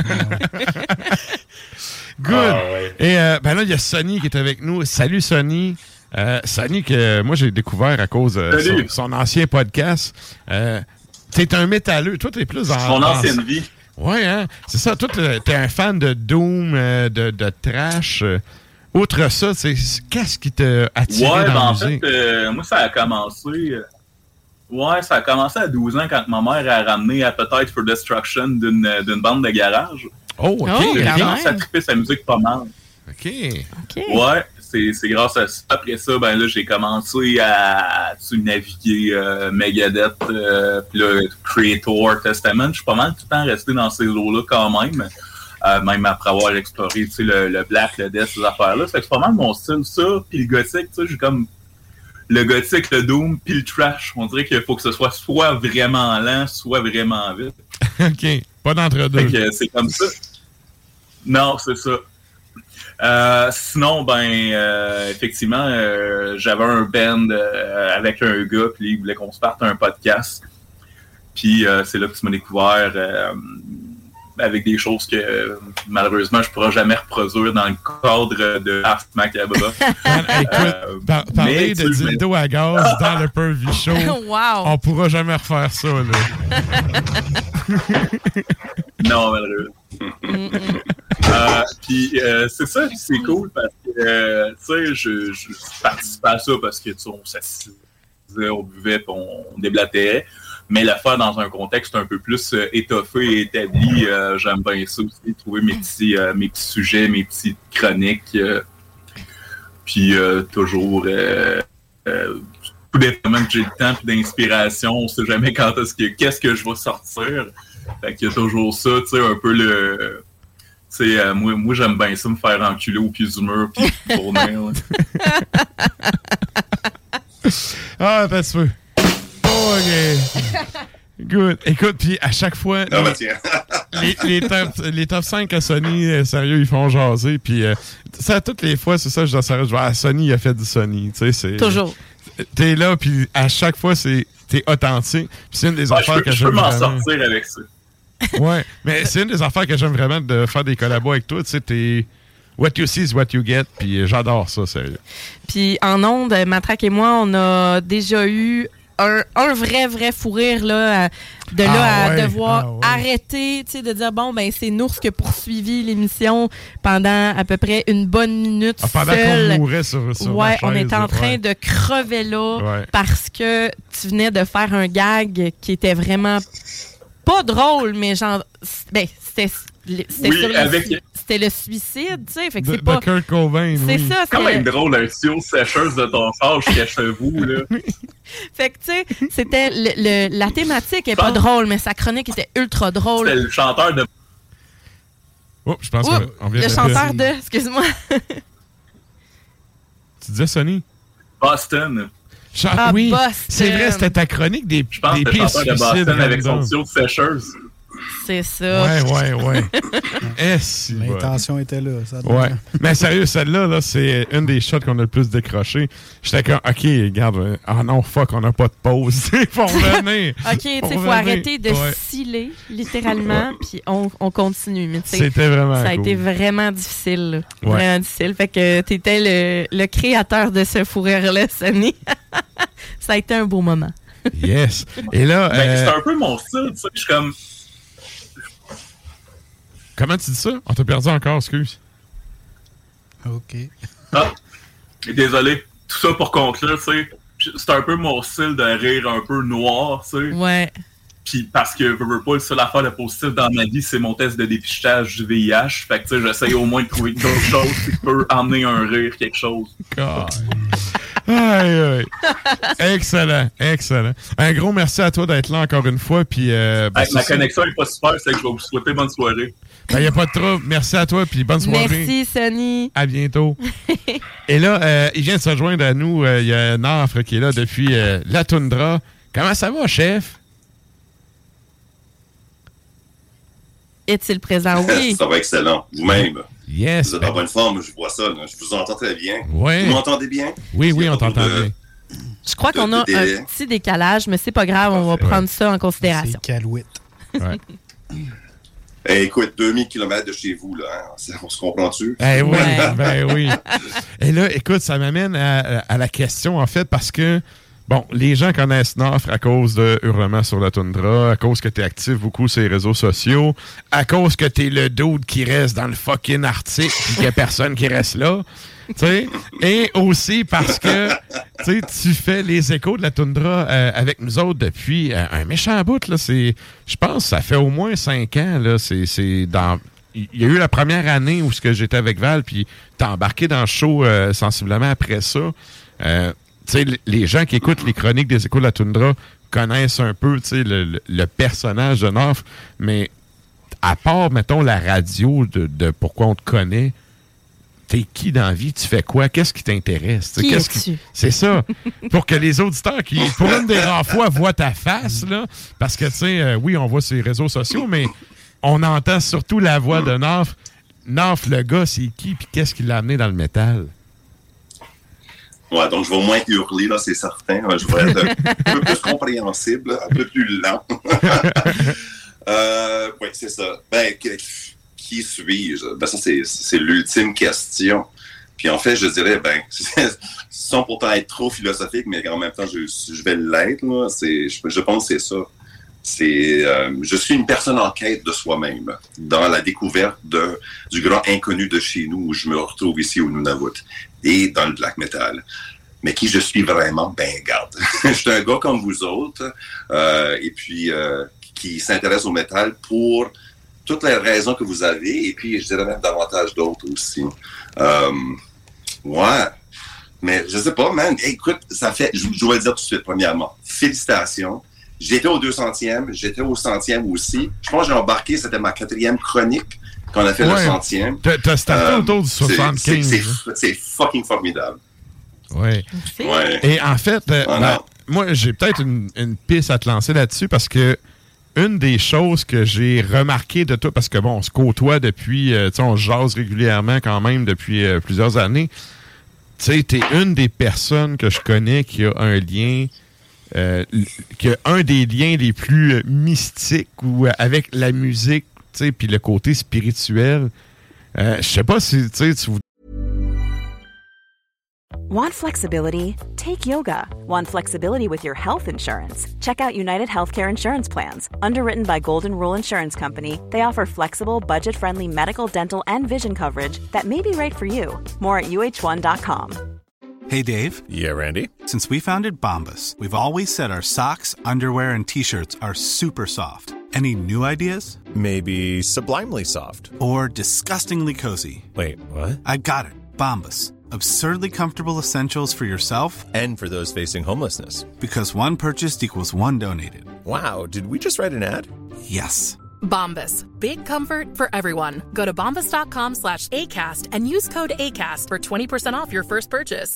Good. Ah, ouais. Et euh, ben là, il y a Sonny qui est avec nous. Salut Sonny. Euh, Sonny que moi j'ai découvert à cause de euh, son, son ancien podcast. Euh, t'es un métalleux. Toi, t'es plus dans... Mon ancienne vie. Ouais, hein. C'est ça. Toi, t'es un fan de Doom, euh, de, de Trash. Outre ça, c'est, qu'est-ce qui t'a attiré ouais, dans ben, la en musique? fait, euh, moi, ça a commencé... Euh, ouais, ça a commencé à douze ans quand ma mère a ramené Appetite for Destruction d'une, d'une bande de garage. Oh, OK. Oh, j'ai commencé à triper sa musique pas mal. OK. OK. Ouais, c'est, c'est grâce à ça. Après ça, ben là, j'ai commencé à, à naviguer euh, Megadeth, euh, puis là, Creator, Testament. Je suis pas mal tout le temps resté dans ces eaux-là quand même. Euh, même après avoir exploré le, le black, le death, ces affaires-là. Ça fait que c'est pas mal mon style, ça. Puis le gothique, tu sais, j'ai comme le gothique, le doom, puis le trash. On dirait qu'il faut que ce soit soit vraiment lent, soit vraiment vite. OK. Pas d'entre-deux. Fait que c'est comme ça. Non, c'est ça. Euh, sinon, ben, euh, effectivement, euh, j'avais un band euh, avec un gars, puis il voulait qu'on se parte un podcast. Puis euh, c'est là que tu m'as découvert... Euh, avec des choses que euh, malheureusement je ne pourrai jamais reproduire dans le cadre de Ars Macabra. Écoute, par parler de dildo à gaz dans le Pervy Show, wow. on pourra jamais refaire ça, là. Non, malheureusement. euh, Puis euh, c'est ça, c'est cool parce que, euh, tu sais, je, je participais à ça parce que, tu sais, on s'assisait, on buvait, puis on, on déblatérait. Mais le faire dans un contexte un peu plus euh, étoffé et établi, euh, j'aime bien ça aussi, trouver mes petits, euh, mes petits sujets, mes petites chroniques. Euh, puis euh, toujours, euh, euh, tout dépendamment que j'ai le temps et d'inspiration, on sait jamais quand est-ce que, qu'est-ce que je vais sortir. Fait qu'il y a toujours ça, tu sais, un peu le... Tu sais, euh, moi, moi j'aime bien ça, me faire enculer au pied du mur puis tourner. Ah, ben tu veux. OK. Good. Écoute, puis à chaque fois, non, les, les, les, top, les top cinq à Sony, euh, sérieux, ils font jaser. Puis euh, ça, toutes les fois, c'est ça, je dois sérieux, je vois, ah, Sony, il a fait du Sony. Tu sais, c'est... Toujours. T'es là, puis à chaque fois, c'est t'es authentique. Puis c'est une des ah, affaires je peux, que je j'aime peux m'en vraiment. sortir avec ça. Ouais, mais c'est une des affaires que j'aime vraiment de faire des collabos avec toi. Tu sais, t'es... What you see is what you get, puis j'adore ça, sérieux. Puis en ondes, Matraque et moi, on a déjà eu un, un vrai, vrai fou rire, là, de là ah, à ouais, devoir ah, ouais. arrêter, tu sais, de dire, bon, ben c'est Nours qui a poursuivi l'émission pendant à peu près une bonne minute ah, pendant seul. qu'on mourait sur, sur ouais, la chaise, on était en train ouais. de crever là ouais. parce que tu venais de faire un gag qui était vraiment pas drôle, mais genre, ben, c'était... C'était, oui, sur avec... c'était le suicide, tu sais. Fait que de, c'est pas. De Kurt Cobain, c'est oui. ça. C'est quand même drôle, un tuyau sécheuse de ton char jusqu'à chevaux, là. Fait que, tu sais, c'était. Le, le, la thématique est pas drôle, mais sa chronique était ultra drôle. C'était le chanteur de. Oh, je pense Oups, qu'on vient le de chanteur de. Excuse-moi. Tu disais Sony? Boston. Chant... Ah, oui, Boston. c'est vrai, c'était ta chronique des, je pense des que pires chanteur de Boston avec son tuyau de sécheuse. C'est ça. Ouais, ouais, ouais. S, L'intention ouais. était là. Ça ouais. Mais sérieux, celle-là, là, c'est une des shots qu'on a le plus décroché. J'étais comme, OK, regarde, ah non, fuck, on n'a pas de pause. Il faut revenir. OK, tu sais, il faut arrêter de ouais. sciller, littéralement, puis on, on continue. Mais c'était vraiment Ça a cool. été vraiment difficile. Là. Ouais. Vraiment difficile. Fait que t'étais le, le créateur de ce fou rire-là, Sonny. Ça a été un beau moment. Yes. Et là... Ben, euh... c'est un peu mon style, tu sais. Je suis comme... Comment tu dis ça? On t'a perdu encore, excuse. OK. Ah, désolé. Tout ça pour conclure, tu sais, c'est un peu mon style de rire un peu noir, tu sais. Ouais. Puis parce que, je veux pas, le seul affaire de positif dans ma vie, c'est mon test de dépistage du V I H. Fait que, tu sais, j'essaye au moins de trouver d'autres choses qui peuvent emmener un rire, quelque chose. God. Aïe, aïe. Excellent, excellent. Un gros merci à toi d'être là encore une fois. Puis, euh, ben, hey, ma connexion n'est pas super, c'est que je vais vous souhaiter bonne soirée. Il ben, n'y a pas de trouble. Merci à toi, puis bonne soirée. Merci, Sonny. À bientôt. Et là, euh, il vient de se joindre à nous. Il euh, y a Nafre qui est là depuis euh, la toundra. Comment ça va, chef? Est-il présent? Oui. Ça va excellent. Vous-même. Yes. Vous êtes en bonne forme, je vois ça. Là. Je vous entends très bien. Ouais. Vous m'entendez bien? Oui, oui, on t'entend de... bien. Je crois qu'on a un petit décalage, mais c'est pas grave, on va Parfait. prendre ça en considération. C'est calouette. Ouais. Hey, écoute, deux mille kilomètres de chez vous, là, hein? On se comprend-tu? Eh oui, ben oui. Et là, écoute, ça m'amène à, à la question, en fait, parce que, bon, les gens connaissent Nafre à cause de Hurlement sur la toundra, à cause que tu es actif beaucoup sur les réseaux sociaux, à cause que tu es le dude qui reste dans le fucking Arctique et qu'il n'y a personne qui reste là. T'sais, et aussi parce que tu fais les échos de la toundra euh, avec nous autres depuis euh, un méchant bout. Là, c'est, je pense que ça fait au moins cinq ans. Là, c'est, c'est dans, il y a eu la première année où j'étais avec Val, puis t'as embarqué dans le show euh, sensiblement après ça. Euh, les gens qui écoutent les chroniques des échos de la toundra connaissent un peu le, le, le personnage de Nafre, mais à part, mettons, la radio de, de pourquoi on te connaît, t'es qui dans la vie? Tu fais quoi? Qu'est-ce qui t'intéresse? Qui Qu'est-ce es-tu? Qui... C'est ça. Pour que les auditeurs qui, pour une des rares fois, voient ta face, là, parce que, tu sais, euh, oui, on voit sur les réseaux sociaux, mais on entend surtout la voix de Nafre. Nafre, le gars, c'est qui? Puis qu'est-ce qui l'a amené dans le métal? Ouais, donc je vais au moins hurler, là, c'est certain. Je vais être un peu plus compréhensible, un peu plus lent. euh, Euh, oui, c'est ça. Ben, qui, qui suis-je? Ben, ça, c'est, c'est l'ultime question. Puis en fait, je dirais, ben, sans pourtant être trop philosophique, mais en même temps, je, je vais l'être, là. C'est, je, je pense que c'est ça. C'est, euh, je suis une personne en quête de soi-même, dans la découverte de, du grand inconnu de chez nous, où je me retrouve ici au Nunavut, et dans le black metal. Mais qui je suis vraiment? Ben, garde. Je suis un gars comme vous autres, euh, et puis euh, qui s'intéresse au métal pour toutes les raisons que vous avez, et puis je dirais même davantage d'autres aussi. Euh, ouais. Mais je sais pas, man. Hey, écoute, ça fait, je, je dois le dire tout de suite, premièrement, félicitations. J'étais au deux centième, j'étais au centième aussi. Je pense que j'ai embarqué, c'était ma quatrième chronique qu'on a fait ouais. le centième. T'as, t'as starté euh, autour du soixante-quinze. C'est, c'est, c'est fucking formidable. Oui. Ouais. Et en fait, euh, oh, ben, moi, j'ai peut-être une, une piste à te lancer là-dessus parce que une des choses que j'ai remarqué de toi, parce que bon, on se côtoie depuis, euh, tu sais, on se jase régulièrement quand même depuis euh, plusieurs années. Tu sais, t'es une des personnes que je connais qui a un lien... Euh, que un des liens les plus euh, mystiques ou euh, avec la musique, tu sais, puis le côté spirituel. Euh, je sais pas si, tu sais, tu... Want flexibility? Take yoga. Want flexibility with your health insurance? Check out United Healthcare Insurance Plans. Underwritten by Golden Rule Insurance Company, they offer flexible, budget-friendly medical, dental, and vision coverage that may be right for you. More at U H one dot com. Hey, Dave. Yeah, Randy. Since we founded Bombas, we've always said our socks, underwear, and T-shirts are super soft. Any new ideas? Maybe sublimely soft. Or disgustingly cozy. Wait, what? I got it. Bombas. Absurdly comfortable essentials for yourself and for those facing homelessness. Because one purchased equals one donated. Wow, did we just write an ad? Yes. Bombas. Big comfort for everyone. Go to bombas.com slash ACAST and use code ACAST for twenty percent off your first purchase.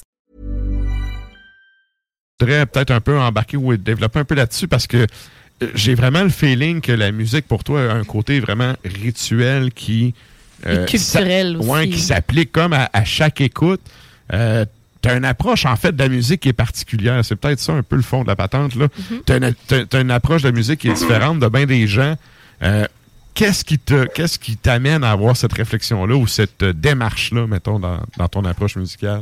Je voudrais peut-être un peu embarquer ou développer un peu là-dessus parce que j'ai vraiment le feeling que la musique pour toi a un côté vraiment rituel qui... Euh, culturel aussi. Ouais, qui s'applique comme à, à chaque écoute. Euh, tu as une approche, en fait, de la musique qui est particulière. C'est peut-être ça un peu le fond de la patente. Là. Mm-hmm. Tu as, t'as, t'as une approche de musique qui est différente de bien des gens. Euh, qu'est-ce, qui te, qu'est-ce qui t'amène à avoir cette réflexion-là ou cette démarche-là, mettons, dans, dans ton approche musicale?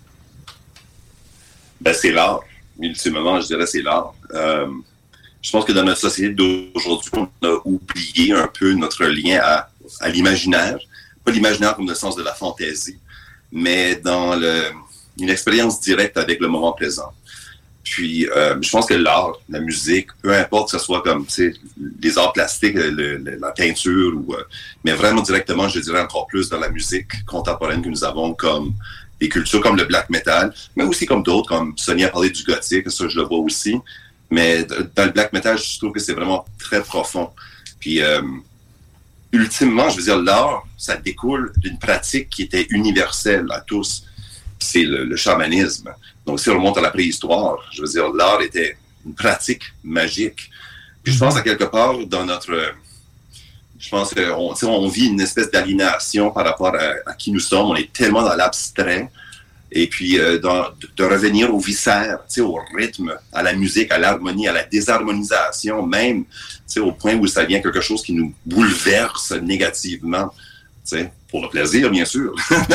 Ben, c'est l'art. Ultimement, je dirais c'est l'art. Euh, je pense que dans notre société d'aujourd'hui, on a oublié un peu notre lien à, à l'imaginaire. Pas l'imaginaire comme dans le sens de la fantaisie, mais dans le, une expérience directe avec le moment présent. Puis, euh, je pense que l'art, la musique, peu importe que ce soit comme, tu sais, les arts plastiques, le, le, la peinture, ou, euh, mais vraiment directement, je dirais encore plus dans la musique contemporaine que nous avons comme des cultures comme le black metal, mais aussi comme d'autres, comme Sonia a parlé du gothique, ça je le vois aussi. Mais dans le black metal, je trouve que c'est vraiment très profond. Puis, euh, ultimement, je veux dire, l'art, ça découle d'une pratique qui était universelle à tous. C'est le, le chamanisme. Donc, si on remonte à la préhistoire, je veux dire, l'art était une pratique magique. Puis, je pense à quelque part dans notre... Je pense qu'on on vit une espèce d'aliénation par rapport à, à qui nous sommes. On est tellement dans l'abstrait. Et puis, euh, dans, de revenir au viscère, au rythme, à la musique, à l'harmonie, à la désharmonisation, même au point où ça devient quelque chose qui nous bouleverse négativement. Pour le plaisir, bien sûr.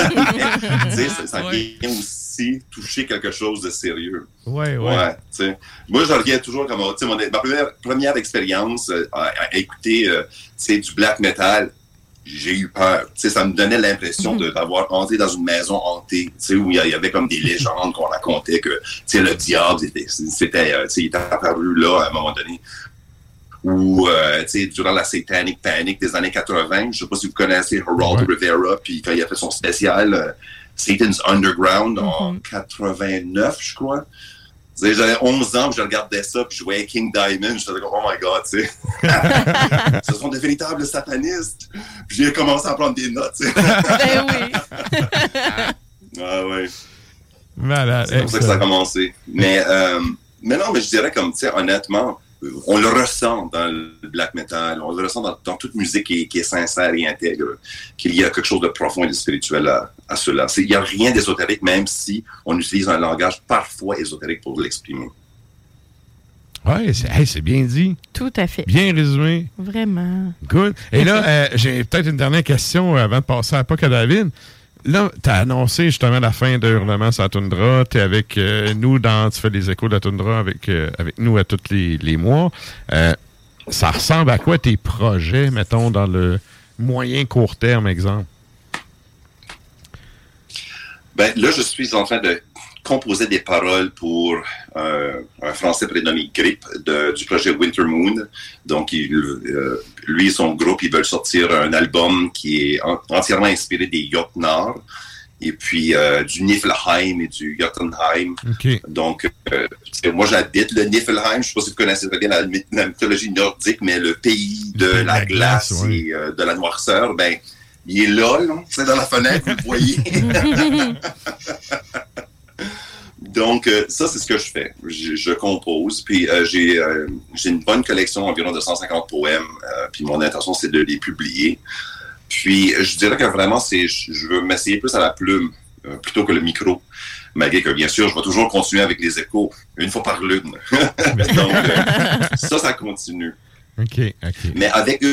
ça, ça vient aussi toucher quelque chose de sérieux. Ouais, ouais. ouais t'sais. Moi, je reviens toujours comme mon, ma première, première expérience euh, à, à écouter euh, du black metal. J'ai eu peur. T'sais, ça me donnait l'impression mm-hmm. de, d'avoir entré dans une maison hantée, où il y avait comme des légendes qu'on racontait que le diable c'était, c'était, euh, il était apparu là à un moment donné. Ou euh, durant la Satanic Panic des années quatre-vingts, je ne sais pas si vous connaissez Geraldo ouais. Rivera, puis quand il a fait son spécial euh, Satan's Underground mm-hmm. en quatre-vingt-neuf, je crois. T'sais, j'avais onze ans, puis je regardais ça, puis je voyais King Diamond, je me disais, oh my God, tu sais. Ce sont des véritables satanistes. Puis j'ai commencé à prendre des notes, tu sais. Ben oui. Ah ouais. Malade. C'est comme ça que ça a commencé. Mais, euh, mais non, mais je dirais comme, tu sais, honnêtement, on le ressent dans le black metal, on le ressent dans, dans toute musique qui est, qui est sincère et intègre, qu'il y a quelque chose de profond et de spirituel à, à cela. Il n'y a rien d'ésotérique, même si on utilise un langage parfois ésotérique pour l'exprimer. Oui, c'est, hey, c'est bien dit. Tout à fait. Bien résumé. Vraiment. Good. Et là, euh, j'ai peut-être une dernière question avant de passer à Puck à David. Là, tu as annoncé justement la fin de Hurlement sur la toundra. Tu es avec euh, nous dans. Tu fais les échos de la toundra avec, euh, avec nous à tous les, les mois. Euh, ça ressemble à quoi tes projets, mettons, dans le moyen court terme, exemple? Ben, là, je suis en train de composer des paroles pour euh, un Français prénommé Grip de, du projet Winter Moon. Donc, il, euh, lui et son groupe, ils veulent sortir un album qui est en, entièrement inspiré des Jotnar et puis euh, du Niflheim et du Jotunheim. Okay. Donc, euh, moi, j'habite le Niflheim. Je ne sais pas si vous connaissez très bien la, la mythologie nordique, mais le pays de la, la glace, glace ouais. et euh, de la noirceur, ben, il est là, là, c'est dans la fenêtre, vous le voyez. Donc, euh, ça, c'est ce que je fais. Je, je compose, puis euh, j'ai, euh, j'ai une bonne collection, environ de cent cinquante poèmes, euh, puis mon intention, c'est de les publier. Puis, je dirais que vraiment, c'est, je veux m'essayer plus à la plume, euh, plutôt que le micro, malgré que, bien sûr, je vais toujours continuer avec les échos, une fois par lune. Donc, euh, ça, ça continue. OK, OK. Mais avec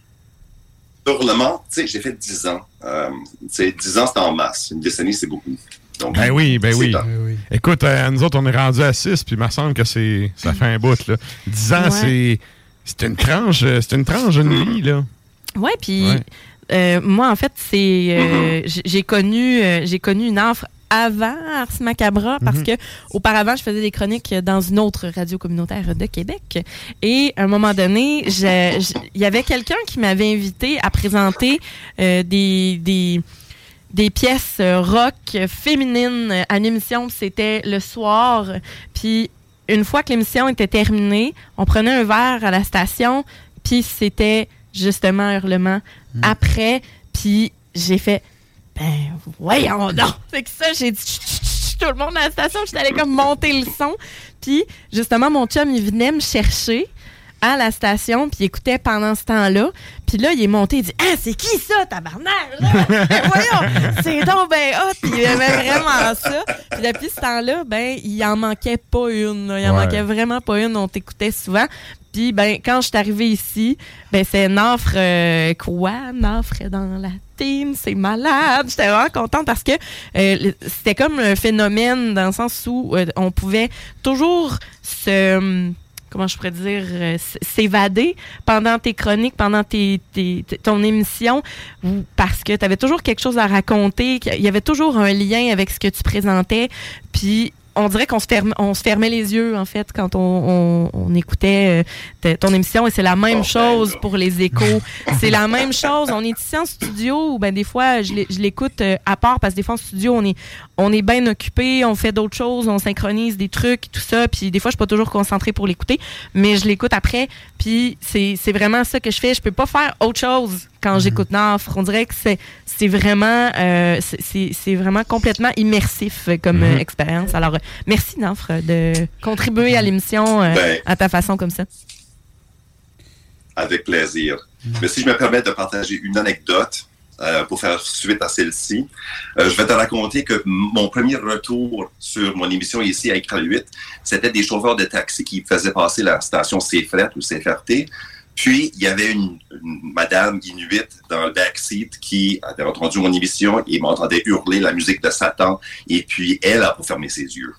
Hurlement, tu sais, j'ai fait dix ans. Euh, tu sais, dix ans, c'est en masse. Une décennie, c'est beaucoup. Donc, ben oui, ben oui. ben oui. Écoute, euh, nous autres, on est rendu à six, puis il me semble que c'est, ça fait un bout, là. dix ans, ouais. c'est, c'est une tranche, c'est une tranche d'une vie, là. Ouais, puis ouais. euh, moi, en fait, c'est, euh, mm-hmm. j'ai connu, euh, j'ai connu une offre avant Ars Macabra, parce mm-hmm. que auparavant, je faisais des chroniques dans une autre radio communautaire de Québec. Et à un moment donné, il y avait quelqu'un qui m'avait invité à présenter euh, des... des des pièces rock féminines à l'émission. C'était le soir. Puis une fois que l'émission était terminée, on prenait un verre à la station, puis c'était justement Hurlement. Mmh. Après, puis j'ai fait « Ben, voyons donc! » C'est que ça, j'ai dit « Tout le monde à la station, j'étais allée comme monter le son. » Puis justement, mon chum, il venait me chercher à la station, puis il écoutait pendant ce temps-là. Puis là, il est monté, il dit « Ah, c'est qui ça, tabarnak? Là? Ben, voyons, c'est donc ben hot! » Puis il aimait vraiment ça. Puis depuis ce temps-là, ben, il en manquait pas une. Là. Il en ouais. manquait vraiment pas une. On t'écoutait souvent. Puis, ben, quand je suis arrivée ici, ben, c'est Nafre, euh, quoi? Nafre est dans la team, c'est malade. J'étais vraiment contente parce que euh, c'était comme un phénomène dans le sens où euh, on pouvait toujours se... comment je pourrais dire, euh, s'évader pendant tes chroniques, pendant tes, tes, ton émission, parce que tu avais toujours quelque chose à raconter, il y avait toujours un lien avec ce que tu présentais, puis on dirait qu'on se, ferme, on se fermait les yeux, en fait, quand on, on, on écoutait euh, ton émission, et c'est la même oh, chose pour les échos. C'est la même chose. On est ici en studio, ben des fois, je l'écoute euh, à part, parce que des fois, en studio, on est, on est bien occupé, on fait d'autres choses, on synchronise des trucs, tout ça, puis des fois, je suis pas toujours concentrée pour l'écouter, mais je l'écoute après, puis c'est, c'est vraiment ça que je fais. Je peux pas faire autre chose quand mm-hmm. j'écoute Nafre. On dirait que c'est, c'est vraiment euh, c'est, c'est vraiment complètement immersif comme mm-hmm. euh, expérience. Alors, euh, merci Nafre de contribuer à l'émission euh, ben, à ta façon comme ça. Avec plaisir. Mm-hmm. Mais si je me permets de partager une anecdote euh, pour faire suite à celle-ci, euh, je vais te raconter que m- mon premier retour sur mon émission ici à Écran huit, c'était des chauffeurs de taxi qui faisaient passer la station C-Fret ou C-F-R-T. Puis, il y avait une, une madame inuit dans le backseat qui avait entendu mon émission et m'entendait hurler la musique de Satan. Et puis, elle a pas fermé ses yeux.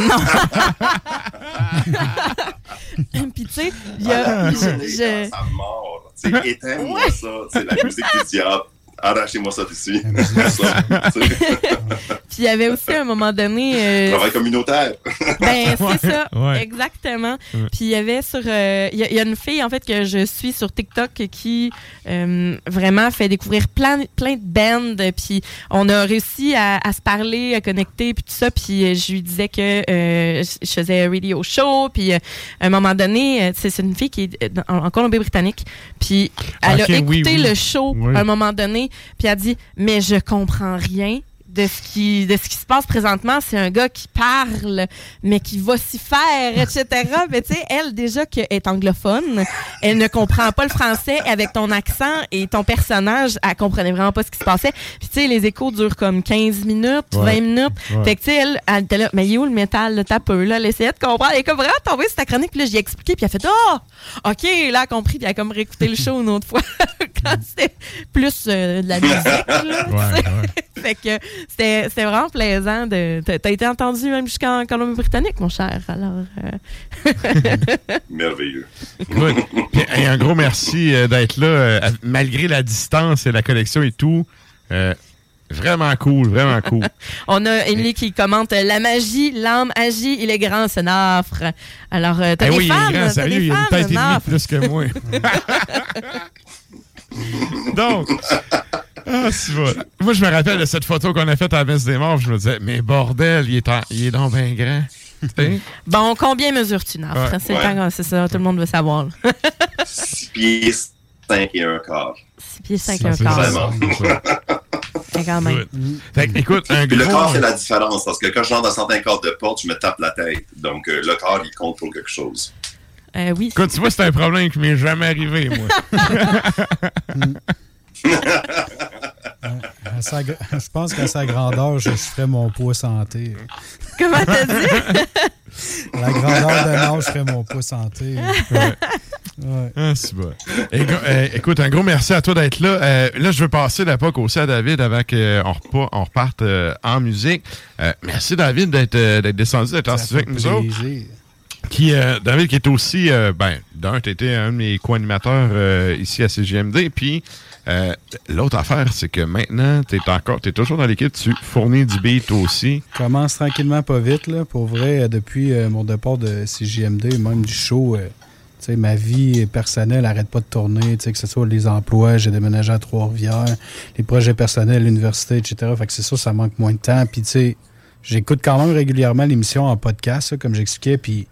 Puis, tu sais, il y a... Je, je... Sa mort. Éteins-moi ouais. ça. C'est la musique du diable. Arrachez-moi ça d'ici. Puis il y avait aussi à un moment donné... Euh, travail communautaire. Ben, c'est ça, ouais. exactement. Ouais. Puis il y avait sur... Il euh, y, y a une fille, en fait, que je suis sur TikTok qui euh, vraiment fait découvrir plein, plein de bands. Puis on a réussi à, à se parler, à connecter, puis tout ça. Puis je lui disais que euh, je faisais un radio show. Puis euh, à un moment donné, c'est, c'est une fille qui est en, en Colombie-Britannique. Puis elle okay, a écouté oui, oui. le show oui. à un moment donné. Puis elle dit « Mais je comprends rien. » de ce qui de ce qui se passe présentement, c'est un gars qui parle, mais qui va s'y faire, et cetera. Mais tu sais, elle, déjà, qu'elle est anglophone, elle ne comprend pas le français avec ton accent et ton personnage, elle comprenait vraiment pas ce qui se passait. Puis tu sais, les échos durent comme quinze minutes, Ouais. vingt minutes. Ouais. Fait que tu sais, elle, elle était là, mais il est où le métal, le tapeux, là? Elle essayait de comprendre. Elle est comme vraiment tombée sur ta chronique, puis là, j'ai expliqué, puis elle a fait, oh! OK, là, elle a compris, puis elle a comme réécouté le show une autre fois. Quand c'était plus euh, de la musique, là. Ouais, ouais. Fait que c'était, c'était vraiment plaisant. De, t'as, t'as été entendu même jusqu'en Colombie-Britannique, mon cher. Alors, euh... Merveilleux. Écoute, puis, hey, un gros merci euh, d'être là, euh, malgré la distance et la connexion et tout. Euh, vraiment cool, vraiment cool. On a Émilie qui commente euh, la magie, l'âme agit, il est grand, ce nafre. Alors, euh, t'as Eh des oui, fans, il est grand, t'as sérieux, des il a fans, une tête et demie Nafre. plus que moi. Donc, ah, c'est vrai. Moi, je me rappelle de cette photo qu'on a faite à la Messe des Morts. Je me disais, mais bordel, il est, en, il est donc bien grand. T'sais? Bon, combien mesures-tu, Nafre? Ouais. C'est, Ouais. le temps, c'est ça, tout le monde veut savoir. là. six pieds cinq et un quart. six pieds cinq Ça, et un c'est quart. Vraiment. C'est quand même. Fait que, écoute, un Puis le gros... corps fait la différence parce que quand je rentre dans certains cadres de porte, je me tape la tête. Donc euh, le corps, il compte pour quelque chose. Euh, oui. Écoute, tu vois, c'est un problème qui m'est jamais arrivé, moi. À sa gra- je pense qu'à sa grandeur, je ferais mon poids santé. Comment t'as dit? La grandeur de l'âge, je ferais mon poids santé. Ouais. Ouais. Ah, c'est bon. Éco- euh, écoute, un gros merci à toi d'être là. Euh, là, je veux passer la P O C aussi à David avant qu'on repa- on reparte euh, en musique. Euh, merci, David, d'être, euh, d'être descendu, d'être en studio avec nous autres. Plaisir. Qui, euh, David, qui est aussi, euh, ben, d'un, tu étais un de mes co-animateurs euh, ici à C J M D. Puis, euh, l'autre affaire, c'est que maintenant, tu es encore, tu es toujours dans l'équipe, tu fournis du beat aussi. Commence tranquillement, pas vite. Là. Pour vrai, euh, depuis euh, mon départ de C J M D, même du show, euh, tu sais, ma vie personnelle n'arrête pas de tourner. Tu sais, que ce soit les emplois, j'ai déménagé à Trois-Rivières, les projets personnels, l'université, et cetera. Fait que c'est sûr, ça manque moins de temps. Puis, tu sais, j'écoute quand même régulièrement l'émission en podcast, là, comme j'expliquais, puis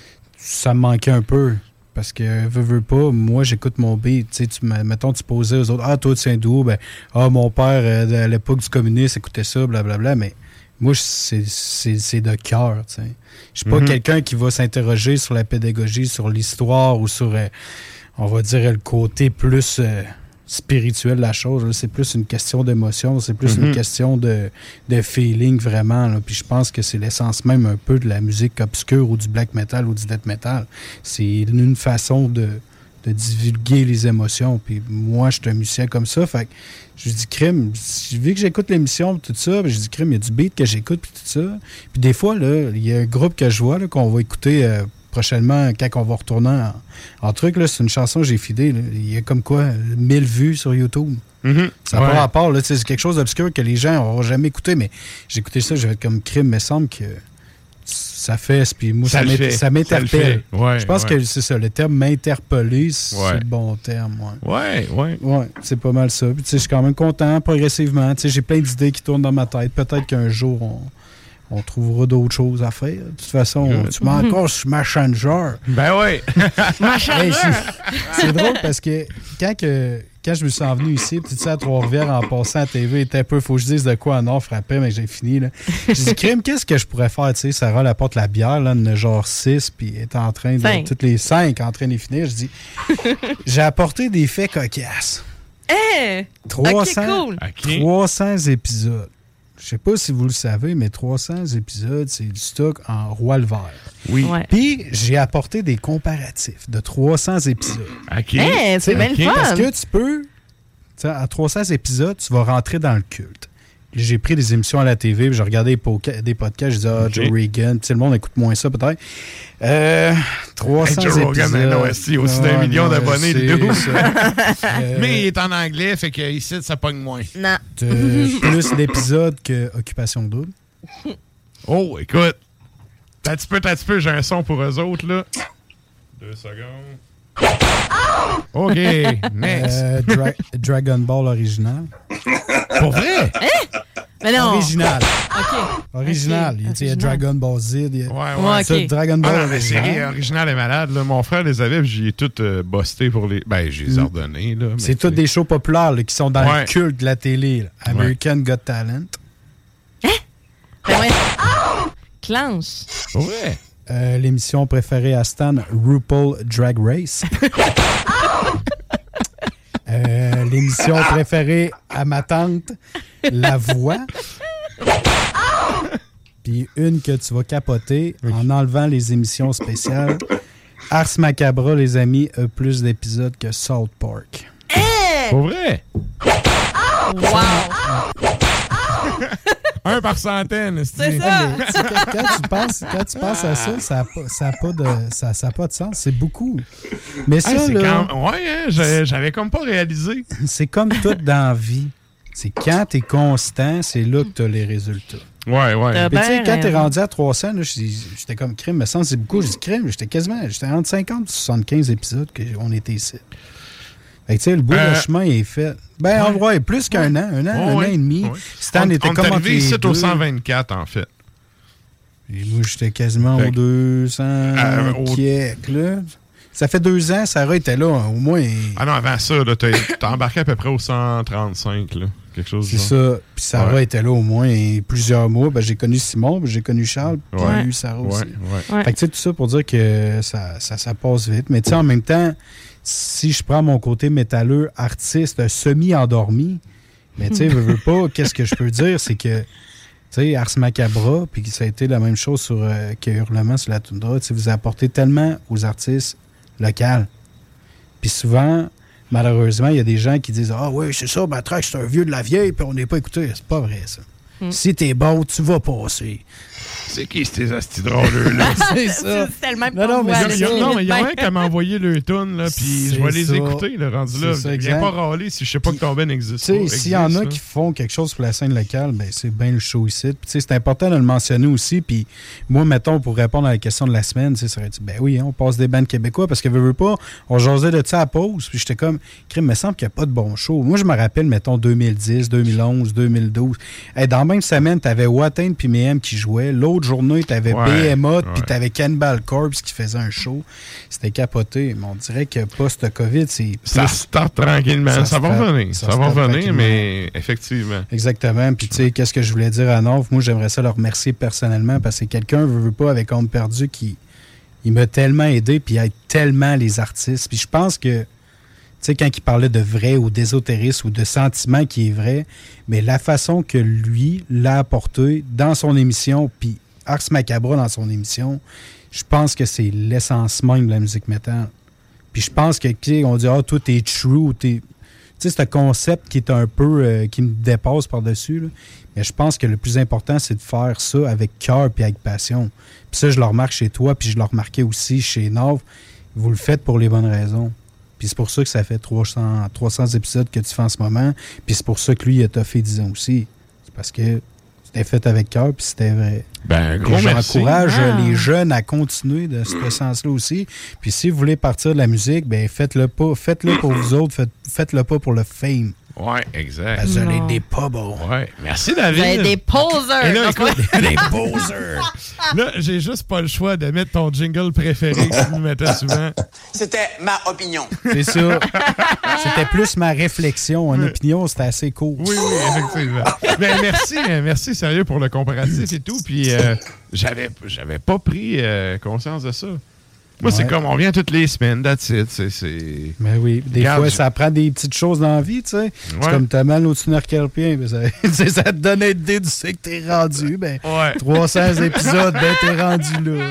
ça me manquait un peu. Parce que, veux, veux pas, moi, j'écoute mon beat. Tu sais, tu, mettons, tu posais aux autres, ah, toi, tu viens d'où? Ben, ah, mon père, euh, à l'époque du communisme, écoutait ça, blablabla. Mais moi, c'est, c'est, c'est de cœur, tu sais. Je suis pas Mhm. quelqu'un qui va s'interroger sur la pédagogie, sur l'histoire ou sur, euh, on va dire, le côté plus euh, spirituel de la chose. Là. C'est plus une question d'émotion, c'est plus Mhm. une question de, de feeling, vraiment. Là. Puis je pense que c'est l'essence même un peu de la musique obscure ou du black metal ou du death metal. C'est une façon de, de divulguer les émotions. Puis moi, je suis un musicien comme ça. Fait que je dis, crime, vu que j'écoute l'émission et tout ça, je dis, crime, il y a du beat que j'écoute puis tout ça. Puis des fois, là, il y a un groupe que je vois là, qu'on va écouter euh, prochainement quand on va retourner en, en truc. Là, c'est une chanson que j'ai fidée. Là. Il y a comme quoi, mille vues sur YouTube. Mm-hmm. Ça n'a Ouais. pas rapport. Là, c'est quelque chose d'obscur que les gens n'auront jamais écouté. Mais j'ai écouté ça, j'avais comme crime, mais semble que ça fait. Puis moi, Ça ça, le m'int- fait. ça Ça le m'interpelle. fait. Ouais, je pense ouais. que c'est ça. Le terme m'interpeller, c'est Ouais. le bon terme. Ouais. Ouais, ouais. Ouais, c'est pas mal ça. Puis, tu sais, je suis quand même content progressivement. Tu sais, j'ai plein d'idées qui tournent dans ma tête. Peut-être qu'un jour, on, on trouvera d'autres choses à faire. De toute façon, Good. tu m'as encore sur Messenger. Ben oui. Hey, c'est, c'est drôle parce que quand, que quand je me suis envenu ici, tu sais, à Trois-Rivières, en passant à la T V, il était un peu, faut que je dise de quoi en or frappait, mais j'ai fini. Là. J'ai dit, crime, qu'est-ce que je pourrais faire? Tu sais, Sarah elle apporte la bière, là, une genre six, puis elle est en train de. Cinq. Toutes les cinq en train de les finir. Je dis, j'ai apporté des faits cocasses. Hey! trois Ok, cents, cool. trois cents épisodes. Je sais pas si vous le savez, mais trois cents épisodes, c'est du stock en roi le vert. Oui. Ouais. Puis, j'ai apporté des comparatifs de trois cents épisodes. OK. Hey, c'est bien le fun. Parce que tu peux, tu sais, à trois cents épisodes, tu vas rentrer dans le culte. J'ai pris des émissions à la T V, puis j'ai regardé des, poca- des podcasts, je disais, ah, OK. Joe Rogan, tu sais, le monde écoute moins ça peut-être. Euh, trois cents Hey, Joe Rogan, épisodes. non, est-ce qu'il y a aussi d'un Ah, million non, d'abonnés, c'est le dude? ça. Euh, Mais il est en anglais, fait que ici, ça pogne moins. Non. t'as plus d'épisodes que Occupation Double. Oh, écoute. T'as un petit peu, t'as un petit peu, j'ai un son pour eux autres, là. Deux secondes. OK, next. Euh, Dra- Dragon Ball original. Pour vrai? Mais non. Original. OK. Original. Ok, Il y a- il y a original. Dragon Ball Z. il y a- Ouais, ouais. Ouais, Ça, ok. Dragon Ah, Ball non, la série original. originale est malade. Là. Mon frère les avait, puis j'y ai toutes euh, busté pour les. Ben, j'ai les ai ordonnées. Là, mais C'est tous tu sais. des shows populaires là, qui sont dans Ouais. le culte de la télé. là. American Got Talent. Ben ouais. Clanche. Ouais. Euh, l'émission préférée à Stan, RuPaul Drag Race. euh, l'émission préférée à ma tante, La Voix. Puis une que tu vas capoter en enlevant les émissions spéciales. Ars Macabra, les amis, a plus d'épisodes que South Park. Hey! Pour vrai? Wow! Un par centaine, c'est ça. Mais, quand, quand, tu penses, quand tu penses à ça, ça n'a pas, ça a pas, de, ça, ça a pas de sens. C'est beaucoup. Mais ça, ah, c'est là... Quand... Ouais, hein, j'avais, j'avais comme pas réalisé. C'est comme tout dans la vie. C'est quand t'es constant, c'est là que t'as les résultats. Ouais, ouais. Puis tu sais, quand t'es rendu à trois cents, là, j'étais comme crime, mais ça, c'est beaucoup. J'ai dit crime, j'étais quasiment, j'étais entre cinquante et soixante-quinze épisodes qu'on était ici. Fait que tu sais, le bout euh, de chemin est fait. Ben, ouais. on voit plus qu'un an, un an, ouais, un an et demi. Ouais. Stan on, était on comme est entre arrivé les ici deux. au cent vingt-quatre, en fait. Et moi, j'étais quasiment fait aux deux cents euh, au... quelques, là. Ça fait deux ans, Sarah était là, au moins. Et... Ah non, avant ça, là, t'as, t'as embarqué à peu près au cent trente-cinq, là. Quelque chose C'est genre. ça. Puis Sarah ouais. était là au moins et plusieurs mois. Ben, j'ai connu Simon, ben, j'ai connu Charles, puis ouais. j'ai eu Sarah ouais. aussi. Ouais. Ouais. Fait que tu sais, tout ça pour dire que ça, ça, ça passe vite. Mais tu sais, en même temps, si je prends mon côté métalleux, artiste, semi-endormi, mais tu sais, veux, veux pas, qu'est-ce que je peux dire, c'est que, tu sais, Ars Macabra, puis ça a été la même chose sur euh, que Hurlement sur la toundra, tu sais, vous apportez tellement aux artistes locaux. Puis souvent, malheureusement, il y a des gens qui disent « Ah oui, c'est ça, Matraque, c'est un vieux de la vieille, puis on n'est pas écouté. » C'est pas vrai, ça. Mm. Si t'es bon, tu vas passer. C'est qui ces astis drôleux-là? C'est ça. C'est le même non, non, mais il y a, non, mais il y a un qui m'a envoyé le tune, là, puis je vais les ça. écouter, le rendu là. Ça, je viens pas râler si je sais pas que ton ben existe. Tu sais, s'il y en a qui font quelque chose pour la scène locale, ben c'est bien le show ici. Puis tu sais, c'est important de le mentionner aussi. Puis moi, mettons, pour répondre à la question de la semaine, tu sais, ça aurait dit, ben oui, hein, on passe des bandes québécois parce que veux, veux pas, on jasait de ça à pause. Puis j'étais comme, crime, il me semble qu'il n'y a pas de bon show. Moi, je me rappelle, mettons, deux mille dix, deux mille onze, deux mille douze. Hey, dans la même semaine, t'avais Watain puis Mayhem qui jouait. L'autre journée, t'avais ouais, B M A, puis ouais. t'avais Cannibal Corpse qui faisait un show. C'était capoté. Mais on dirait que post-COVID, c'est. Ça plus... start tranquillement. Ça, ça va revenir. Ça, ça va revenir, mais effectivement. Exactement. Puis, tu sais, qu'est-ce que je voulais dire à Norv? Moi, j'aimerais ça le remercier personnellement parce que quelqu'un veut, veut pas avec Homme Perdu qui il m'a tellement aidé puis aide tellement les artistes. Puis, je pense que, tu sais, quand il parlait de vrai ou d'ésotérisme ou de sentiment qui est vrai, mais la façon que lui l'a apporté dans son émission, puis Ars Macabra dans son émission, je pense que c'est l'essence même de la musique métal. Puis je pense que, tu sais, on dit « Ah, toi, t'es true », t'es... Tu sais, c'est un concept qui est un peu... Euh, qui me dépasse par-dessus, là. Mais je pense que le plus important, c'est de faire ça avec cœur puis avec passion. Puis ça, je le remarque chez toi, puis je le remarquais aussi chez Norv. Vous le faites pour les bonnes raisons. Puis c'est pour ça que ça fait trois cents, trois cents épisodes que tu fais en ce moment. Puis c'est pour ça que lui, il t'a fait dix ans aussi. C'est parce que c'était fait avec cœur, puis c'était vrai. Ben, gros merci. J'encourage ah. les jeunes à continuer de ce sens-là aussi. Puis si vous voulez partir de la musique, ben faites-le pas. Faites-le pour vous autres. Faites, faites-le pas pour le fame. Ouais, exact. Parce que vous allez des pas bons. Ouais. Merci, David. Vous avez des posers. Et là, écoute, des posers. Là, j'ai juste pas le choix de mettre ton jingle préféré que tu nous mettais souvent. C'était ma opinion. C'est ça. C'était plus ma réflexion. En opinion, c'était assez court. Oui, oui, effectivement. Ben, merci, merci, sérieux, pour le comparatif et tout. Puis, euh, j'avais, j'avais pas pris euh, conscience de ça. Moi, ouais. C'est comme, on vient toutes les semaines, that's it. C'est, c'est... Mais oui, des Regarde, fois, je... ça prend des petites choses dans la vie, tu sais. Ouais. C'est comme t'as mal au-dessus d'un carpien, mais ça, ça te donne une idée du sais que t'es rendu. Ben, ouais. trois cents épisodes, ben, t'es rendu là,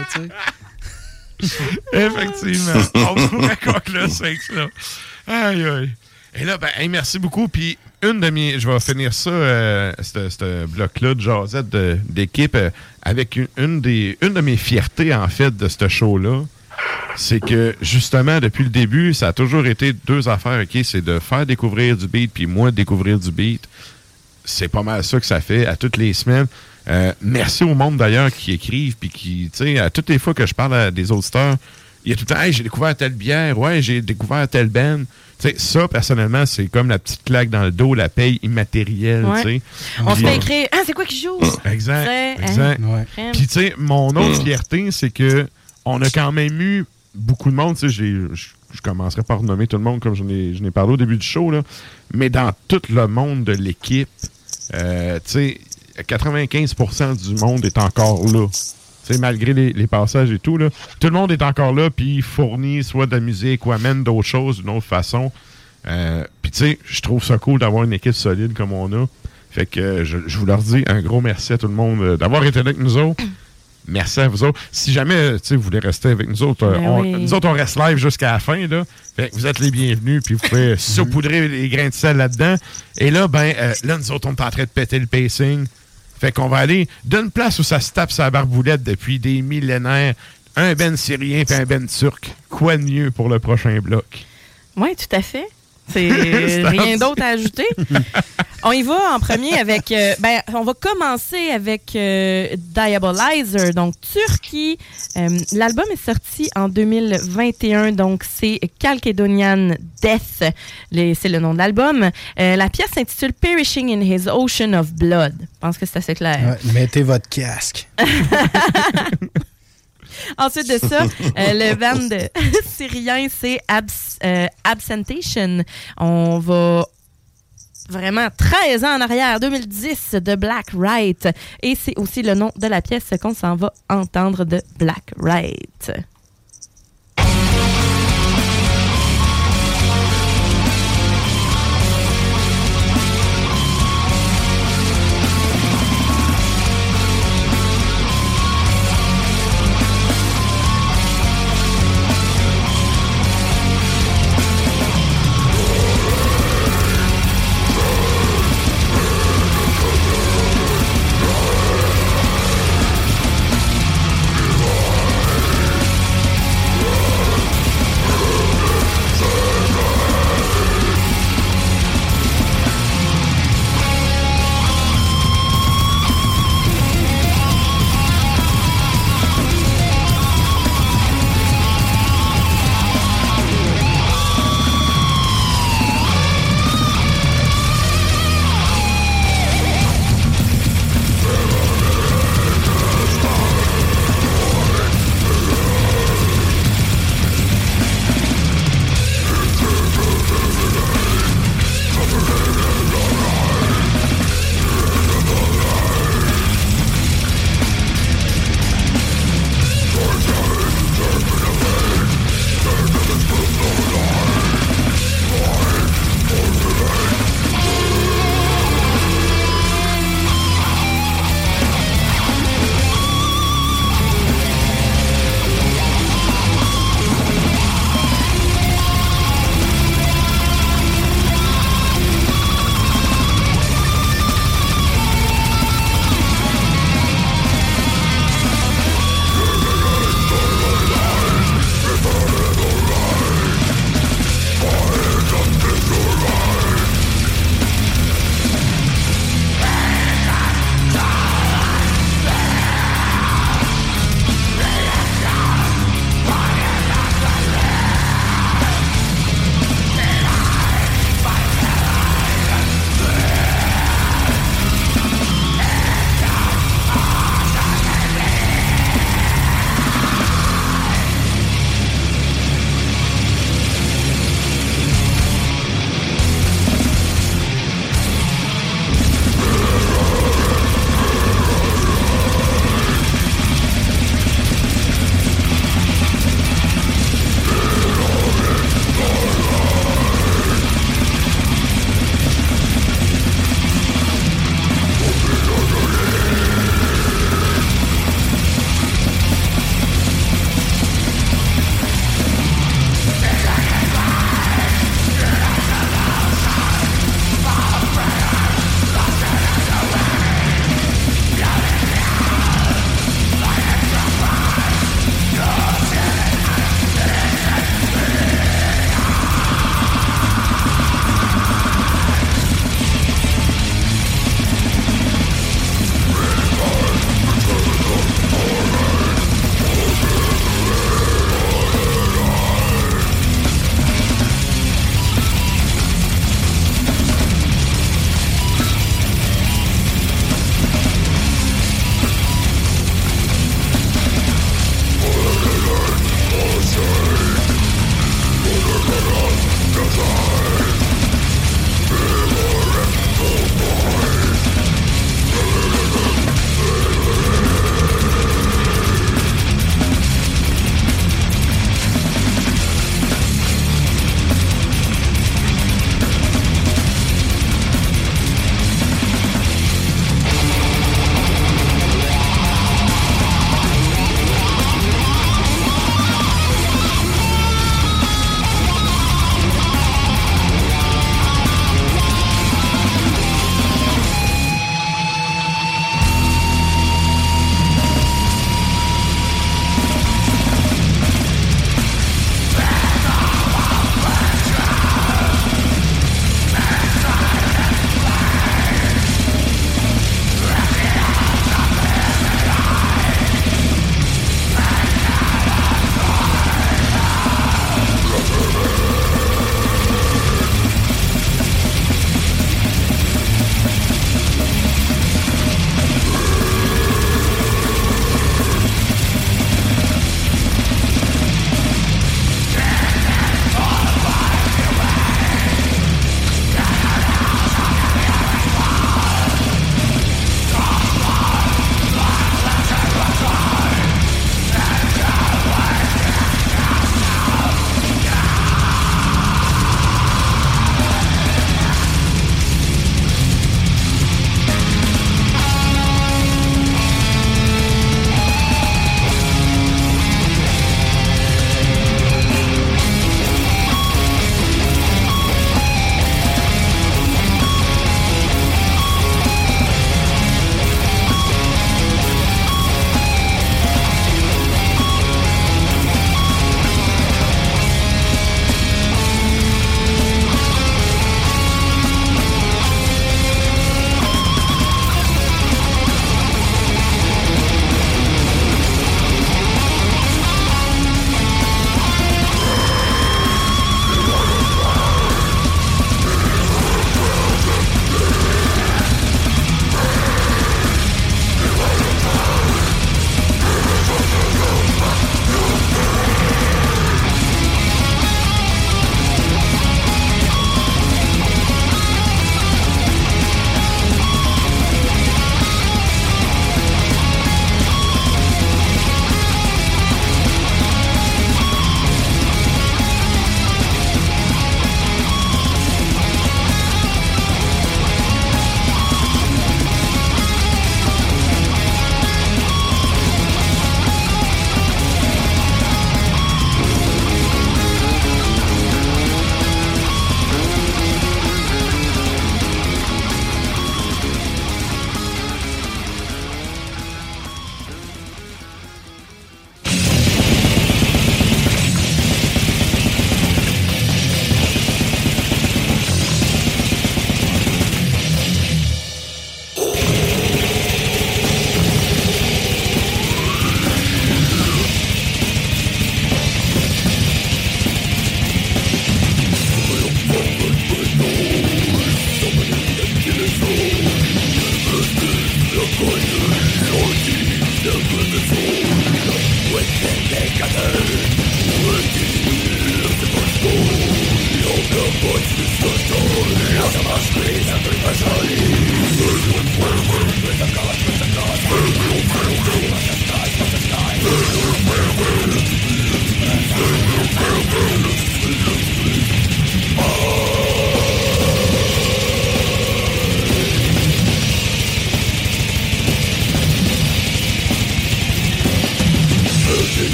tu sais. Effectivement. On pourrait conclure ça avec ça. Aïe, aïe. Et là, ben, hey, merci beaucoup. Puis, une de mes. Je vais finir ça, euh, ce bloc-là de jasette de, d'équipe, euh, avec une, une, des, une de mes fiertés, en fait, de ce show-là. C'est que, justement, depuis le début, ça a toujours été deux affaires, OK? C'est de faire découvrir du beat, puis moi, découvrir du beat. C'est pas mal ça que ça fait à toutes les semaines. Euh, merci au monde, d'ailleurs, qui écrivent, puis qui, tu sais, à toutes les fois que je parle à des auditeurs, il y a tout le temps, hey, j'ai découvert telle bière, ouais, j'ai découvert telle band. Tu sais, ça, personnellement, c'est comme la petite claque dans le dos, la paye immatérielle, ouais. tu sais. On se fait écrire, ah, c'est quoi qui joue? Exact, c'est, exact. Hein? Ouais. Puis, tu sais, mon autre fierté, c'est que on a quand même eu beaucoup de monde, tu sais, je, je commencerai par nommer tout le monde comme je n'ai, je n'ai parlé au début du show, là, mais dans tout le monde de l'équipe, euh, tu sais, quatre-vingt-quinze pour cent du monde est encore là. T'sais, malgré les, les passages et tout, là, tout le monde est encore là, puis fournit soit de la musique ou amène d'autres choses d'une autre façon. Euh, puis tu sais, je trouve ça cool d'avoir une équipe solide comme on a. Fait que euh, je, je vous leur dis un gros merci à tout le monde euh, d'avoir été là avec nous autres. Merci à vous autres. Si jamais vous voulez rester avec nous autres, euh, on, oui. nous autres, on reste live jusqu'à la fin. Là. Fait que vous êtes les bienvenus, puis vous pouvez saupoudrer les grains de sel là-dedans. Et là, ben, euh, là, nous autres, on est en train de péter le pacing. Fait qu'on va aller d'une place où ça se tape sa barboulette depuis des millénaires. Un ben syrien puis un ben turc. Quoi de mieux pour le prochain bloc? Oui, tout à fait. C'est rien d'autre à ajouter. On y va en premier avec... Euh, ben, on va commencer avec euh, Diabolizer, donc Turquie. Euh, L'album est sorti en deux mille vingt et un, donc c'est Calcedonian Death. Les, c'est le nom de l'album. Euh, la pièce s'intitule Perishing in His Ocean of Blood. Je pense que c'est assez clair. Ouais, mettez votre casque. Ensuite de ça, euh, le band syrien, c'est Abs- euh, Absentation. On va vraiment treize ans en arrière, deux mille dix, de Black Right. Et c'est aussi le nom de la pièce qu'on s'en va entendre de Black Right.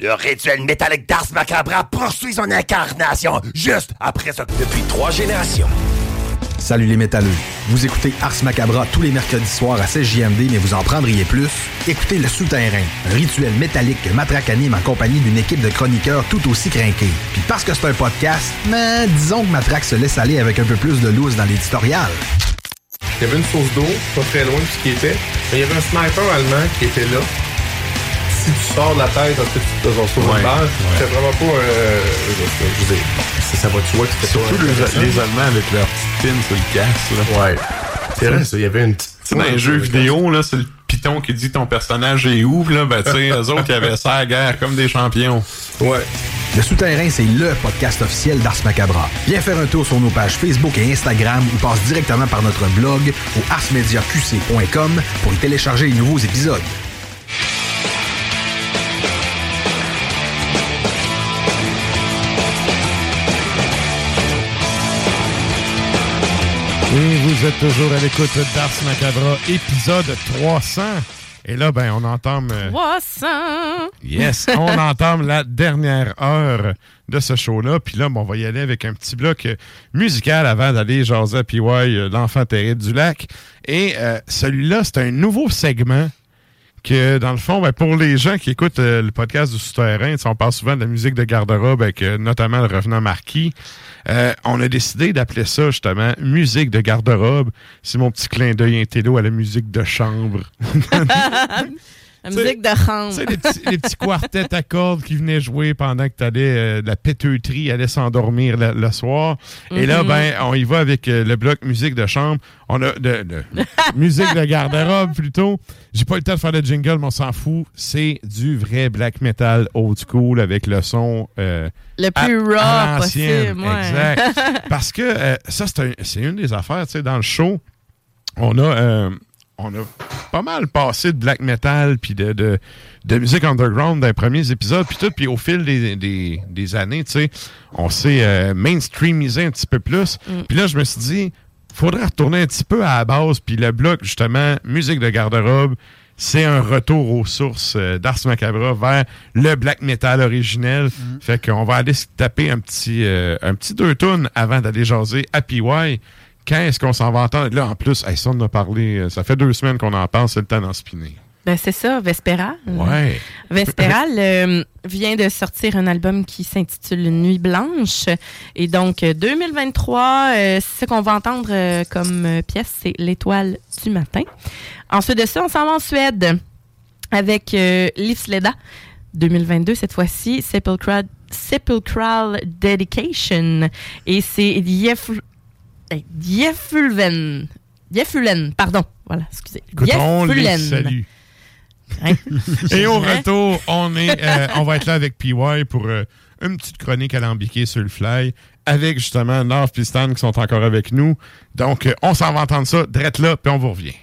Le rituel métallique d'Ars Macabra poursuit son incarnation juste après ça. Depuis trois générations. Salut les métalleux. Vous écoutez Ars Macabra tous les mercredis soirs à C J M D, mais vous en prendriez plus? Écoutez Le Souterrain, un rituel métallique que Matraque anime en compagnie d'une équipe de chroniqueurs tout aussi crinqués. Puis parce que c'est un podcast, mais disons que Matraque se laisse aller avec un peu plus de loose dans l'éditorial. Il y avait une source d'eau, pas très loin de ce qui était. Mais il y avait un sniper allemand qui était là. Si tu sors de la tête, en fait, tu te sauves une balle. C'était vraiment pas... Euh, je veux dire, ça, ça va, tu vois que c'était surtout pas... Surtout les, les Allemands avec leur petite pin sur le casque. Là. Ouais. C'est vrai, ça. Il y avait une petite... Tu sais, dans les jeux vidéo, là, c'est le piton qui dit ton personnage est où, là. Ben, tu sais, eux autres, ils avaient ça à la guerre comme des champions. Ouais. Le Souterrain, c'est le podcast officiel d'Ars Macabra. Viens faire un tour sur nos pages Facebook et Instagram ou passe directement par notre blog au ars media q c point com pour y télécharger les nouveaux épisodes. Et vous êtes toujours à l'écoute d'Ars Macabra, épisode trois cents. Et là, ben, on entame... Euh, trois cents! Yes, on entame la dernière heure de ce show-là. Puis là, bon, on va y aller avec un petit bloc euh, musical avant d'aller jaser à P Y, euh, l'enfant terrible du lac. Et euh, celui-là, c'est un nouveau segment que, dans le fond, ben, pour les gens qui écoutent euh, le podcast du Souterrain, on parle souvent de la musique de garde-robe avec euh, notamment le revenant Marquis. Euh, on a décidé d'appeler ça, justement, musique de garde-robe. C'est mon petit clin d'œil intello à la musique de chambre. La musique de chambre. Tu sais, les petits, les petits quartets à cordes qui venaient jouer pendant que tu allais, euh, la péteuterie allait s'endormir le, le soir. Mm-hmm. Et là, ben, on y va avec euh, le bloc musique de chambre. On a de, de musique de garde-robe, plutôt. J'ai pas eu le temps de faire le jingle, mais on s'en fout. C'est du vrai black metal old school avec le son... Euh, le plus raw possible. Ouais. Exact. Parce que euh, ça, c'est, un, c'est une des affaires, tu sais, dans le show, on a... Euh, on a pas mal passé de black metal puis de, de, de musique underground dans les premiers épisodes, puis tout, puis au fil des, des, des années, tu sais, on s'est euh, mainstreamisé un petit peu plus. Mm. Puis là, je me suis dit, faudrait retourner un petit peu à la base, puis le bloc, justement, musique de garde-robe, c'est un retour aux sources euh, d'Ars Macabra vers le black metal originel. Mm. Fait qu'on va aller se taper un petit, euh, un petit deux tunes avant d'aller jaser à P Y. Quand est-ce qu'on s'en va entendre? Là, en plus, hey, ça, on en a parlé. Ça fait deux semaines qu'on en parle, c'est le temps d'en spinner. Ben, c'est ça, Vespéral. Ouais. Vespéral euh, vient de sortir un album qui s'intitule Nuit Blanche. Et donc, deux mille vingt-trois, euh, ce qu'on va entendre euh, comme euh, pièce, c'est L'étoile du matin. Ensuite de ça, on s'en va en Suède avec euh, Livsleda. deux mille vingt-deux, cette fois-ci, Sepulchral, Sepulchral Dedication. Et c'est Dief... Diefulven. Diefulven, pardon. Voilà, excusez. On les salue. Hein? Et au retour, on est, euh, on va être là avec P Y pour euh, une petite chronique alambiquée sur le fly avec justement North et Stan qui sont encore avec nous. Donc, euh, on s'en va entendre ça, drette là, puis on vous revient.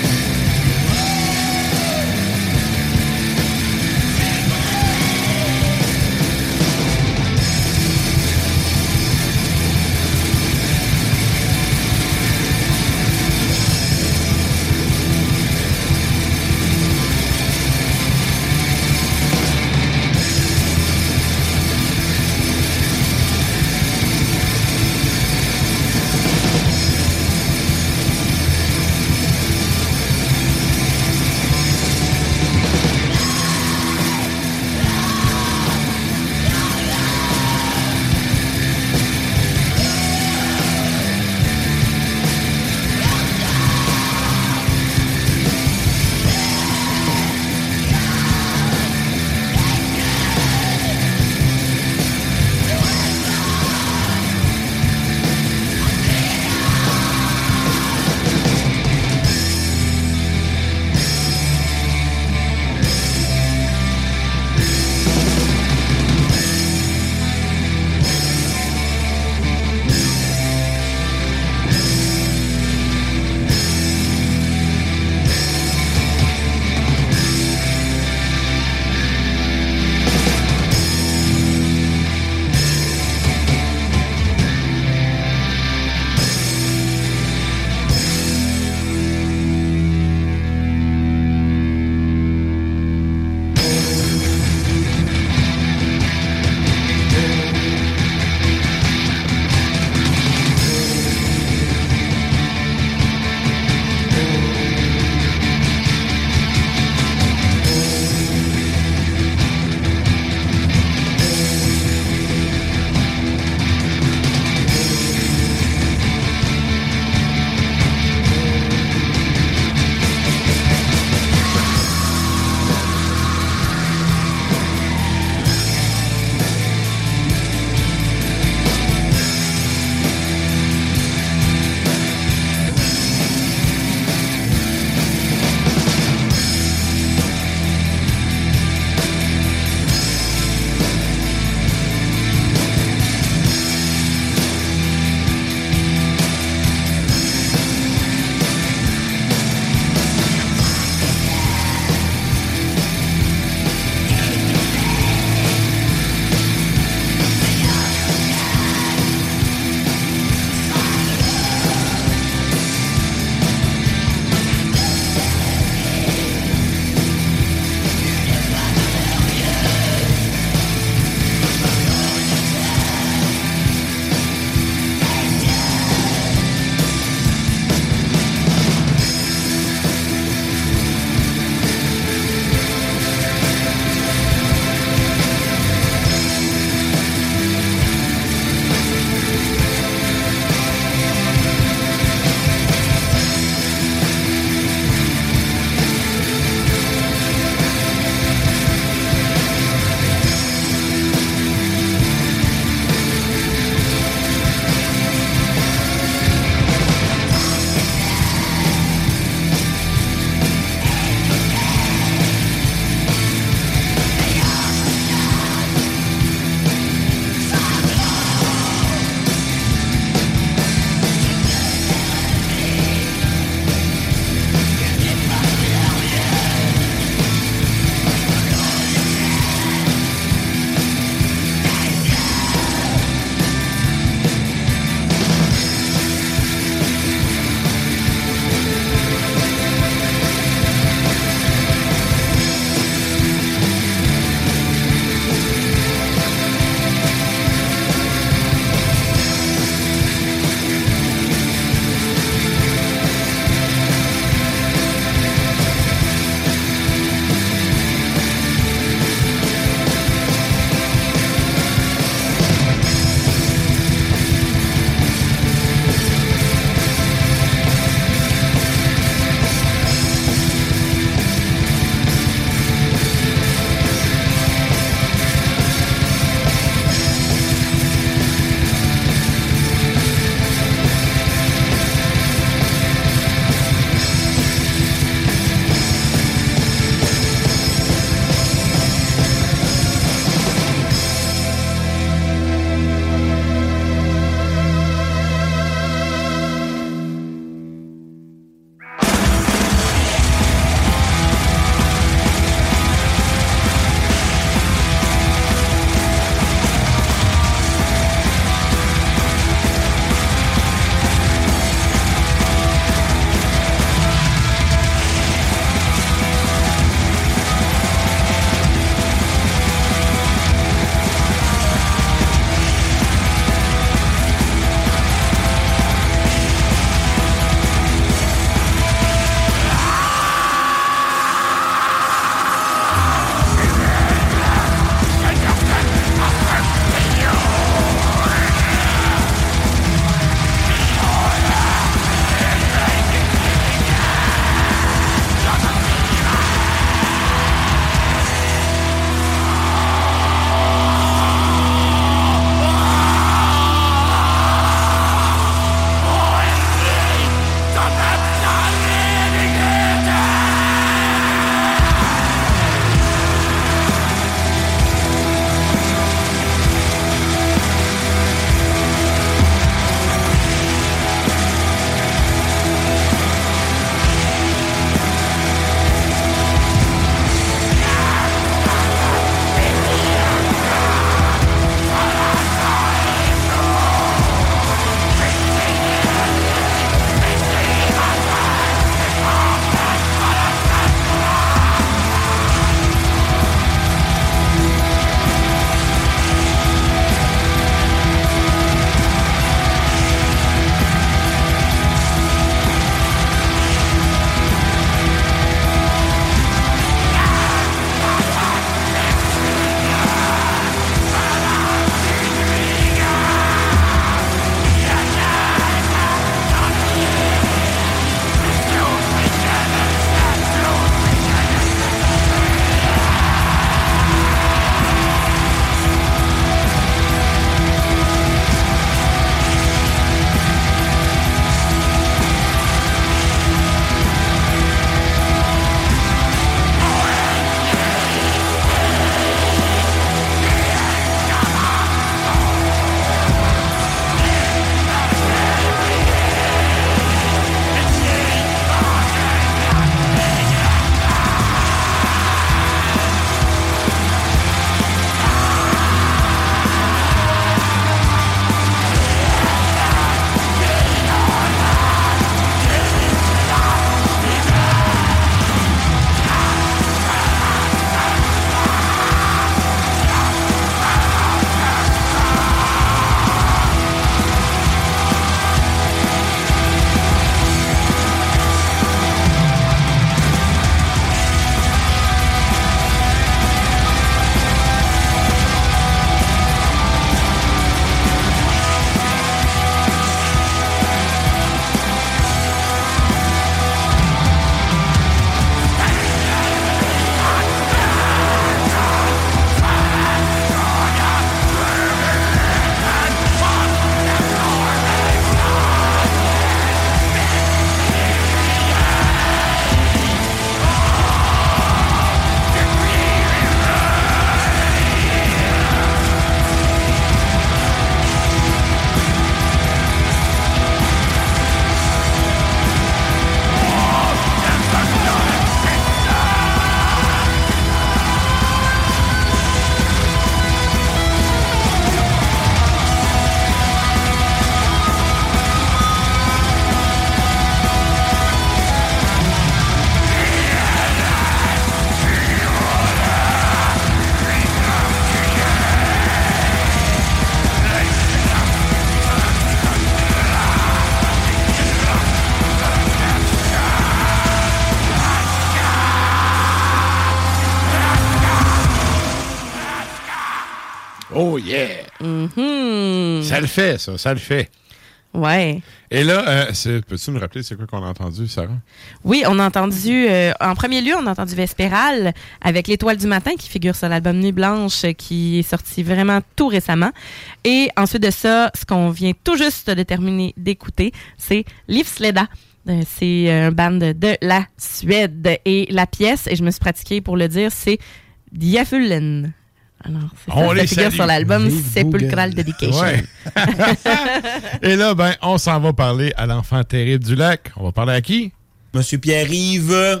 Oh yeah! Mm-hmm. Ça le fait, ça, ça le fait. Ouais. Et là, euh, c'est, peux-tu me rappeler c'est quoi qu'on a entendu, Sarah? Oui, on a entendu, euh, en premier lieu, on a entendu Vespéral avec l'Étoile du matin qui figure sur l'album Nuit Blanche qui est sorti vraiment tout récemment. Et ensuite de ça, ce qu'on vient tout juste de terminer d'écouter, c'est Livsleda. Euh, c'est un band de la Suède. Et la pièce, et je me suis pratiquée pour le dire, c'est Djävulen. Alors, c'est ça, on ça les figure salue. sur l'album Vive Sepulchral Google. Dedication. Ouais. Et là, ben, on s'en va parler à l'enfant terrible du lac. On va parler à qui? Monsieur Pierre-Yves.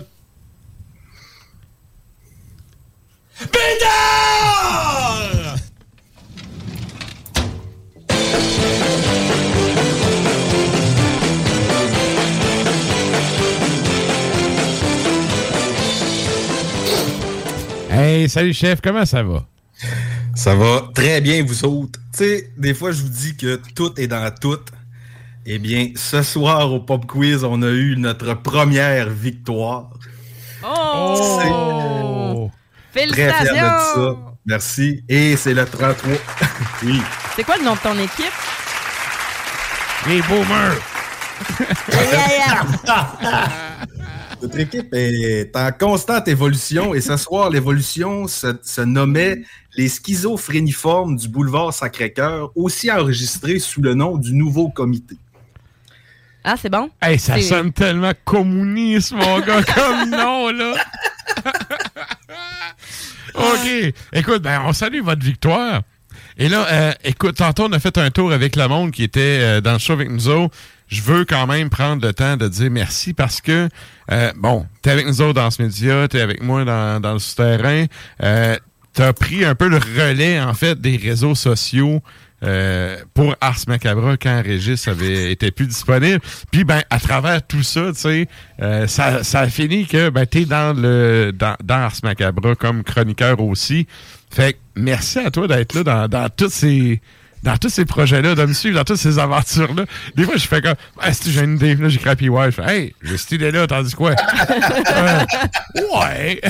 Bédard! Hey, salut chef, comment ça va? Ça va très bien, vous autres. Tu sais, des fois, je vous dis que tout est dans tout. Eh bien, ce soir, au Pop Quiz, on a eu notre première victoire. Oh! Très fier de Félicitations! ça. Merci. Et c'est le trente-trois. Oui. C'est quoi le nom de ton équipe? Les boomers! Notre équipe est en constante évolution et ce soir, l'évolution se, se nommait les schizophréniformes du boulevard Sacré-Cœur, aussi enregistrés sous le nom du nouveau comité. Ah, c'est bon? Hey, ça C'est- sonne tellement communiste, mon gars, comme nom, là! OK. Écoute, ben, on salue votre victoire. Et là, euh, écoute, tantôt, on a fait un tour avec le monde qui était euh, dans le show avec nous autres. Je veux quand même prendre le temps de dire merci parce que, euh, bon, t'es avec nous autres dans ce média, t'es avec moi dans, dans le souterrain. Euh, t'as pris un peu le relais, en fait, des réseaux sociaux euh, pour Ars Macabra quand Régis avait était plus disponible. Puis, ben, à travers tout ça, tu sais, euh, ça, ça a fini que, ben, t'es dans le dans, dans Ars Macabra comme chroniqueur aussi. Fait que merci à toi d'être là dans, dans tous ces dans tous ces projets-là, de me suivre dans toutes ces aventures-là. Des fois, je fais comme ah, si j'ai une idée, là, j'écris à P Y, je fais hey, j'ai cette idée-là, t'en dis quoi? euh, ouais.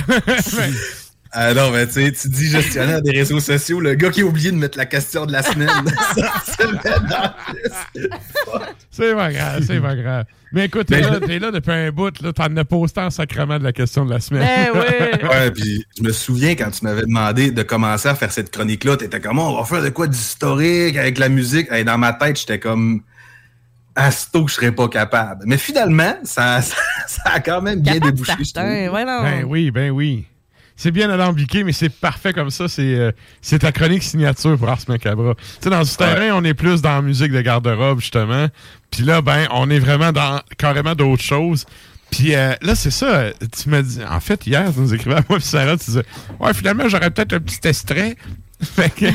Ah non, mais tu sais, tu dis gestionnaire des réseaux sociaux, le gars qui a oublié de mettre la question de la semaine. Ça se met dans le liste. C'est pas grave, c'est pas grave. Mais écoute, t'es là, t'es là depuis un bout, là, t'en as posté en sacrement de la question de la semaine. Eh oui. Ouais, puis je me souviens quand tu m'avais demandé de commencer à faire cette chronique-là, t'étais comme, oh, on va faire de quoi d'historique avec la musique. Et dans ma tête, j'étais comme, asto que je serais pas capable. Mais finalement, ça, ça, ça a quand même bien Capable débouché. je certain, trouve. ouais, non. Ben oui, ben oui. C'est bien alambiqué, mais c'est parfait comme ça. C'est euh, c'est ta chronique signature pour Ars Macabra. Tu sais, dans ce terrain, on est plus dans la musique de garde-robe, justement. Puis là, ben, on est vraiment dans carrément d'autres choses. Puis euh, là, c'est ça. Tu m'as dit... En fait, hier, tu nous écrivais à moi et Sarah, tu disais « Ouais, finalement, j'aurais peut-être un petit extrait. » Fait que...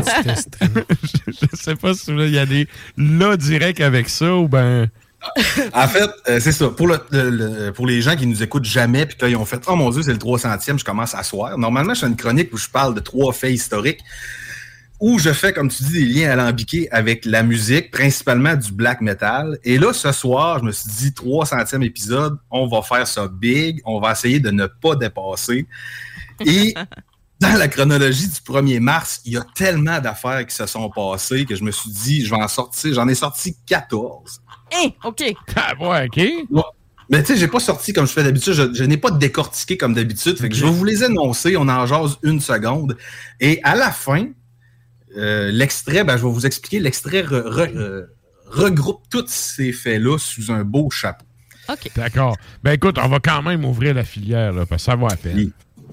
je, je sais pas si il y a des là direct avec ça ou ben... En fait, euh, c'est ça. Pour, le, le, le- pour les gens qui nous écoutent jamais, puis qu'ils ont fait « Oh mon Dieu, c'est le trois centième, je commence à soir. » Normalement, je fais une chronique où je parle de trois faits historiques, où je fais, comme tu dis, des liens alambiqués avec la musique, principalement du black metal. Et là, ce soir, je me suis dit, trois centième épisode, on va faire ça big, on va essayer de ne pas dépasser. Et dans la chronologie du premier mars, il y a tellement d'affaires qui se sont passées que je me suis dit, je vais en sortir, j'en ai sorti quatorze. Hé, OK. Ah, ouais, OK. Ouais. Mais tu sais, j'ai pas sorti comme je fais d'habitude. Je, je n'ai pas décortiqué comme d'habitude. Fait que je vais vous les énoncer. On en jase une seconde. Et à la fin, euh, l'extrait, ben, je vais vous expliquer. L'extrait re- re- euh, regroupe tous ces faits-là sous un beau chapeau. OK. D'accord. Ben écoute, on va quand même ouvrir la filière, là, parce que ça vaut la peine. Oui.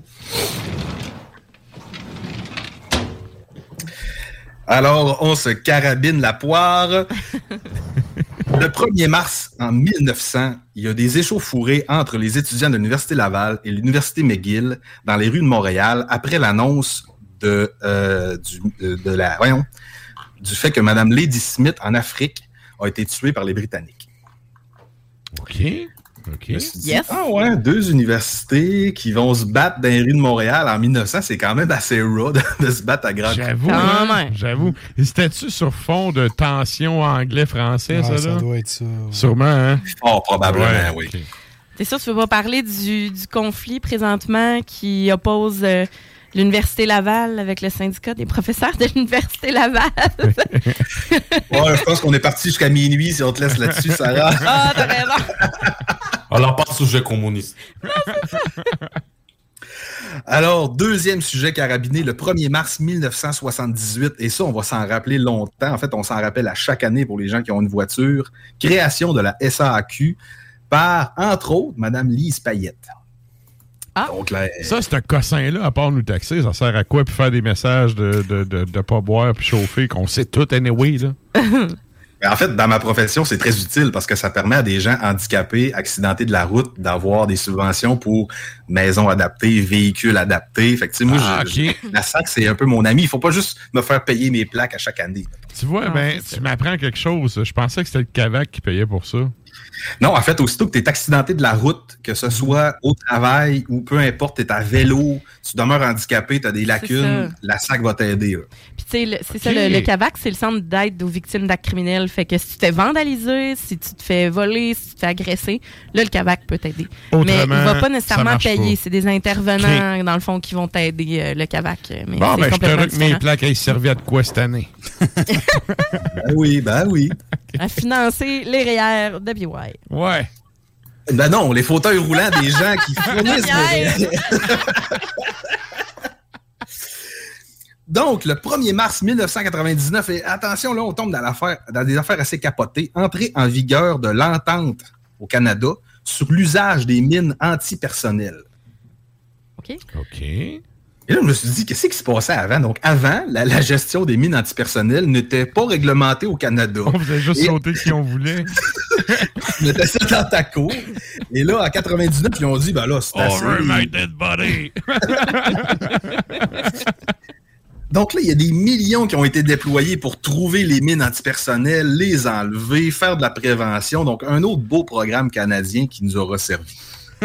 Alors, on se carabine la poire. Le premier mars en mille neuf cents, il y a des échauffourées entre les étudiants de l'Université Laval et l'Université McGill dans les rues de Montréal après l'annonce de, euh, du, de, de la, voyons, du fait que Mme Lady Smith en Afrique a été tuée par les Britanniques. OK. OK. Je me suis dit, ah ouais, deux universités qui vont se battre dans les rues de Montréal en mille neuf cents, c'est quand même assez raw de, de se battre à grand. J'avoue, hein, j'avoue. Et c'était-tu sur fond de tension anglais-français, Ah, ça, ça là? doit être ça. Sûrement, hein? Fort probablement, Ouais, oui. ok. C'est sûr, tu veux pas parler du, du conflit présentement qui oppose euh, l'Université Laval avec le syndicat des professeurs de l'Université Laval. Ouais, je pense qu'on est parti jusqu'à minuit si on te laisse là-dessus, Sarah. Ah, t'as raison. Alors, passe au sujet communiste. Alors, deuxième sujet carabiné, le premier mars mille neuf cent soixante-dix-huit, et ça, on va s'en rappeler longtemps. En fait, on s'en rappelle à chaque année pour les gens qui ont une voiture. Création de la S A A Q par, entre autres, Mme Lise Payette. Ah. Donc, là, ça, c'est un cossin-là, à part nous taxer, ça sert à quoi? Puis faire des messages de de, de, de pas boire puis chauffer, qu'on sait tout anyway, là. En fait, dans ma profession, c'est très utile parce que ça permet à des gens handicapés, accidentés de la route, d'avoir des subventions pour maisons adaptées, véhicules adaptés. Fait que, tu sais, moi, ah, je, okay. je, la S A C, c'est un peu mon ami. Il faut pas juste me faire payer mes plaques à chaque année. Tu vois, non, ben, tu m'apprends quelque chose. Je pensais que c'était le CAVAC qui payait pour ça. Non, en fait, aussitôt que tu es accidenté de la route, que ce soit au travail ou peu importe, tu es à vélo, tu demeures handicapé, tu as des lacunes, la S A C va t'aider. Puis, tu sais, c'est okay. ça, le, le CAVAC, c'est le centre d'aide aux victimes d'actes criminels. Fait que si tu te fais vandaliser, si tu te fais voler, si tu te fais agresser, là, le CAVAC peut t'aider. Mais il ne va pas nécessairement payer. Pas. C'est des intervenants, okay. dans le fond, qui vont t'aider, euh, le CAVAC. Mais bon, ben, je te rends mes plaques, elles servaient à de quoi cette année? Ben oui, ben oui. À financer les R E E R de B Y. Ouais. Ben non, les fauteuils roulants des gens qui fournissent les... Donc, le premier mars mille neuf cent quatre-vingt-dix-neuf, et attention, là, on tombe dans, l'affaire, dans des affaires assez capotées, entrée en vigueur de l'entente au Canada sur l'usage des mines antipersonnelles. OK. OK. Et là, je me suis dit, qu'est-ce qui se passait avant? Donc, avant, la, la gestion des mines antipersonnelles n'était pas réglementée au Canada. On faisait juste et... sauter qui on voulait. On mettait ça dans ta cour. Et là, en quatre-vingt-dix-neuf, ils ont dit, ben là, c'est assez. Over my dead body. Donc là, il y a des millions qui ont été déployés pour trouver les mines antipersonnelles, les enlever, faire de la prévention. Donc, un autre beau programme canadien qui nous aura servi.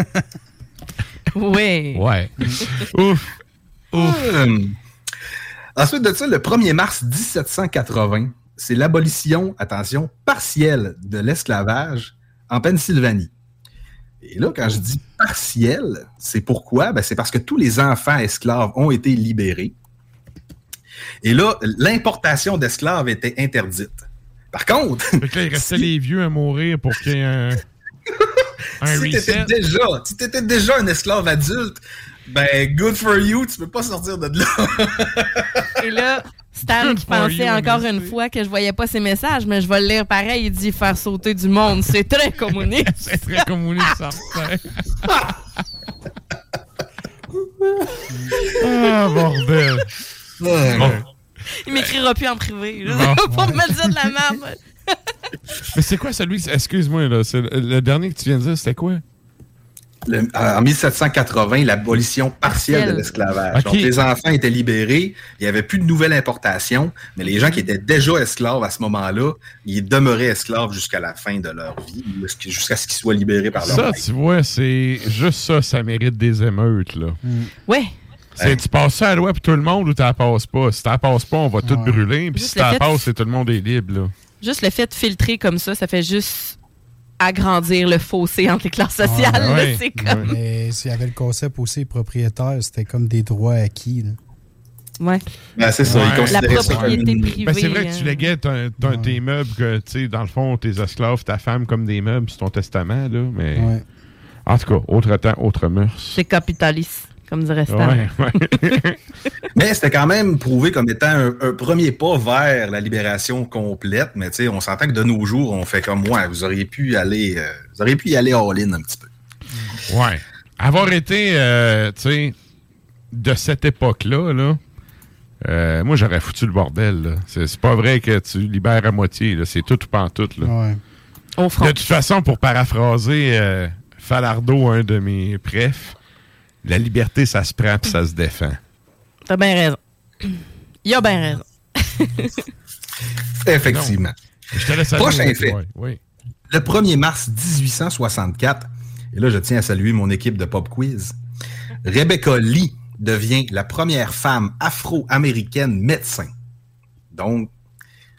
Oui. Ouais. Ouf. Ouf. Euh, ensuite de ça, le premier mars dix-sept cent quatre-vingts, c'est l'abolition, attention, partielle de l'esclavage en Pennsylvanie. Et là, quand je dis partielle, c'est pourquoi? Ben, c'est parce que tous les enfants esclaves ont été libérés. Et là, l'importation d'esclaves était interdite. Par contre... Fait que là, il restait si... les vieux à mourir pour qu'il y ait un... un si t'étais déjà, si t'étais déjà un esclave adulte, ben, good for you, tu peux pas sortir de là. Et là, Stan qui pensait you, encore une fois que je voyais pas ses messages, mais je vais le lire pareil, il dit « faire sauter du monde », c'est très communiste. C'est très communiste, ça. Ah, bordel. Ouais. Bon. Il m'écrira plus en privé, là, bon. Pour me dire de la merde. Mais c'est quoi celui, excuse-moi, là, c'est le, le dernier que tu viens de dire, c'était quoi? Le, en dix-sept cent quatre-vingts, l'abolition partielle de l'esclavage. Okay. Donc, les enfants étaient libérés, il n'y avait plus de nouvelle importation, mais les gens qui étaient déjà esclaves à ce moment-là, ils demeuraient esclaves jusqu'à la fin de leur vie, jusqu'à ce qu'ils soient libérés par leur Ça, maître. Tu vois, c'est juste ça, ça mérite des émeutes, là. Mm. Ouais. C'est, tu passes ça à la loi pour tout le monde ou tu la passes pas? Si tu la passes pas, on va tout ouais. brûler, puis si tu la passes, c'est tout le monde est libre, là. Juste le fait de filtrer comme ça, ça fait juste agrandir le fossé entre les classes sociales. Ah, ouais, là, c'est comme... Mais s'il y avait le concept aussi propriétaire, c'était comme des droits acquis. Là. Ouais. Ben, c'est ça. Ouais. Ils la propriété une... privée. Ben, c'est vrai hein. que tu léguais ton, ton, ouais. tes meubles, que, tu sais, dans le fond, tes esclaves, ta femme comme des meubles, c'est ton testament, là. Mais ouais. En tout cas, autre temps, autre mœurs. C'est capitaliste. Comme dirait Stan. Ouais, ouais. Mais c'était quand même prouvé comme étant un, un premier pas vers la libération complète. Mais tu sais, on s'entend que de nos jours, on fait comme moi. Vous auriez pu aller, euh, vous auriez pu y aller all-in un petit peu. Ouais. Avoir été, euh, tu sais, de cette époque-là, là, euh, moi j'aurais foutu le bordel. Là. C'est, c'est pas vrai que tu libères à moitié. Là. C'est tout ou pas en tout. Là. Ouais. Au front. De toute façon, pour paraphraser euh, Falardeau, un de mes préfs, la liberté, ça se prend puis ça se défend. T'as bien raison. Il a bien raison. Effectivement. Je te laisse Prochain aller, fait. Ouais, oui. Le premier mars dix-huit cent soixante-quatre, et là, je tiens à saluer mon équipe de Pop Quiz, Rebecca Lee devient la première femme afro-américaine médecin. Donc,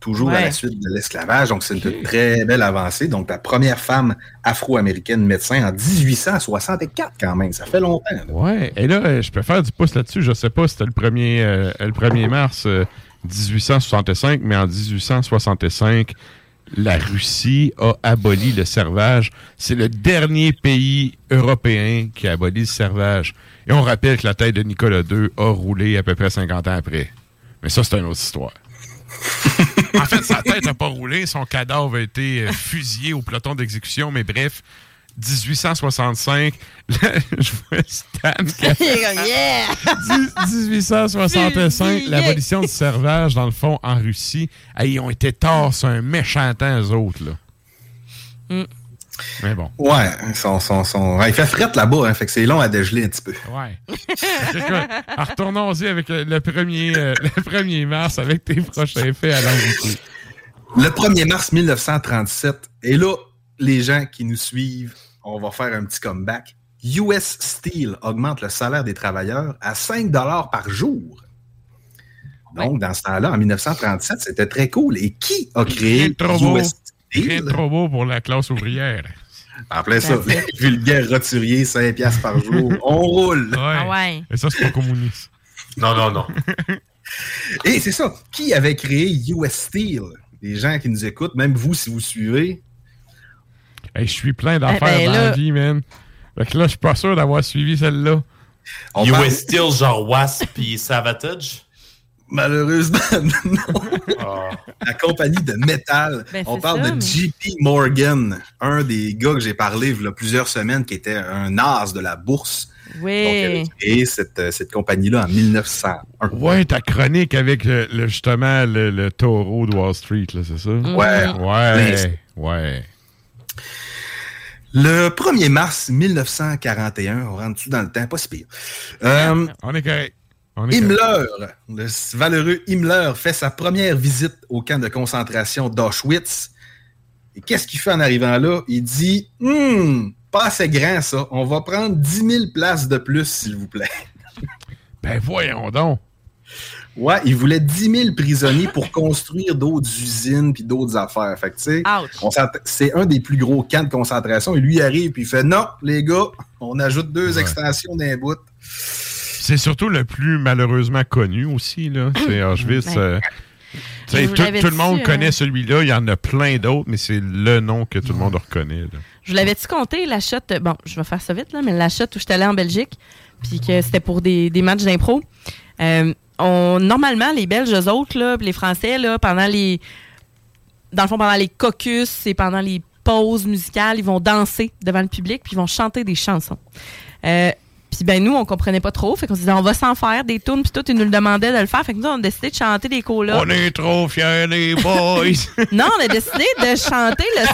toujours Ouais. à la suite de l'esclavage. Donc, c'est une très belle avancée. Donc, la première femme afro-américaine médecin en dix-huit cent soixante-quatre quand même. Ça fait longtemps. Là. Ouais. Et là, euh, je peux faire du pouce là-dessus. Je sais pas si c'était le premier, euh, le premier mars euh, dix-huit cent soixante-cinq, mais en dix-huit cent soixante-cinq, la Russie a aboli le servage. C'est le dernier pays européen qui a aboli le servage. Et on rappelle que la tête de Nicolas deux a roulé à peu près cinquante ans après. Mais ça, c'est une autre histoire. En fait, sa tête n'a pas roulé. Son cadavre a été euh, fusillé au peloton d'exécution. Mais bref, dix-huit cent soixante-cinq, là, je vois Stan. Yeah! dix-huit cent soixante-cinq, l'abolition du servage, dans le fond, en Russie. Hey, ils ont été torts sur un méchant temps, eux autres, là. Mm. Mais bon. Ouais, son, son, son... Ouais, il fait frette là-bas, hein, fait que c'est long à dégeler un petit peu. Ouais. Écoute, retournons-y avec le, le, premier, euh, le premier mars avec tes prochains faits à l'envie. Le premier mars mille neuf cent trente-sept, et là, les gens qui nous suivent, on va faire un petit comeback. U S Steel augmente le salaire des travailleurs à cinq dollars par jour. Donc, dans ce temps-là, en mille neuf cent trente-sept, c'était très cool. Et qui a créé U S Steel? Rien trop beau pour la classe ouvrière. En plein ça, les vulgaires roturiers, cinq piastres par jour. On roule. Ouais. Ah ouais. Et ça, c'est pas communiste. Non, non, non. Et c'est ça. Qui avait créé U S Steel? Les gens qui nous écoutent, même vous, si vous suivez. Hey, je suis plein d'affaires Eh ben, dans là... la vie, man. Fait que là, je suis pas sûr d'avoir suivi celle-là. On U S parle... Steel, genre Wasp et Savatage? Malheureusement, non. Oh. La compagnie de métal. Ben, On c'est parle ça, de mais- J P Morgan, un des gars que j'ai parlé il y a plusieurs semaines, qui était un as de la bourse. Oui. Donc, il avait créé cette, cette compagnie-là en mille neuf cent un. Ouais, ta chronique avec le, le- justement le, le taureau de Wall Street, là, c'est ça? Ouais. Ouais. Ouais. Le premier mars mille neuf cent quarante et un, on rentre-tu dans le temps? Pas si pire. Euh, On est correct. On est Himmler, correct. le valeureux Himmler, fait sa première visite au camp de concentration d'Auschwitz. Et qu'est-ce qu'il fait en arrivant là? Il dit hum, pas assez grand ça, on va prendre dix mille places de plus, s'il vous plaît. Ben voyons donc. Ouais, il voulait dix mille prisonniers pour construire d'autres usines puis d'autres affaires. Fait que, tu sais, on s'att- c'est un des plus gros camps de concentration. Et lui, il arrive puis il fait non, les gars, on ajoute deux Ouais. extensions d'un bout. C'est surtout le plus malheureusement connu aussi, là. C'est Auschwitz. Ouais. euh, tu sais, Et vous tout, l'avez tout le monde dit, connaît euh, celui-là. Il y en a plein d'autres, mais c'est le nom que tout le monde reconnaît. Là. Je vous l'avais-tu compté, la shot... Bon, je vais faire ça vite, là, mais la shot où j'étais allée en Belgique, puis que c'était pour des, des matchs d'impro. Euh, on, normalement, les Belges, eux autres, là, puis les Français, là, pendant les... Dans le fond, pendant les caucus et pendant les pauses musicales, ils vont danser devant le public, puis ils vont chanter des chansons. Euh, Puis ben nous, on comprenait pas trop. Fait qu'on se disait, on va s'en faire des tunes. Puis tout, ils nous le demandaient de le faire. Fait que nous, on a décidé de chanter des colas. On est trop fiers, les boys! Non, on a décidé de chanter le...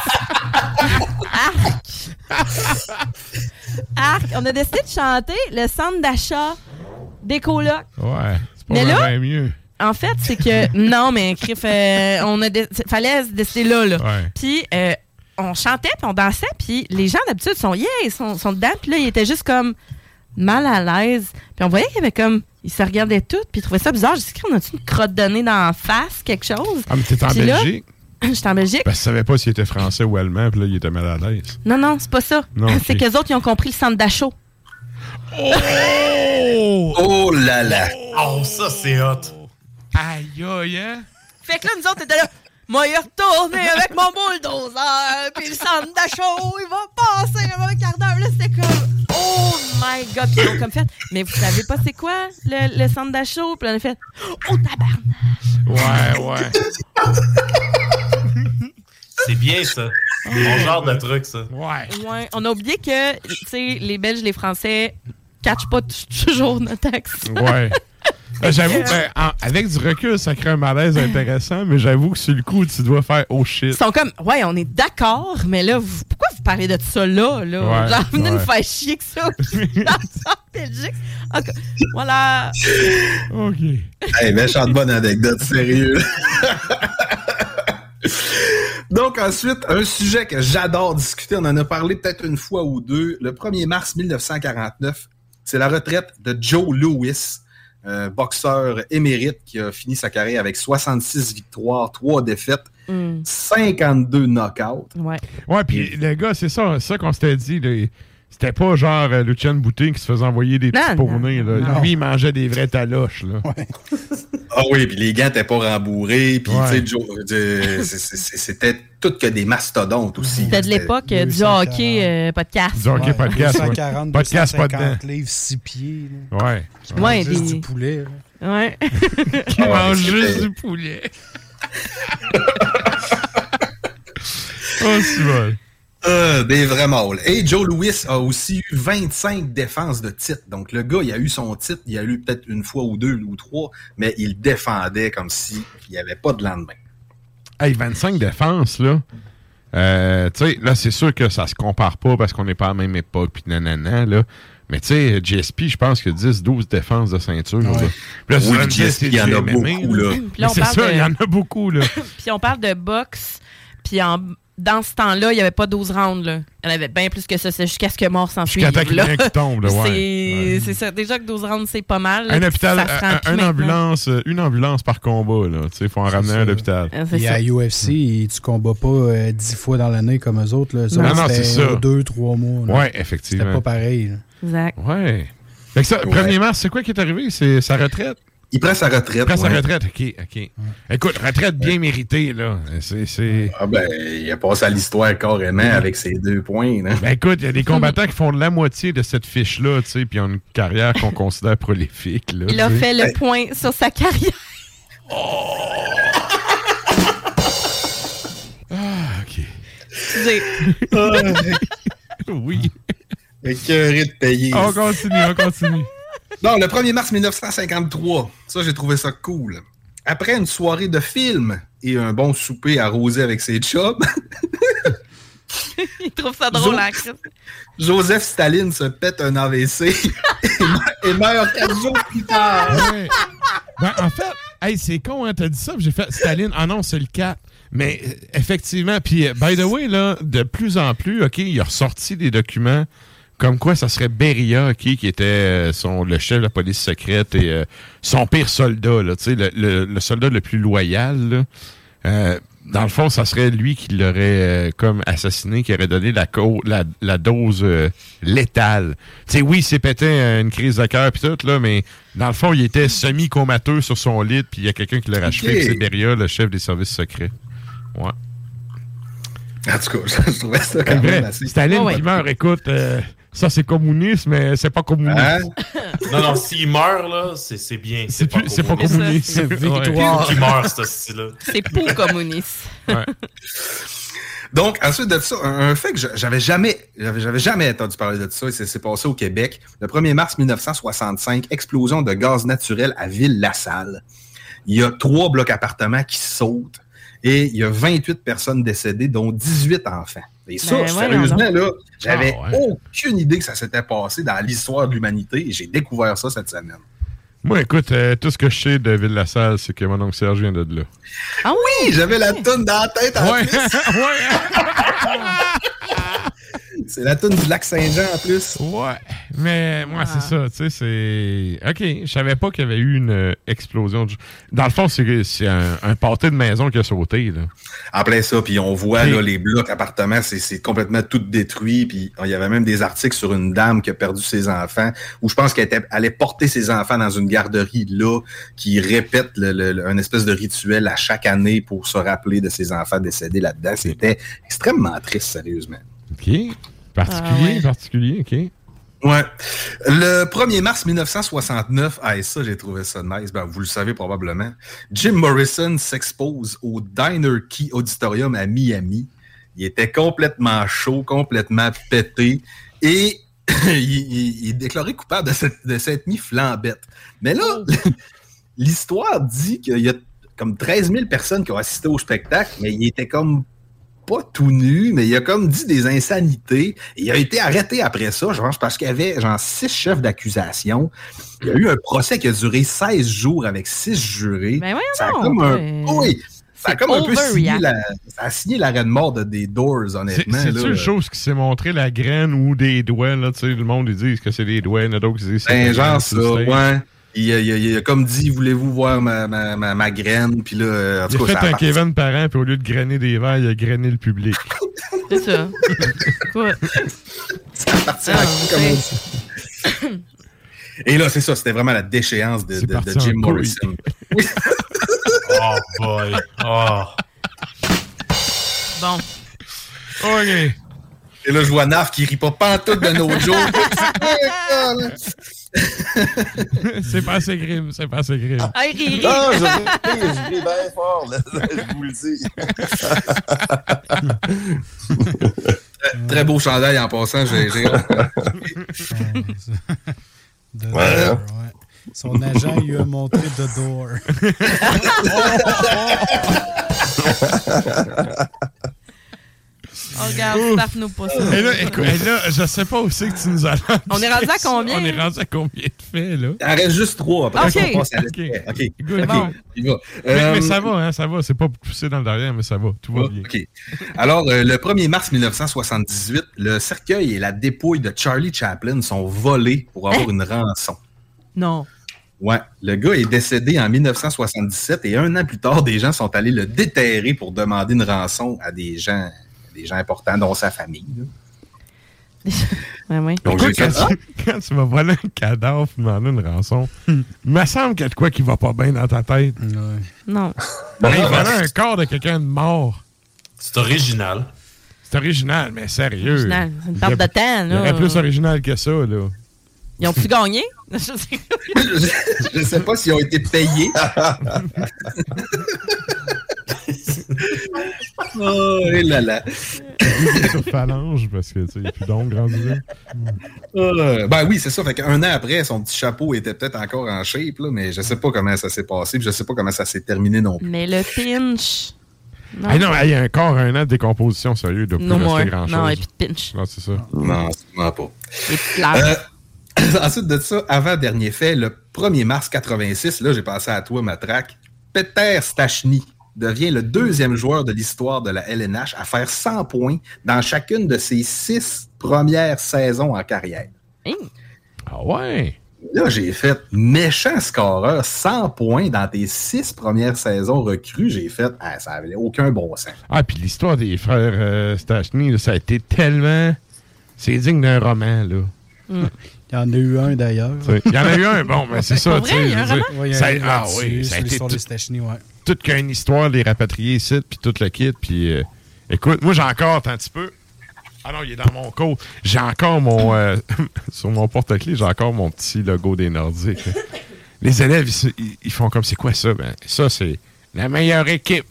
Arc! Arc! On a décidé de chanter le centre d'achat des colocs. Ouais, c'est pas Mais là- vraiment mieux. En fait, c'est que... Non, mais Criff, euh, on a... dé- fallait se décider là, là. Ouais. Puis... euh, on chantait, puis on dansait, puis les gens, d'habitude, sont, yeah, ils sont, sont dedans. Puis là, ils étaient juste comme mal à l'aise. Puis on voyait qu'il y avait comme... Ils se regardaient tous, puis ils trouvaient ça bizarre. J'ai dit, on a-tu une crotte de nez dans la face, quelque chose? Ah, mais t'es en Puis là, Belgique? J'étais en Belgique. Parce que tu savais pas s'il était français ou allemand, puis là, il était mal à l'aise. Non, non, c'est pas ça. Non, C'est ok. qu'eux autres, ils ont compris le centre d'achat. Oh! Oh là là! Oh, ça, c'est hot. Aïe, aïe, hein? Fait que là, nous autres, on était là. Moi, il est retourné avec mon bulldozer, puis le centre d'achat, il va passer un quart d'heure. Là, c'était comme, oh my God. Puis ils ont comme fait, mais vous savez pas c'est quoi le, le centre d'achat? Puis on a fait, oh tabarnak. Ouais, ouais. C'est bien, ça. Mon genre de truc, ça. Ouais. Ouais, on a oublié que, tu sais, les Belges, les Français, catchent pas t- toujours notre accent. Ouais. Ben, j'avoue, ben, en- avec du recul, ça crée un malaise intéressant, mais j'avoue que sur le coup, tu dois faire oh shit. Ils sont comme, ouais, on est d'accord, mais là, vous- pourquoi vous parlez de ça là? là? Ouais, Genre, venez ouais. nous faire chier que ça. Dans en Belgique. En tout cas, voilà. OK. Hey, méchante bonne anecdote, sérieux. Donc, ensuite, un sujet que j'adore discuter, on en a parlé peut-être une fois ou deux. Le premier mars mille neuf cent quarante-neuf, c'est la retraite de Joe Louis, un boxeur émérite qui a fini sa carrière avec soixante-six victoires, trois défaites, mm. cinquante-deux knockouts. Ouais, ouais puis le gars, c'est ça, ça qu'on s'était dit, là, c'était pas genre euh, Lucien Boutin qui se faisait envoyer des petits poneys. Lui, il mangeait des vrais taloches. Là. Ouais. Ah oui, puis les gants n'étaient pas rembourrés. Puis, ouais. tu sais, c'était tout que des mastodontes aussi. C'était de l'époque du hockey euh, podcast. Du hockey ouais, podcast. deux cent quarante, ouais. Podcast, deux cent cinquante livres, six pieds. Là. Ouais. Qui ouais, mange des... juste du poulet. Là. Ouais. Qui ah, mange juste du poulet. Oh, c'est vrai. Euh, des vrais mâles. Et Joe Louis a aussi eu vingt-cinq défenses de titre. Donc, le gars, il a eu son titre, il a eu peut-être une fois ou deux ou trois, mais il défendait comme s'il n'y avait pas de lendemain. Hey, vingt-cinq défenses, là. Euh, tu sais, là, c'est sûr que ça se compare pas parce qu'on n'est pas à la même époque, puis nanana, là. Mais tu sais, J S P, je pense qu'il y a dix douze défenses de ceinture. Ouais. Là. Là, oui, J S P, il y en a beaucoup, là. là. C'est ça, il de... y en a beaucoup, là. Puis on parle de boxe, puis en... Dans ce temps-là, il n'y avait pas douze rounds. Là. Il y en avait bien plus que ça. C'est jusqu'à ce que mort s'en suive. Jusqu'à temps qu'il y en ait qui tombe. Là, ouais. C'est, ouais. c'est ça. Déjà que douze rounds, c'est pas mal. Là, un hôpital, un, un ambulance, une ambulance par combat. Il faut en c'est ramener ça. À l'hôpital. Et ça. À U F C, tu combats pas euh, dix fois dans l'année comme eux autres. Là. Ça, non, non, c'est ça. Deux, trois mois. Oui, effectivement. C'était pas pareil. Là. Exact. Oui. Fait que ça, ouais. premier mars, c'est quoi qui est arrivé? C'est sa retraite? Il prend sa retraite. Il prend ouais. sa retraite, OK, OK. Ouais. Écoute, retraite bien méritée, là. C'est, c'est... Ah ben, il a passé à l'histoire carrément ouais. avec ses deux points. Là. Ben écoute, il y a des combattants qui font la moitié de cette fiche-là, tu sais, puis ils ont une carrière qu'on considère prolifique. Là, il a fait le hey. point sur sa carrière. Oh! Ah, OK. Excusez. Oui. Écœuré de payer. On continue, on continue. Non, le premier mars mille neuf cent cinquante-trois, ça, j'ai trouvé ça cool. Après une soirée de film et un bon souper arrosé avec ses chums, il trouve ça drôle, jo- hein, Joseph Staline se pète un A V C et meurt quatre jours plus tard. Ouais. Ben, en fait, hey, c'est con, hein, t'as dit ça, j'ai fait Staline, ah non, c'est le quatre. Mais euh, effectivement, puis by the way, là, de plus en plus, OK, il a ressorti des documents comme quoi ça serait Beria, okay, qui était euh, son, le chef de la police secrète et euh, son pire soldat, là, le, le, le soldat le plus loyal. Là. Euh, dans le fond, ça serait lui qui l'aurait euh, comme assassiné, qui aurait donné la, co- la, la dose euh, létale. T'sais, oui, il s'est pété euh, une crise de cœur puis tout, là, mais dans le fond, il était semi-comateux sur son lit, puis il y a quelqu'un qui l'a rachevé, okay. C'est Beria, le chef des services secrets. Ouais. En tout cas, je trouvais ça quand même assez... Staline oh, ouais. qui meurt, écoute... Euh, ça, c'est communiste, mais c'est pas communiste. Hein? Non, non, s'il meurt, là, c'est, c'est bien. C'est, c'est, pas, plus, c'est pas communiste. C'est victoire. Qui meurt, ce style-là. C'est pour communiste. Ouais. Donc, ensuite de ça, un, un fait que j'avais jamais, j'avais, j'avais jamais entendu parler de ça, et c'est, c'est passé au Québec. Le premier mars mille neuf cent soixante-cinq, explosion de gaz naturel à Ville-la-Salle. Il y a trois blocs appartements qui sautent et il y a vingt-huit personnes décédées, dont dix-huit enfants. Et ça, ben, sérieusement, ouais, là, j'avais ah, ouais. aucune idée que ça s'était passé dans l'histoire de l'humanité et j'ai découvert ça cette semaine. Moi, écoute, euh, tout ce que je sais de Ville-la-Salle, c'est que mon oncle Serge vient de là. Ah oui, j'avais la toune dans la tête en ouais. plus. C'est la toune du lac Saint-Jean en plus. Ouais, mais moi, ah. c'est ça, tu sais, c'est... OK, je savais pas qu'il y avait eu une euh, explosion. De... Dans le fond, c'est, c'est un, un pâté de maison qui a sauté, là. En plein ça, puis on voit, puis... là, les blocs appartements, c'est, c'est complètement tout détruit, puis il y avait même des articles sur une dame qui a perdu ses enfants, où je pense qu'elle était, allait porter ses enfants dans une garderie, là, qui répète le, le, le, un espèce de rituel à chaque année pour se rappeler de ses enfants décédés là-dedans. C'était extrêmement triste, sérieusement. OK. Particulier, ah ouais. particulier, OK. Ouais. Le premier mars mille neuf cent soixante-neuf, ah, et ça, j'ai trouvé ça nice, ben, vous le savez probablement, Jim Morrison s'expose au Diner Key Auditorium à Miami. Il était complètement chaud, complètement pété, et il, il, il est déclaré coupable de cette, de cette nuit flambette. Mais là, l'histoire dit qu'il y a comme treize mille personnes qui ont assisté au spectacle, mais il était comme pas tout nu, mais il a comme dit des insanités. Et il a été arrêté après ça, je pense, parce qu'il y avait genre six chefs d'accusation. Il y a eu un procès qui a duré seize jours avec six jurés. Ben ouais, ça a non, comme un... mais... Oui, ça a comme un peu signé la... Ça a signé l'arrêt de mort de des Doors, honnêtement. C'est, c'est-tu là, une chose qui s'est montrée la graine ou des doigts, là, tu sais, le monde, ils disent que c'est des doigts, il y en a d'autres qui disent ben, genre ça, ouais. Puis il a, il a- il a comme dit, voulez-vous voir ma, ma, ma, ma graine? Puis là, en Il tout a cas, fait ça a un parti. Kevin Parent, puis au lieu de grainer des verres, il a grainé le public. C'est ça. Écoute. Ça a parti en Ah, couille, comme on dit. Et là, c'est ça, c'était vraiment la déchéance de, de, de parti en Jim couille. Morrison. Oh boy. Oh. Bon. OK. Et là, je vois Naf qui rit pas pantoute de nos jours. C'est pas assez grim, c'est pas assez grim. Ah, il rit, il rit. Non, je ris, je ris bien fort, là, je vous le dis. très, très beau chandail en passant, j'ai j'ai hâte. The Ouais, Door, hein? ouais. Son agent lui a montré The Door. Oh, regarde, tape-nous pas ça. Et là, écoute, et là, je sais pas où c'est que tu nous as lancé. On est rendu à combien? On est rendu à combien de faits, là? Il en reste juste trois. Après, Ok. on passe à la... OK. OK. Good. OK. bon. Il va. Mais, Euh, mais ça va, hein, ça va. C'est pas poussé dans le derrière, mais ça va. Tout va bien. OK. Alors, euh, le premier mars mille neuf cent soixante-dix-huit, le cercueil et la dépouille de Charlie Chaplin sont volés pour avoir Hein? une rançon. Non. Ouais. Le gars est décédé en mille neuf cent soixante-dix-sept et un an plus tard, des gens sont allés le déterrer pour demander une rançon à des gens, à des gens importants, dont sa famille. là. Ouais, ouais. Donc, Écoute, j'ai quand, fait, tu, quand tu vas voler un cadavre et demander une rançon, il me semble qu'il y a de quoi qui va pas bien dans ta tête. Non. Hey, voler un corps de quelqu'un de mort. C'est original. C'est original, mais sérieux. Original. C'est une perte de temps, Il y aurait là. plus original que ça, là. Ils ont-tu gagné? Je sais je ne sais pas s'ils ont été payés. Oh, et là là. Sur phalange, parce que, tu sais, il n'y a plus d'ongles rendu là. Euh, ben oui, c'est ça. Fait qu'un an après, son petit chapeau était peut-être encore en shape, là, mais je sais pas comment ça s'est passé, puis je sais pas comment ça s'est terminé non plus. Mais le pinch. Non, Hey, non, il y a un corps, un an de décomposition, sérieux, de plus No more. rester grand-chose. Non, et puis de pinch. Non, c'est ça. Non, sûrement pas. C'est clair. Euh, ensuite de ça, avant-dernier fait, le premier mars quatre-vingt-six, là, j'ai passé à toi, Matraque, Peter Stachny devient le deuxième joueur de l'histoire de la L N H à faire cent points dans chacune de ses six premières saisons en carrière. Hey. Ah ouais? Là, j'ai fait méchant scoreur, cent points dans tes six premières saisons recrues. J'ai fait, ah, ça n'avait aucun bon sens. Ah, puis l'histoire des frères euh, Stachny, là, ça a été tellement... C'est digne d'un roman, là. Mm. Il y en a eu un d'ailleurs. Il y en a eu un, bon, mais c'est ça, Pour tu vrai, sais. il y a un je veux dire, Ouais, il y a ça- un livre Ah là-dessus, oui, ça a sur été l'histoire tout- des Stachny, ouais. toute qu'une histoire, les rapatriés ici, puis tout le kit, puis... euh, écoute, moi, j'ai encore un petit peu... Ah non, il est dans mon code. J'ai encore mon... euh, sur mon porte-clés, j'ai encore mon petit logo des Nordiques. là. Les élèves, ils, ils- ils font comme, c'est quoi ça? Ben, ça, c'est la meilleure équipe.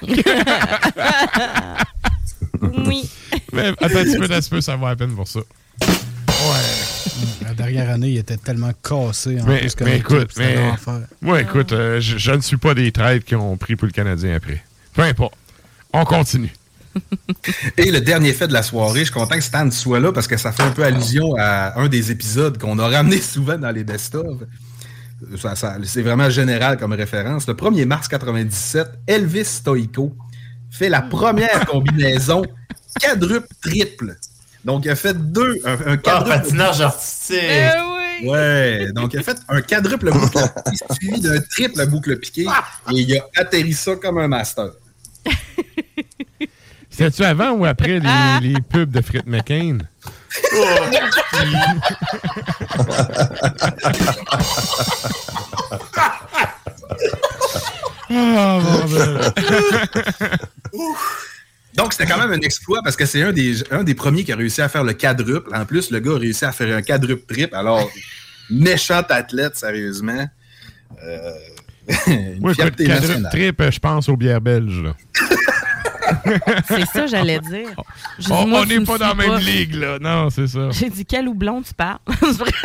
Oui. Mais attends un petit peu, un petit peu, ça va à peine pour ça. Ouais. La dernière année, il était tellement cassé en Mais, plus comme mais équipe, écoute, c'était mais, l'enfer. moi, écoute, euh, je, je ne suis pas des trades qui ont pris pour le Canadien après. Peu importe. On continue. Et le dernier fait de la soirée, je suis content que Stan soit là parce que ça fait un peu allusion à un des épisodes qu'on a ramené souvent dans les best-of. Ça- ça- c'est vraiment général comme référence. Le premier mars quatre-vingt-dix-sept, Elvis Stoico fait la première combinaison quadruple-triple. Donc, il a fait deux, un, un Ah, quadruple. patinage artistique. Eh oui. Ouais, donc il a fait un quadruple boucle piqué suivi d'un triple boucle piqué et il a atterri ça comme un master. C'était-tu avant ou après les, Ah. les pubs de Frit McCain? Ah, bordel. Donc, c'était quand même un exploit parce que c'est un des, un des premiers qui a réussi à faire le quadruple. En plus, le gars a réussi à faire un quadruple triple. Alors, méchant athlète, sérieusement. Euh, une Moi, écoute, fierté quadruple nationale. trip, je pense aux bières belges. Là. C'est ça, j'allais dire. J'ai dit, On moi, on tu n'est me pas dans la suis même pas. ligue, là. Non, c'est ça. J'ai dit, quel houblon tu parles? C'est vrai.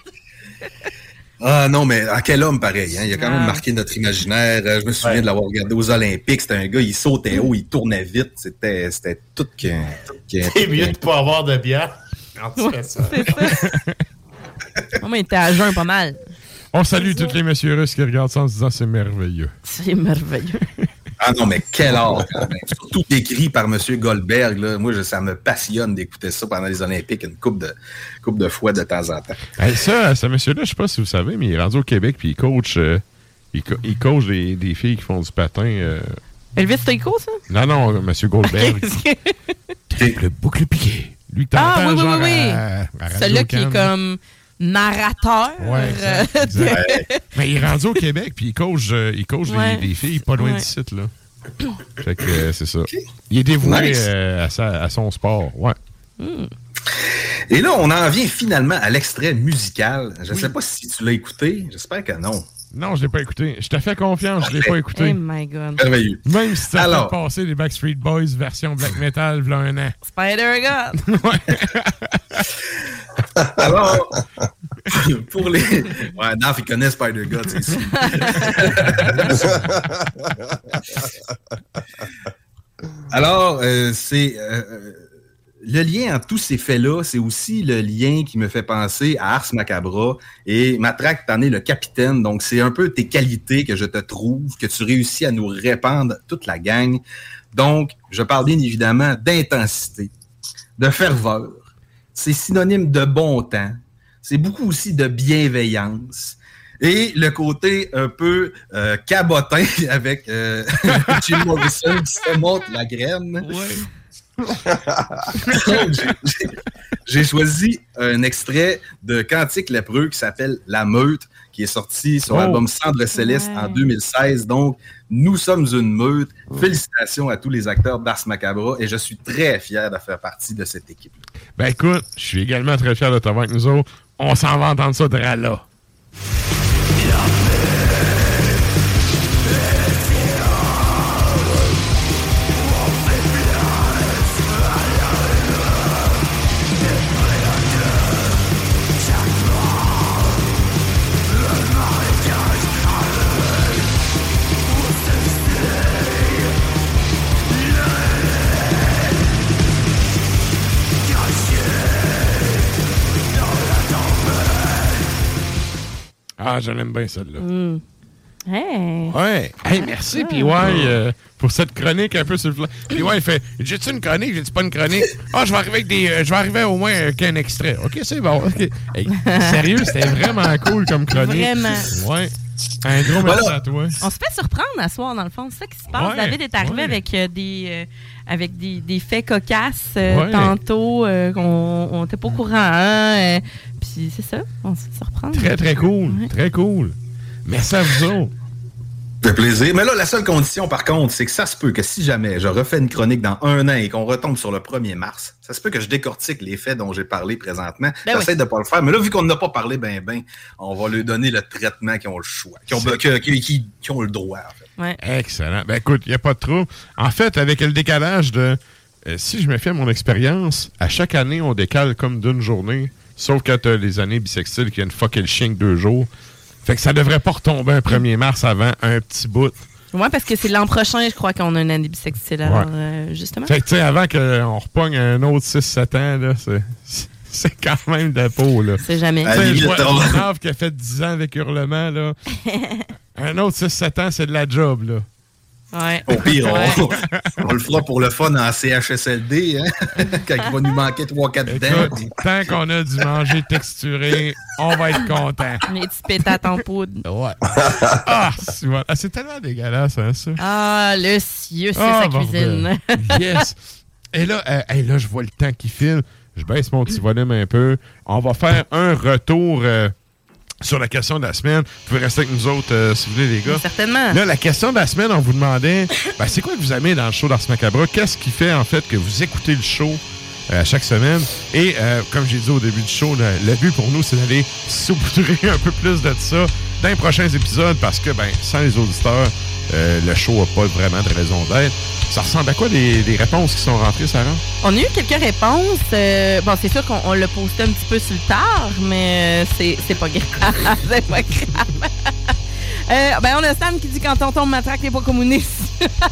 Ah non, mais à quel homme pareil. Hein? Il a quand même Ah. marqué notre imaginaire. Euh, Je me souviens Ouais. de l'avoir regardé aux Olympiques. C'était un gars, il sautait haut, il tournait vite. C'était, c'était tout qu'un... tout qu'un- C'est mieux de pas avoir de bière quand tu fais ça. C'est ça. Moi, il était à jeun pas mal. On salue tous les messieurs russes qui regardent ça en se disant c'est merveilleux. C'est merveilleux. Ah non, mais quel art, quand même. Surtout écrit par M. Goldberg. Là. Moi, je, ça me passionne d'écouter ça pendant les Olympiques une couple de, couple de fois de temps en temps. Hey, ça, ce monsieur-là, je sais pas si vous savez, mais il est rendu au Québec puis il coach, euh, il, co- il coach des, des filles qui font du patin. Euh... Elvis Stoico, ça? Non, non, M. Goldberg. Triple boucle piqué. Lui, t'entends Ah oui, oui, genre oui, oui. à- à Celui-là qui est Radio-Can. comme narrateur. Ouais, exact, euh, exact. de- Mais il est rendu au Québec, puis il coach, euh, il coach Ouais. des, des filles pas loin Ouais. d'ici, là. Fait que euh, c'est ça. Il est dévoué Nice. euh, à, sa- à son sport, ouais. Et là, on en vient finalement à l'extrait musical. Je ne sais pas si tu l'as écouté. J'espère que non. Non, je l'ai pas écouté. Je te fais confiance, je l'ai pas écouté. Oh my God. Merveilleux. Même si ça Alors. fait passer les Backstreet Boys version black metal v'là un an. Spider-God. Alors, pour les... Ouais, Naf, il connaît Spider-God, c'est sûr. Alors, euh, c'est... euh, le lien entre tous ces faits-là, c'est aussi le lien qui me fait penser à Ars Macabra. Et Matraque, t'en es le capitaine. Donc, c'est un peu tes qualités que je te trouve, que tu réussis à nous répandre toute la gang. Donc, je parle bien évidemment d'intensité, de ferveur. C'est synonyme de bon temps. C'est beaucoup aussi de bienveillance. Et le côté un peu euh, cabotin avec euh, Jim Morrison qui se monte la graine. Donc, j'ai- j'ai- j'ai choisi un extrait de Cantique lépreux qui s'appelle La Meute, qui est sorti sur Oh. l'album Cendre Céleste en deux mille seize. Donc, nous sommes une meute. Félicitations à tous les acteurs d'Ars Macabra et je suis très fier de faire partie de cette équipe. Ben écoute, je suis également très fier de t'avoir avec nous autres. On s'en va entendre ça de là. Ah, je l'aime bien celle-là. Mm. Hey. Ouais. Hey, merci, P Y, euh, pour cette chronique un peu sur le flanc. P Y, il fait j'ai-tu une chronique J'ai-tu pas une chronique Ah, je vais arriver avec des. euh, je vais arriver au moins avec un extrait. Ok, c'est bon. ok. Hey, sérieux, c'était vraiment cool comme chronique. Vraiment. Ouais. Un gros merci à toi. On se fait surprendre à soir, dans le fond. C'est ça qui se passe. Ouais, David est arrivé ouais. avec, euh, des, euh, avec des, des faits cocasses euh, Ouais. tantôt euh, qu'on n'était pas au courant. Hein, euh, Puis c'est ça, on se fait surprendre. Très, très cool. Ouais. Très cool. Merci à vous autres. Ça fait plaisir. Mais là, la seule condition, par contre, c'est que ça se peut que si jamais je refais une chronique dans un an et qu'on retombe sur le premier mars, ça se peut que je décortique les faits dont j'ai parlé présentement. Ben J'essaie oui. de ne pas le faire. Mais là, vu qu'on n'a pas parlé ben ben, on va lui donner le traitement qu'ils ont le choix, qui ont, que- qui, qui- qui ont le droit, en fait. Ouais. Excellent. Ben écoute, il n'y a pas de trouble. En fait, avec le décalage de... euh, si je me fais mon expérience, à chaque année, on décale comme d'une journée, sauf quand t'as les années bissextiles qui viennent fucker le chien que deux jours. Fait que ça devrait pas retomber un premier mars avant un petit bout. Ouais, parce que c'est l'an prochain, je crois qu'on a un année bisexuelle. Alors, Ouais. euh, justement. Fait que tu sais, avant qu'on repogne un autre six sept ans, là, c'est... C'est quand même de peau, là. C'est jamais. Tu sais, je vois on- une Nave qui a fait dix ans avec Hurlement, là. Un autre six sept ans, c'est de la job, là. Ouais. Au pire, on, Ouais. on le fera pour le fun en C H S L D, hein? Quand il va nous manquer trois quatre dents. Écoute, tant qu'on a du manger texturé, on va être content. Les petits pétates en poudre. Ouais. Ah, c'est voilà. Ah, c'est tellement dégueulasse, hein, ça. Ah, le cieux, c'est Ah, sa bordel. cuisine. Yes. Et là, euh, hey, là, je vois le temps qui file. Je baisse mon petit volume un peu. On va faire un retour euh, sur la question de la semaine. Vous pouvez rester avec nous autres, euh, si vous voulez, les gars. Certainement. Là, la question de la semaine, on vous demandait, ben, c'est quoi que vous aimez dans le show d'Ars Macabra? Qu'est-ce qui fait, en fait, que vous écoutez le show euh, chaque semaine? Et, euh, comme j'ai dit au début du show, le, le but pour nous, c'est d'aller saupoudrer un peu plus de ça dans les prochains épisodes parce que, ben, sans les auditeurs, euh, le show n'a pas vraiment de raison d'être. Ça ressemble à quoi les, les réponses qui sont rentrées, Sarah? On a eu quelques réponses. Euh, bon, c'est sûr qu'on on l'a posté un petit peu sur le tard, mais euh, c'est, c'est pas grave. c'est pas grave. euh, ben, on a Stan qui dit quand on tombe matraque, t'es pas communiste.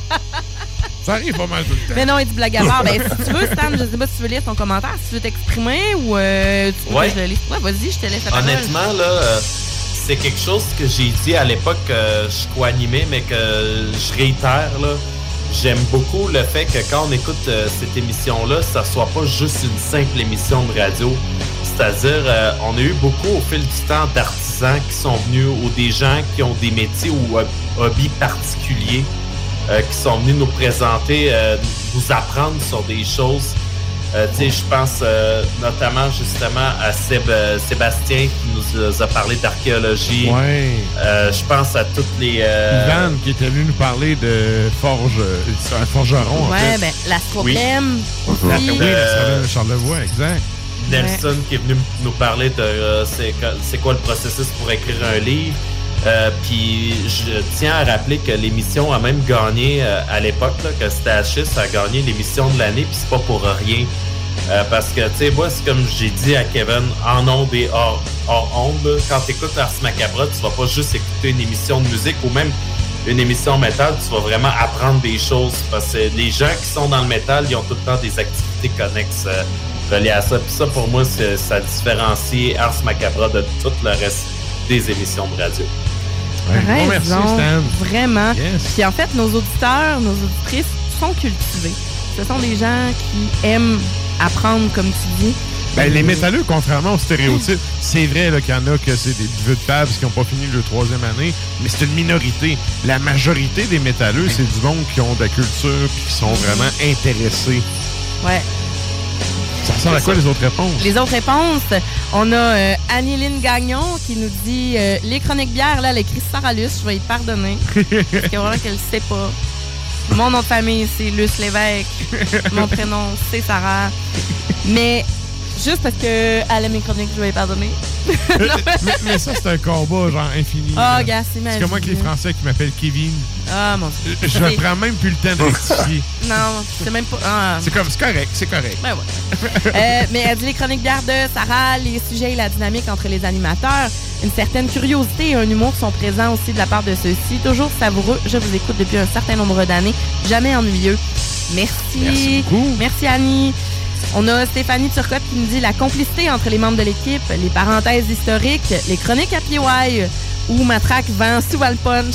Ça arrive pas mal tout le temps. Mais non, il dit blague à part. Ben, si tu veux, Stan, je sais pas si tu veux lire ton commentaire, si tu veux t'exprimer ou euh, tu veux Ouais. que je le lise. Ouais, vas-y, je te laisse la parole. Honnêtement, là, euh, c'est quelque chose que j'ai dit à l'époque que je co-animais, mais que je réitère, là. J'aime beaucoup le fait que quand on écoute euh, cette émission-là, ça soit pas juste une simple émission de radio. C'est-à-dire, euh, on a eu beaucoup au fil du temps d'artisans qui sont venus ou des gens qui ont des métiers ou hobbies particuliers euh, qui sont venus nous présenter, euh, nous apprendre sur des choses. Euh, tu sais, je pense euh, notamment justement à Seb, euh, Sébastien qui nous a parlé d'archéologie. Ouais. Euh, je pense à toutes les... Euh... Ivan qui était venu nous parler de forge, c'est un forgeron en ouais, fait. ben, l'astroblème oui. aussi. Oui, Euh, Charlevoix, exact. Nelson Ouais. qui est venu nous parler de euh, c'est, c'est quoi le processus pour écrire un livre. Euh, Puis je tiens à rappeler que l'émission a même gagné euh, à l'époque, là, que c'était H S a gagné l'émission de l'année, puis c'est pas pour rien. Euh, parce que, tu sais, moi, c'est comme j'ai dit à Kevin, en ondes et hors, hors ondes, là, quand tu écoutes Ars Macabra, tu vas pas juste écouter une émission de musique ou même une émission métal, tu vas vraiment apprendre des choses. Parce que les gens qui sont dans le métal, ils ont tout le temps des activités connexes euh, reliées à ça. Puis ça, pour moi, c'est, ça différencie Ars Macabra de tout le reste des émissions de radio. Raison, bon, merci, Stan. vraiment. Yes. Puis en fait, nos auditeurs, nos auditrices sont cultivés. Ce sont des gens qui aiment apprendre, comme tu dis. Ben, les métalleux, contrairement aux stéréotypes, c'est vrai là, qu'il y en a que c'est des vieux de table qui n'ont pas fini leur troisième année, mais c'est une minorité. La majorité des métalleux, c'est du monde qui ont de la culture et qui sont vraiment intéressés. Ouais. Ça ressemble à quoi les autres réponses? Les autres réponses, on a euh, Annie-Lyne Gagnon qui nous dit euh, les chroniques bières, là, elle a écrit Sarah Luce, je vais y pardonner. Parce que vraiment qu'elle ne sait pas. Mon nom de famille, c'est Luce Lévesque. Mon prénom, c'est Sarah. Mais juste parce qu'elle aime mes chroniques, je vais y pardonner. mais, mais, mais ça, c'est un combat genre infini. Ah, oh, gars, c'est ma C'est comme moi avec les Français qui m'appellent Kevin. Ah, mon Dieu. Je C'est... prends même plus le temps de rectifier. Non, c'est même pas... Ah. C'est comme, c'est correct, c'est correct. Ben ouais. euh, mais elle dit les chroniques bières de Sarah, les sujets et la dynamique entre les animateurs, une certaine curiosité et un humour sont présents aussi de la part de ceux-ci. Toujours savoureux, je vous écoute depuis un certain nombre d'années, jamais ennuyeux. Merci. Merci beaucoup. Merci Annie. On a Stéphanie Turcotte qui nous dit la complicité entre les membres de l'équipe, les parenthèses historiques, les chroniques à P Y où Matraque vend souvent le punch.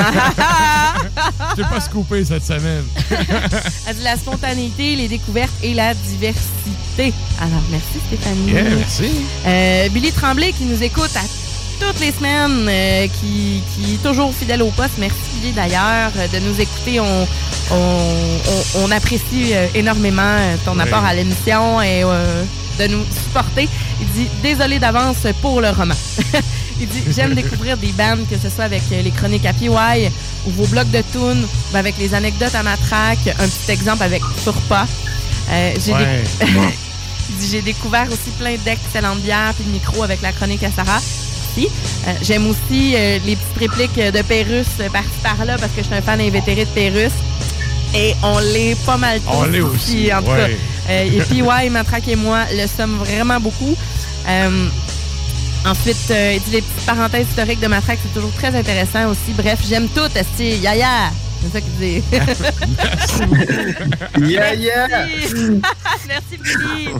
Je n'ai pas scoopé cette semaine. Elle dit la spontanéité, les découvertes et la diversité. Alors, merci Stéphanie. Yeah, merci. Euh, Billy Tremblay qui nous écoute à toutes les semaines, euh, qui, qui est toujours fidèle au poste. Merci Billy d'ailleurs de nous écouter. On, on, on, on apprécie euh, énormément ton oui. apport à l'émission et euh, de nous supporter. Il dit « Désolé d'avance pour le roman ». Il dit « J'aime découvrir des bandes, que ce soit avec les chroniques à P Y ou vos blogs de tunes ou avec les anecdotes à Matraque. Un petit exemple avec Surpa. Euh, j'ai ouais. dé... Il dit « J'ai découvert aussi plein d'excellentes bières puis de micros avec la chronique à Sarah. » Euh, j'aime aussi euh, les petites répliques de Pérus euh, par-ci par-là parce que je suis un fan invétéré de Pérus. Et on l'est pas mal tous. On l'est aussi, en tout ouais. cas. Euh, et puis, ouais, Matraque et moi le sommes vraiment beaucoup. Euh, ensuite, euh, il dit les petites parenthèses historiques de Matraque, c'est toujours très intéressant aussi. Bref, j'aime tout, esti, yaya. C'est ça qu'il dit. Merci. Yaya. Merci. Merci, Billy.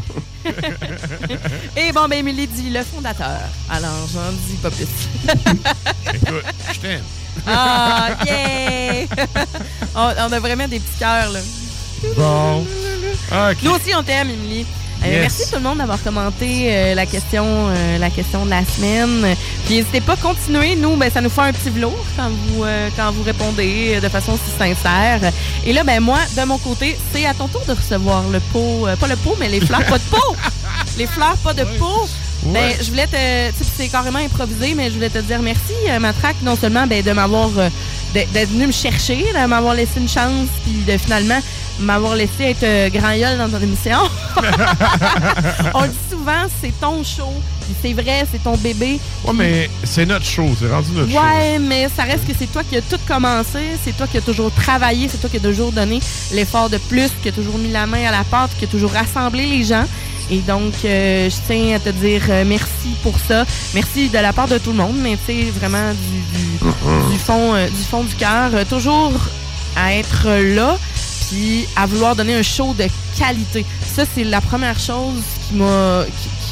Et bon, ben, Émilie dit le fondateur. Alors, j'en dis pas plus. Écoute, je t'aime. Ah, yeah! on, on a vraiment des petits cœurs, là. Bon. Okay. Nous aussi, on t'aime, Émilie. Euh, Yes. Merci tout le monde d'avoir commenté euh, la question euh, la question de la semaine. Puis n'hésitez pas à continuer. Nous, ben, ça nous fait un petit velours quand vous, euh, quand vous répondez de façon si sincère. Et là, ben moi, de mon côté, c'est à ton tour de recevoir le pot. Euh, pas le pot, mais les fleurs pas de pot. Les fleurs pas de pot. Ouais. Ben, je voulais te... Tu sais, c'est carrément improvisé, mais je voulais te dire merci, euh, Matraque, non seulement ben, de m'avoir... Euh, d'être venu me chercher, de m'avoir laissé une chance, puis de finalement m'avoir laissé être euh, grand gueule dans ton émission. On le dit souvent, c'est ton show. Puis c'est vrai, c'est ton bébé. Ouais, mais c'est notre show, c'est rendu notre show. Ouais, mais ça reste que c'est toi qui as tout commencé, c'est toi qui as toujours travaillé, c'est toi qui as toujours donné l'effort de plus, qui a toujours mis la main à la pâte, qui a toujours rassemblé les gens. Et donc, euh, je tiens à te dire euh, merci pour ça. Merci de la part de tout le monde, mais tu sais, vraiment du, du, du, fond, euh, du fond du cœur. Euh, toujours à être là, puis à vouloir donner un show de qualité. Ça, c'est la première chose qui m'a qui,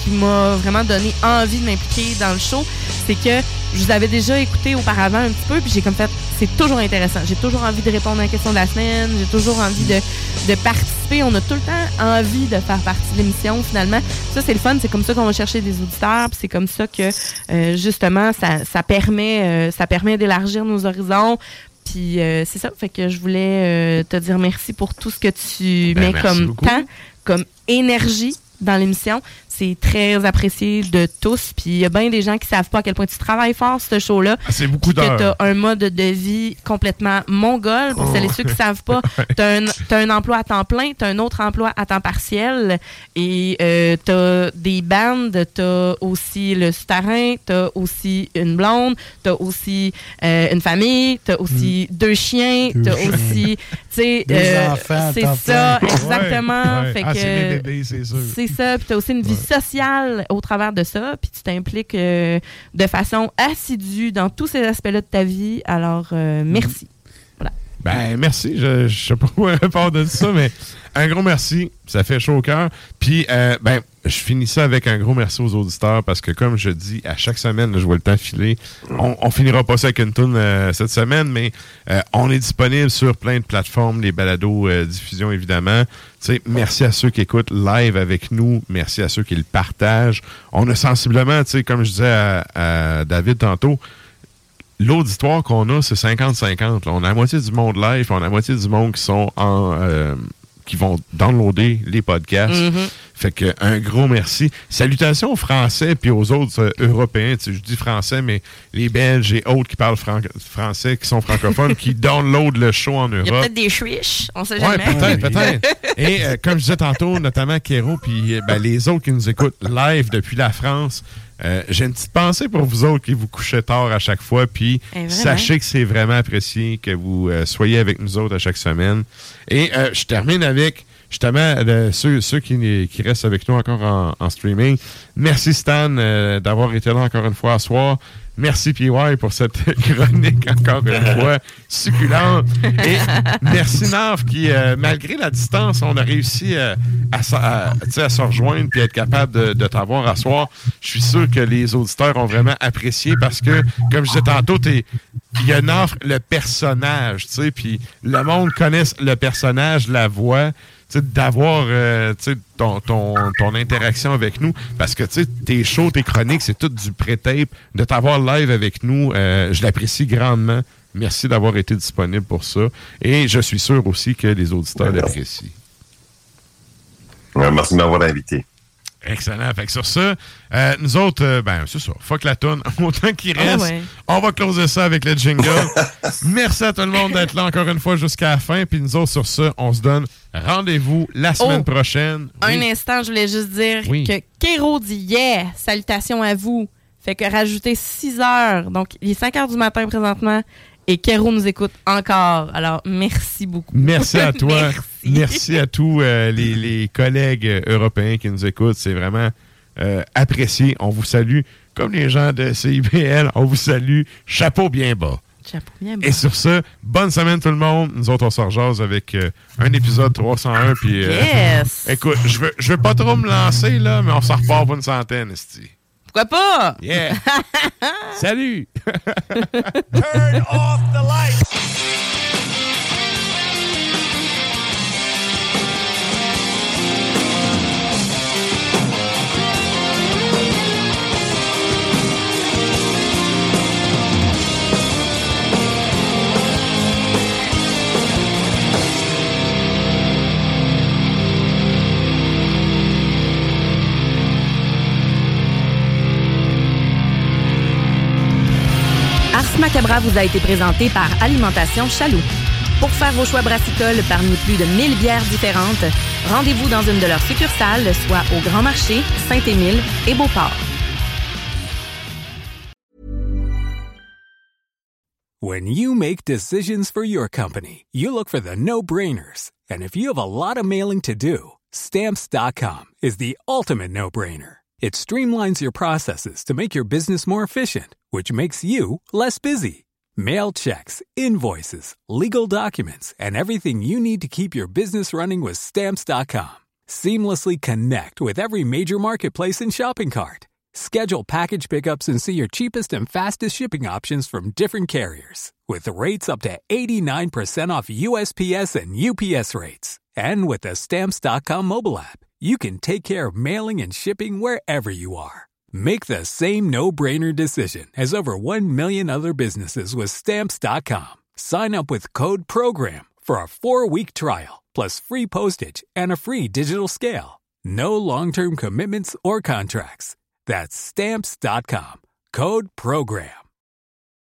qui m'a vraiment donné envie de m'impliquer dans le show, c'est que je vous avais déjà écouté auparavant un petit peu, puis j'ai comme fait, c'est toujours intéressant. J'ai toujours envie de répondre à la question de la semaine, j'ai toujours envie de, de participer. On a tout le temps envie de faire partie de l'émission, finalement. Ça, c'est le fun, c'est comme ça qu'on va chercher des auditeurs, puis c'est comme ça que, euh, justement, ça, ça permet, euh, ça permet d'élargir nos horizons. Puis euh, c'est ça, fait que je voulais euh, te dire merci pour tout ce que tu Ben, mets merci comme beaucoup. temps, comme énergie dans l'émission. C'est très apprécié de tous. Puis il y a bien des gens qui savent pas à quel point tu travailles fort, ce show-là. Ah, c'est beaucoup Puis que d'heures. tu as un mode de vie complètement mongol. Pour Oh. celles et ceux qui savent pas, tu as un, t'as un emploi à temps plein, tu as un autre emploi à temps partiel. Et euh, tu as des bandes, tu as aussi le souterrain, tu as aussi une blonde, tu as aussi euh, une famille, tu as aussi deux chiens, Deux tu as chiens. aussi... tu sais, Des euh, enfants à c'est temps ça, plein. exactement. Ouais, ouais. Fait Ah, que, c'est mes bébés, c'est sûr. c'est ça. Puis tu as aussi une vie sociale au travers de ça. Puis tu t'impliques euh, de façon assidue dans tous ces aspects-là de ta vie. Alors, euh, merci. Voilà. Ben, merci. Je ne sais pas où répondre de ça, mais un gros merci. Ça fait chaud au cœur. Puis, euh, ben, je finis ça avec un gros merci aux auditeurs parce que, comme je dis, à chaque semaine, là, je vois le temps filer. On, on finira pas ça avec une toune euh, cette semaine, mais euh, on est disponible sur plein de plateformes, les balados euh, diffusion, évidemment. Tu sais, merci à ceux qui écoutent live avec nous. Merci à ceux qui le partagent. On a sensiblement, tu sais, comme je disais à, à David tantôt, l'auditoire qu'on a, c'est cinquante cinquante. là. On a la moitié du monde live, on a la moitié du monde qui sont en euh, qui vont downloader les podcasts. Mm-hmm. Fait que un gros merci. Salutations aux Français puis aux autres euh, Européens. Tu sais, je dis Français, mais les Belges et autres qui parlent fran- français, qui sont francophones, qui downloadent le show en Il y a Europe. peut-être des chouiches, on sait Ouais, jamais. peut-être, peut-être. Et euh, comme je disais tantôt, notamment Kéro, puis euh, ben, les autres qui nous écoutent live depuis la France, euh, j'ai une petite pensée pour vous autres qui vous couchez tard à chaque fois, puis Eh, vraiment? sachez que c'est vraiment apprécié que vous euh, soyez avec nous autres à chaque semaine. Et euh, je termine avec justement euh, ceux, ceux qui, qui restent avec nous encore en, en streaming. Merci Stan euh, d'avoir été là encore une fois à soir. Merci P Y pour cette chronique encore une fois succulente. Et merci Nav qui, euh, malgré la distance, on a réussi euh, à, s- à, tu sais, à se rejoindre et être capable de, de t'avoir à soir. Je suis sûr que les auditeurs ont vraiment apprécié parce que, comme je disais tantôt, t'es- il y a Nav, le personnage, tu sais, puis le monde connaît le personnage, la voix. Tu sais, d'avoir euh, tu sais, ton, ton, ton interaction avec nous. Parce que tu sais, tes shows, tes chroniques, c'est tout du pré-tape. De t'avoir live avec nous, euh, je l'apprécie grandement. Merci d'avoir été disponible pour ça. Et je suis sûr aussi que les auditeurs l'apprécient. Ouais, merci de m'avoir invité. Excellent. Fait que sur ça, euh, nous autres, euh, ben, c'est ça. Fuck la toune. Autant qu'il reste, Ah ouais. on va closer ça avec le jingle. Merci à tout le monde d'être là encore une fois jusqu'à la fin. Puis nous autres, sur ça, on se donne rendez-vous la semaine Oh! prochaine. Un Oui. instant, je voulais juste dire Oui. que Kéro dit yeah, salutations à vous. Fait que rajouter six heures. Donc, il est cinq heures du matin présentement et Kéro nous écoute encore. Alors, merci beaucoup. Merci à toi. Merci. Merci à tous euh, les, les collègues euh, européens qui nous écoutent. C'est vraiment euh, apprécié. On vous salue. Comme les gens de C I B L, on vous salue. Chapeau bien bas. Chapeau bien bas. Et sur ce, bonne semaine tout le monde. Nous autres, on se rejase avec euh, un épisode trois cent un. Puis, euh, Yes! écoute, je veux, je veux pas trop me lancer, là, mais on s'en repart pour une centaine, esti. Pourquoi pas? Yeah! Salut! Turn off the lights. Ars Macabra vous a été présenté par Alimentation Chaloux. Pour faire vos choix brassicoles parmi plus de mille bières différentes, rendez-vous dans une de leurs succursales, soit au Grand Marché, Saint-Émile et Beauport. When you make decisions for your company, you look for the no-brainers. And if you have a lot of mailing to do, Stamps dot com is the ultimate no-brainer. It streamlines your processes to make your business more efficient, which makes you less busy. Mail checks, invoices, legal documents, and everything you need to keep your business running with Stamps dot com. Seamlessly connect with every major marketplace and shopping cart. Schedule package pickups and see your cheapest and fastest shipping options from different carriers. With rates up to eighty-nine percent off U S P S and U P S rates. And with the Stamps dot com mobile app, you can take care of mailing and shipping wherever you are. Make the same no-brainer decision as over one million other businesses with Stamps dot com. Sign up with code PROGRAM for a four-week trial, plus free postage and a free digital scale. No long-term commitments or contracts. That's Stamps dot com. Code PROGRAM.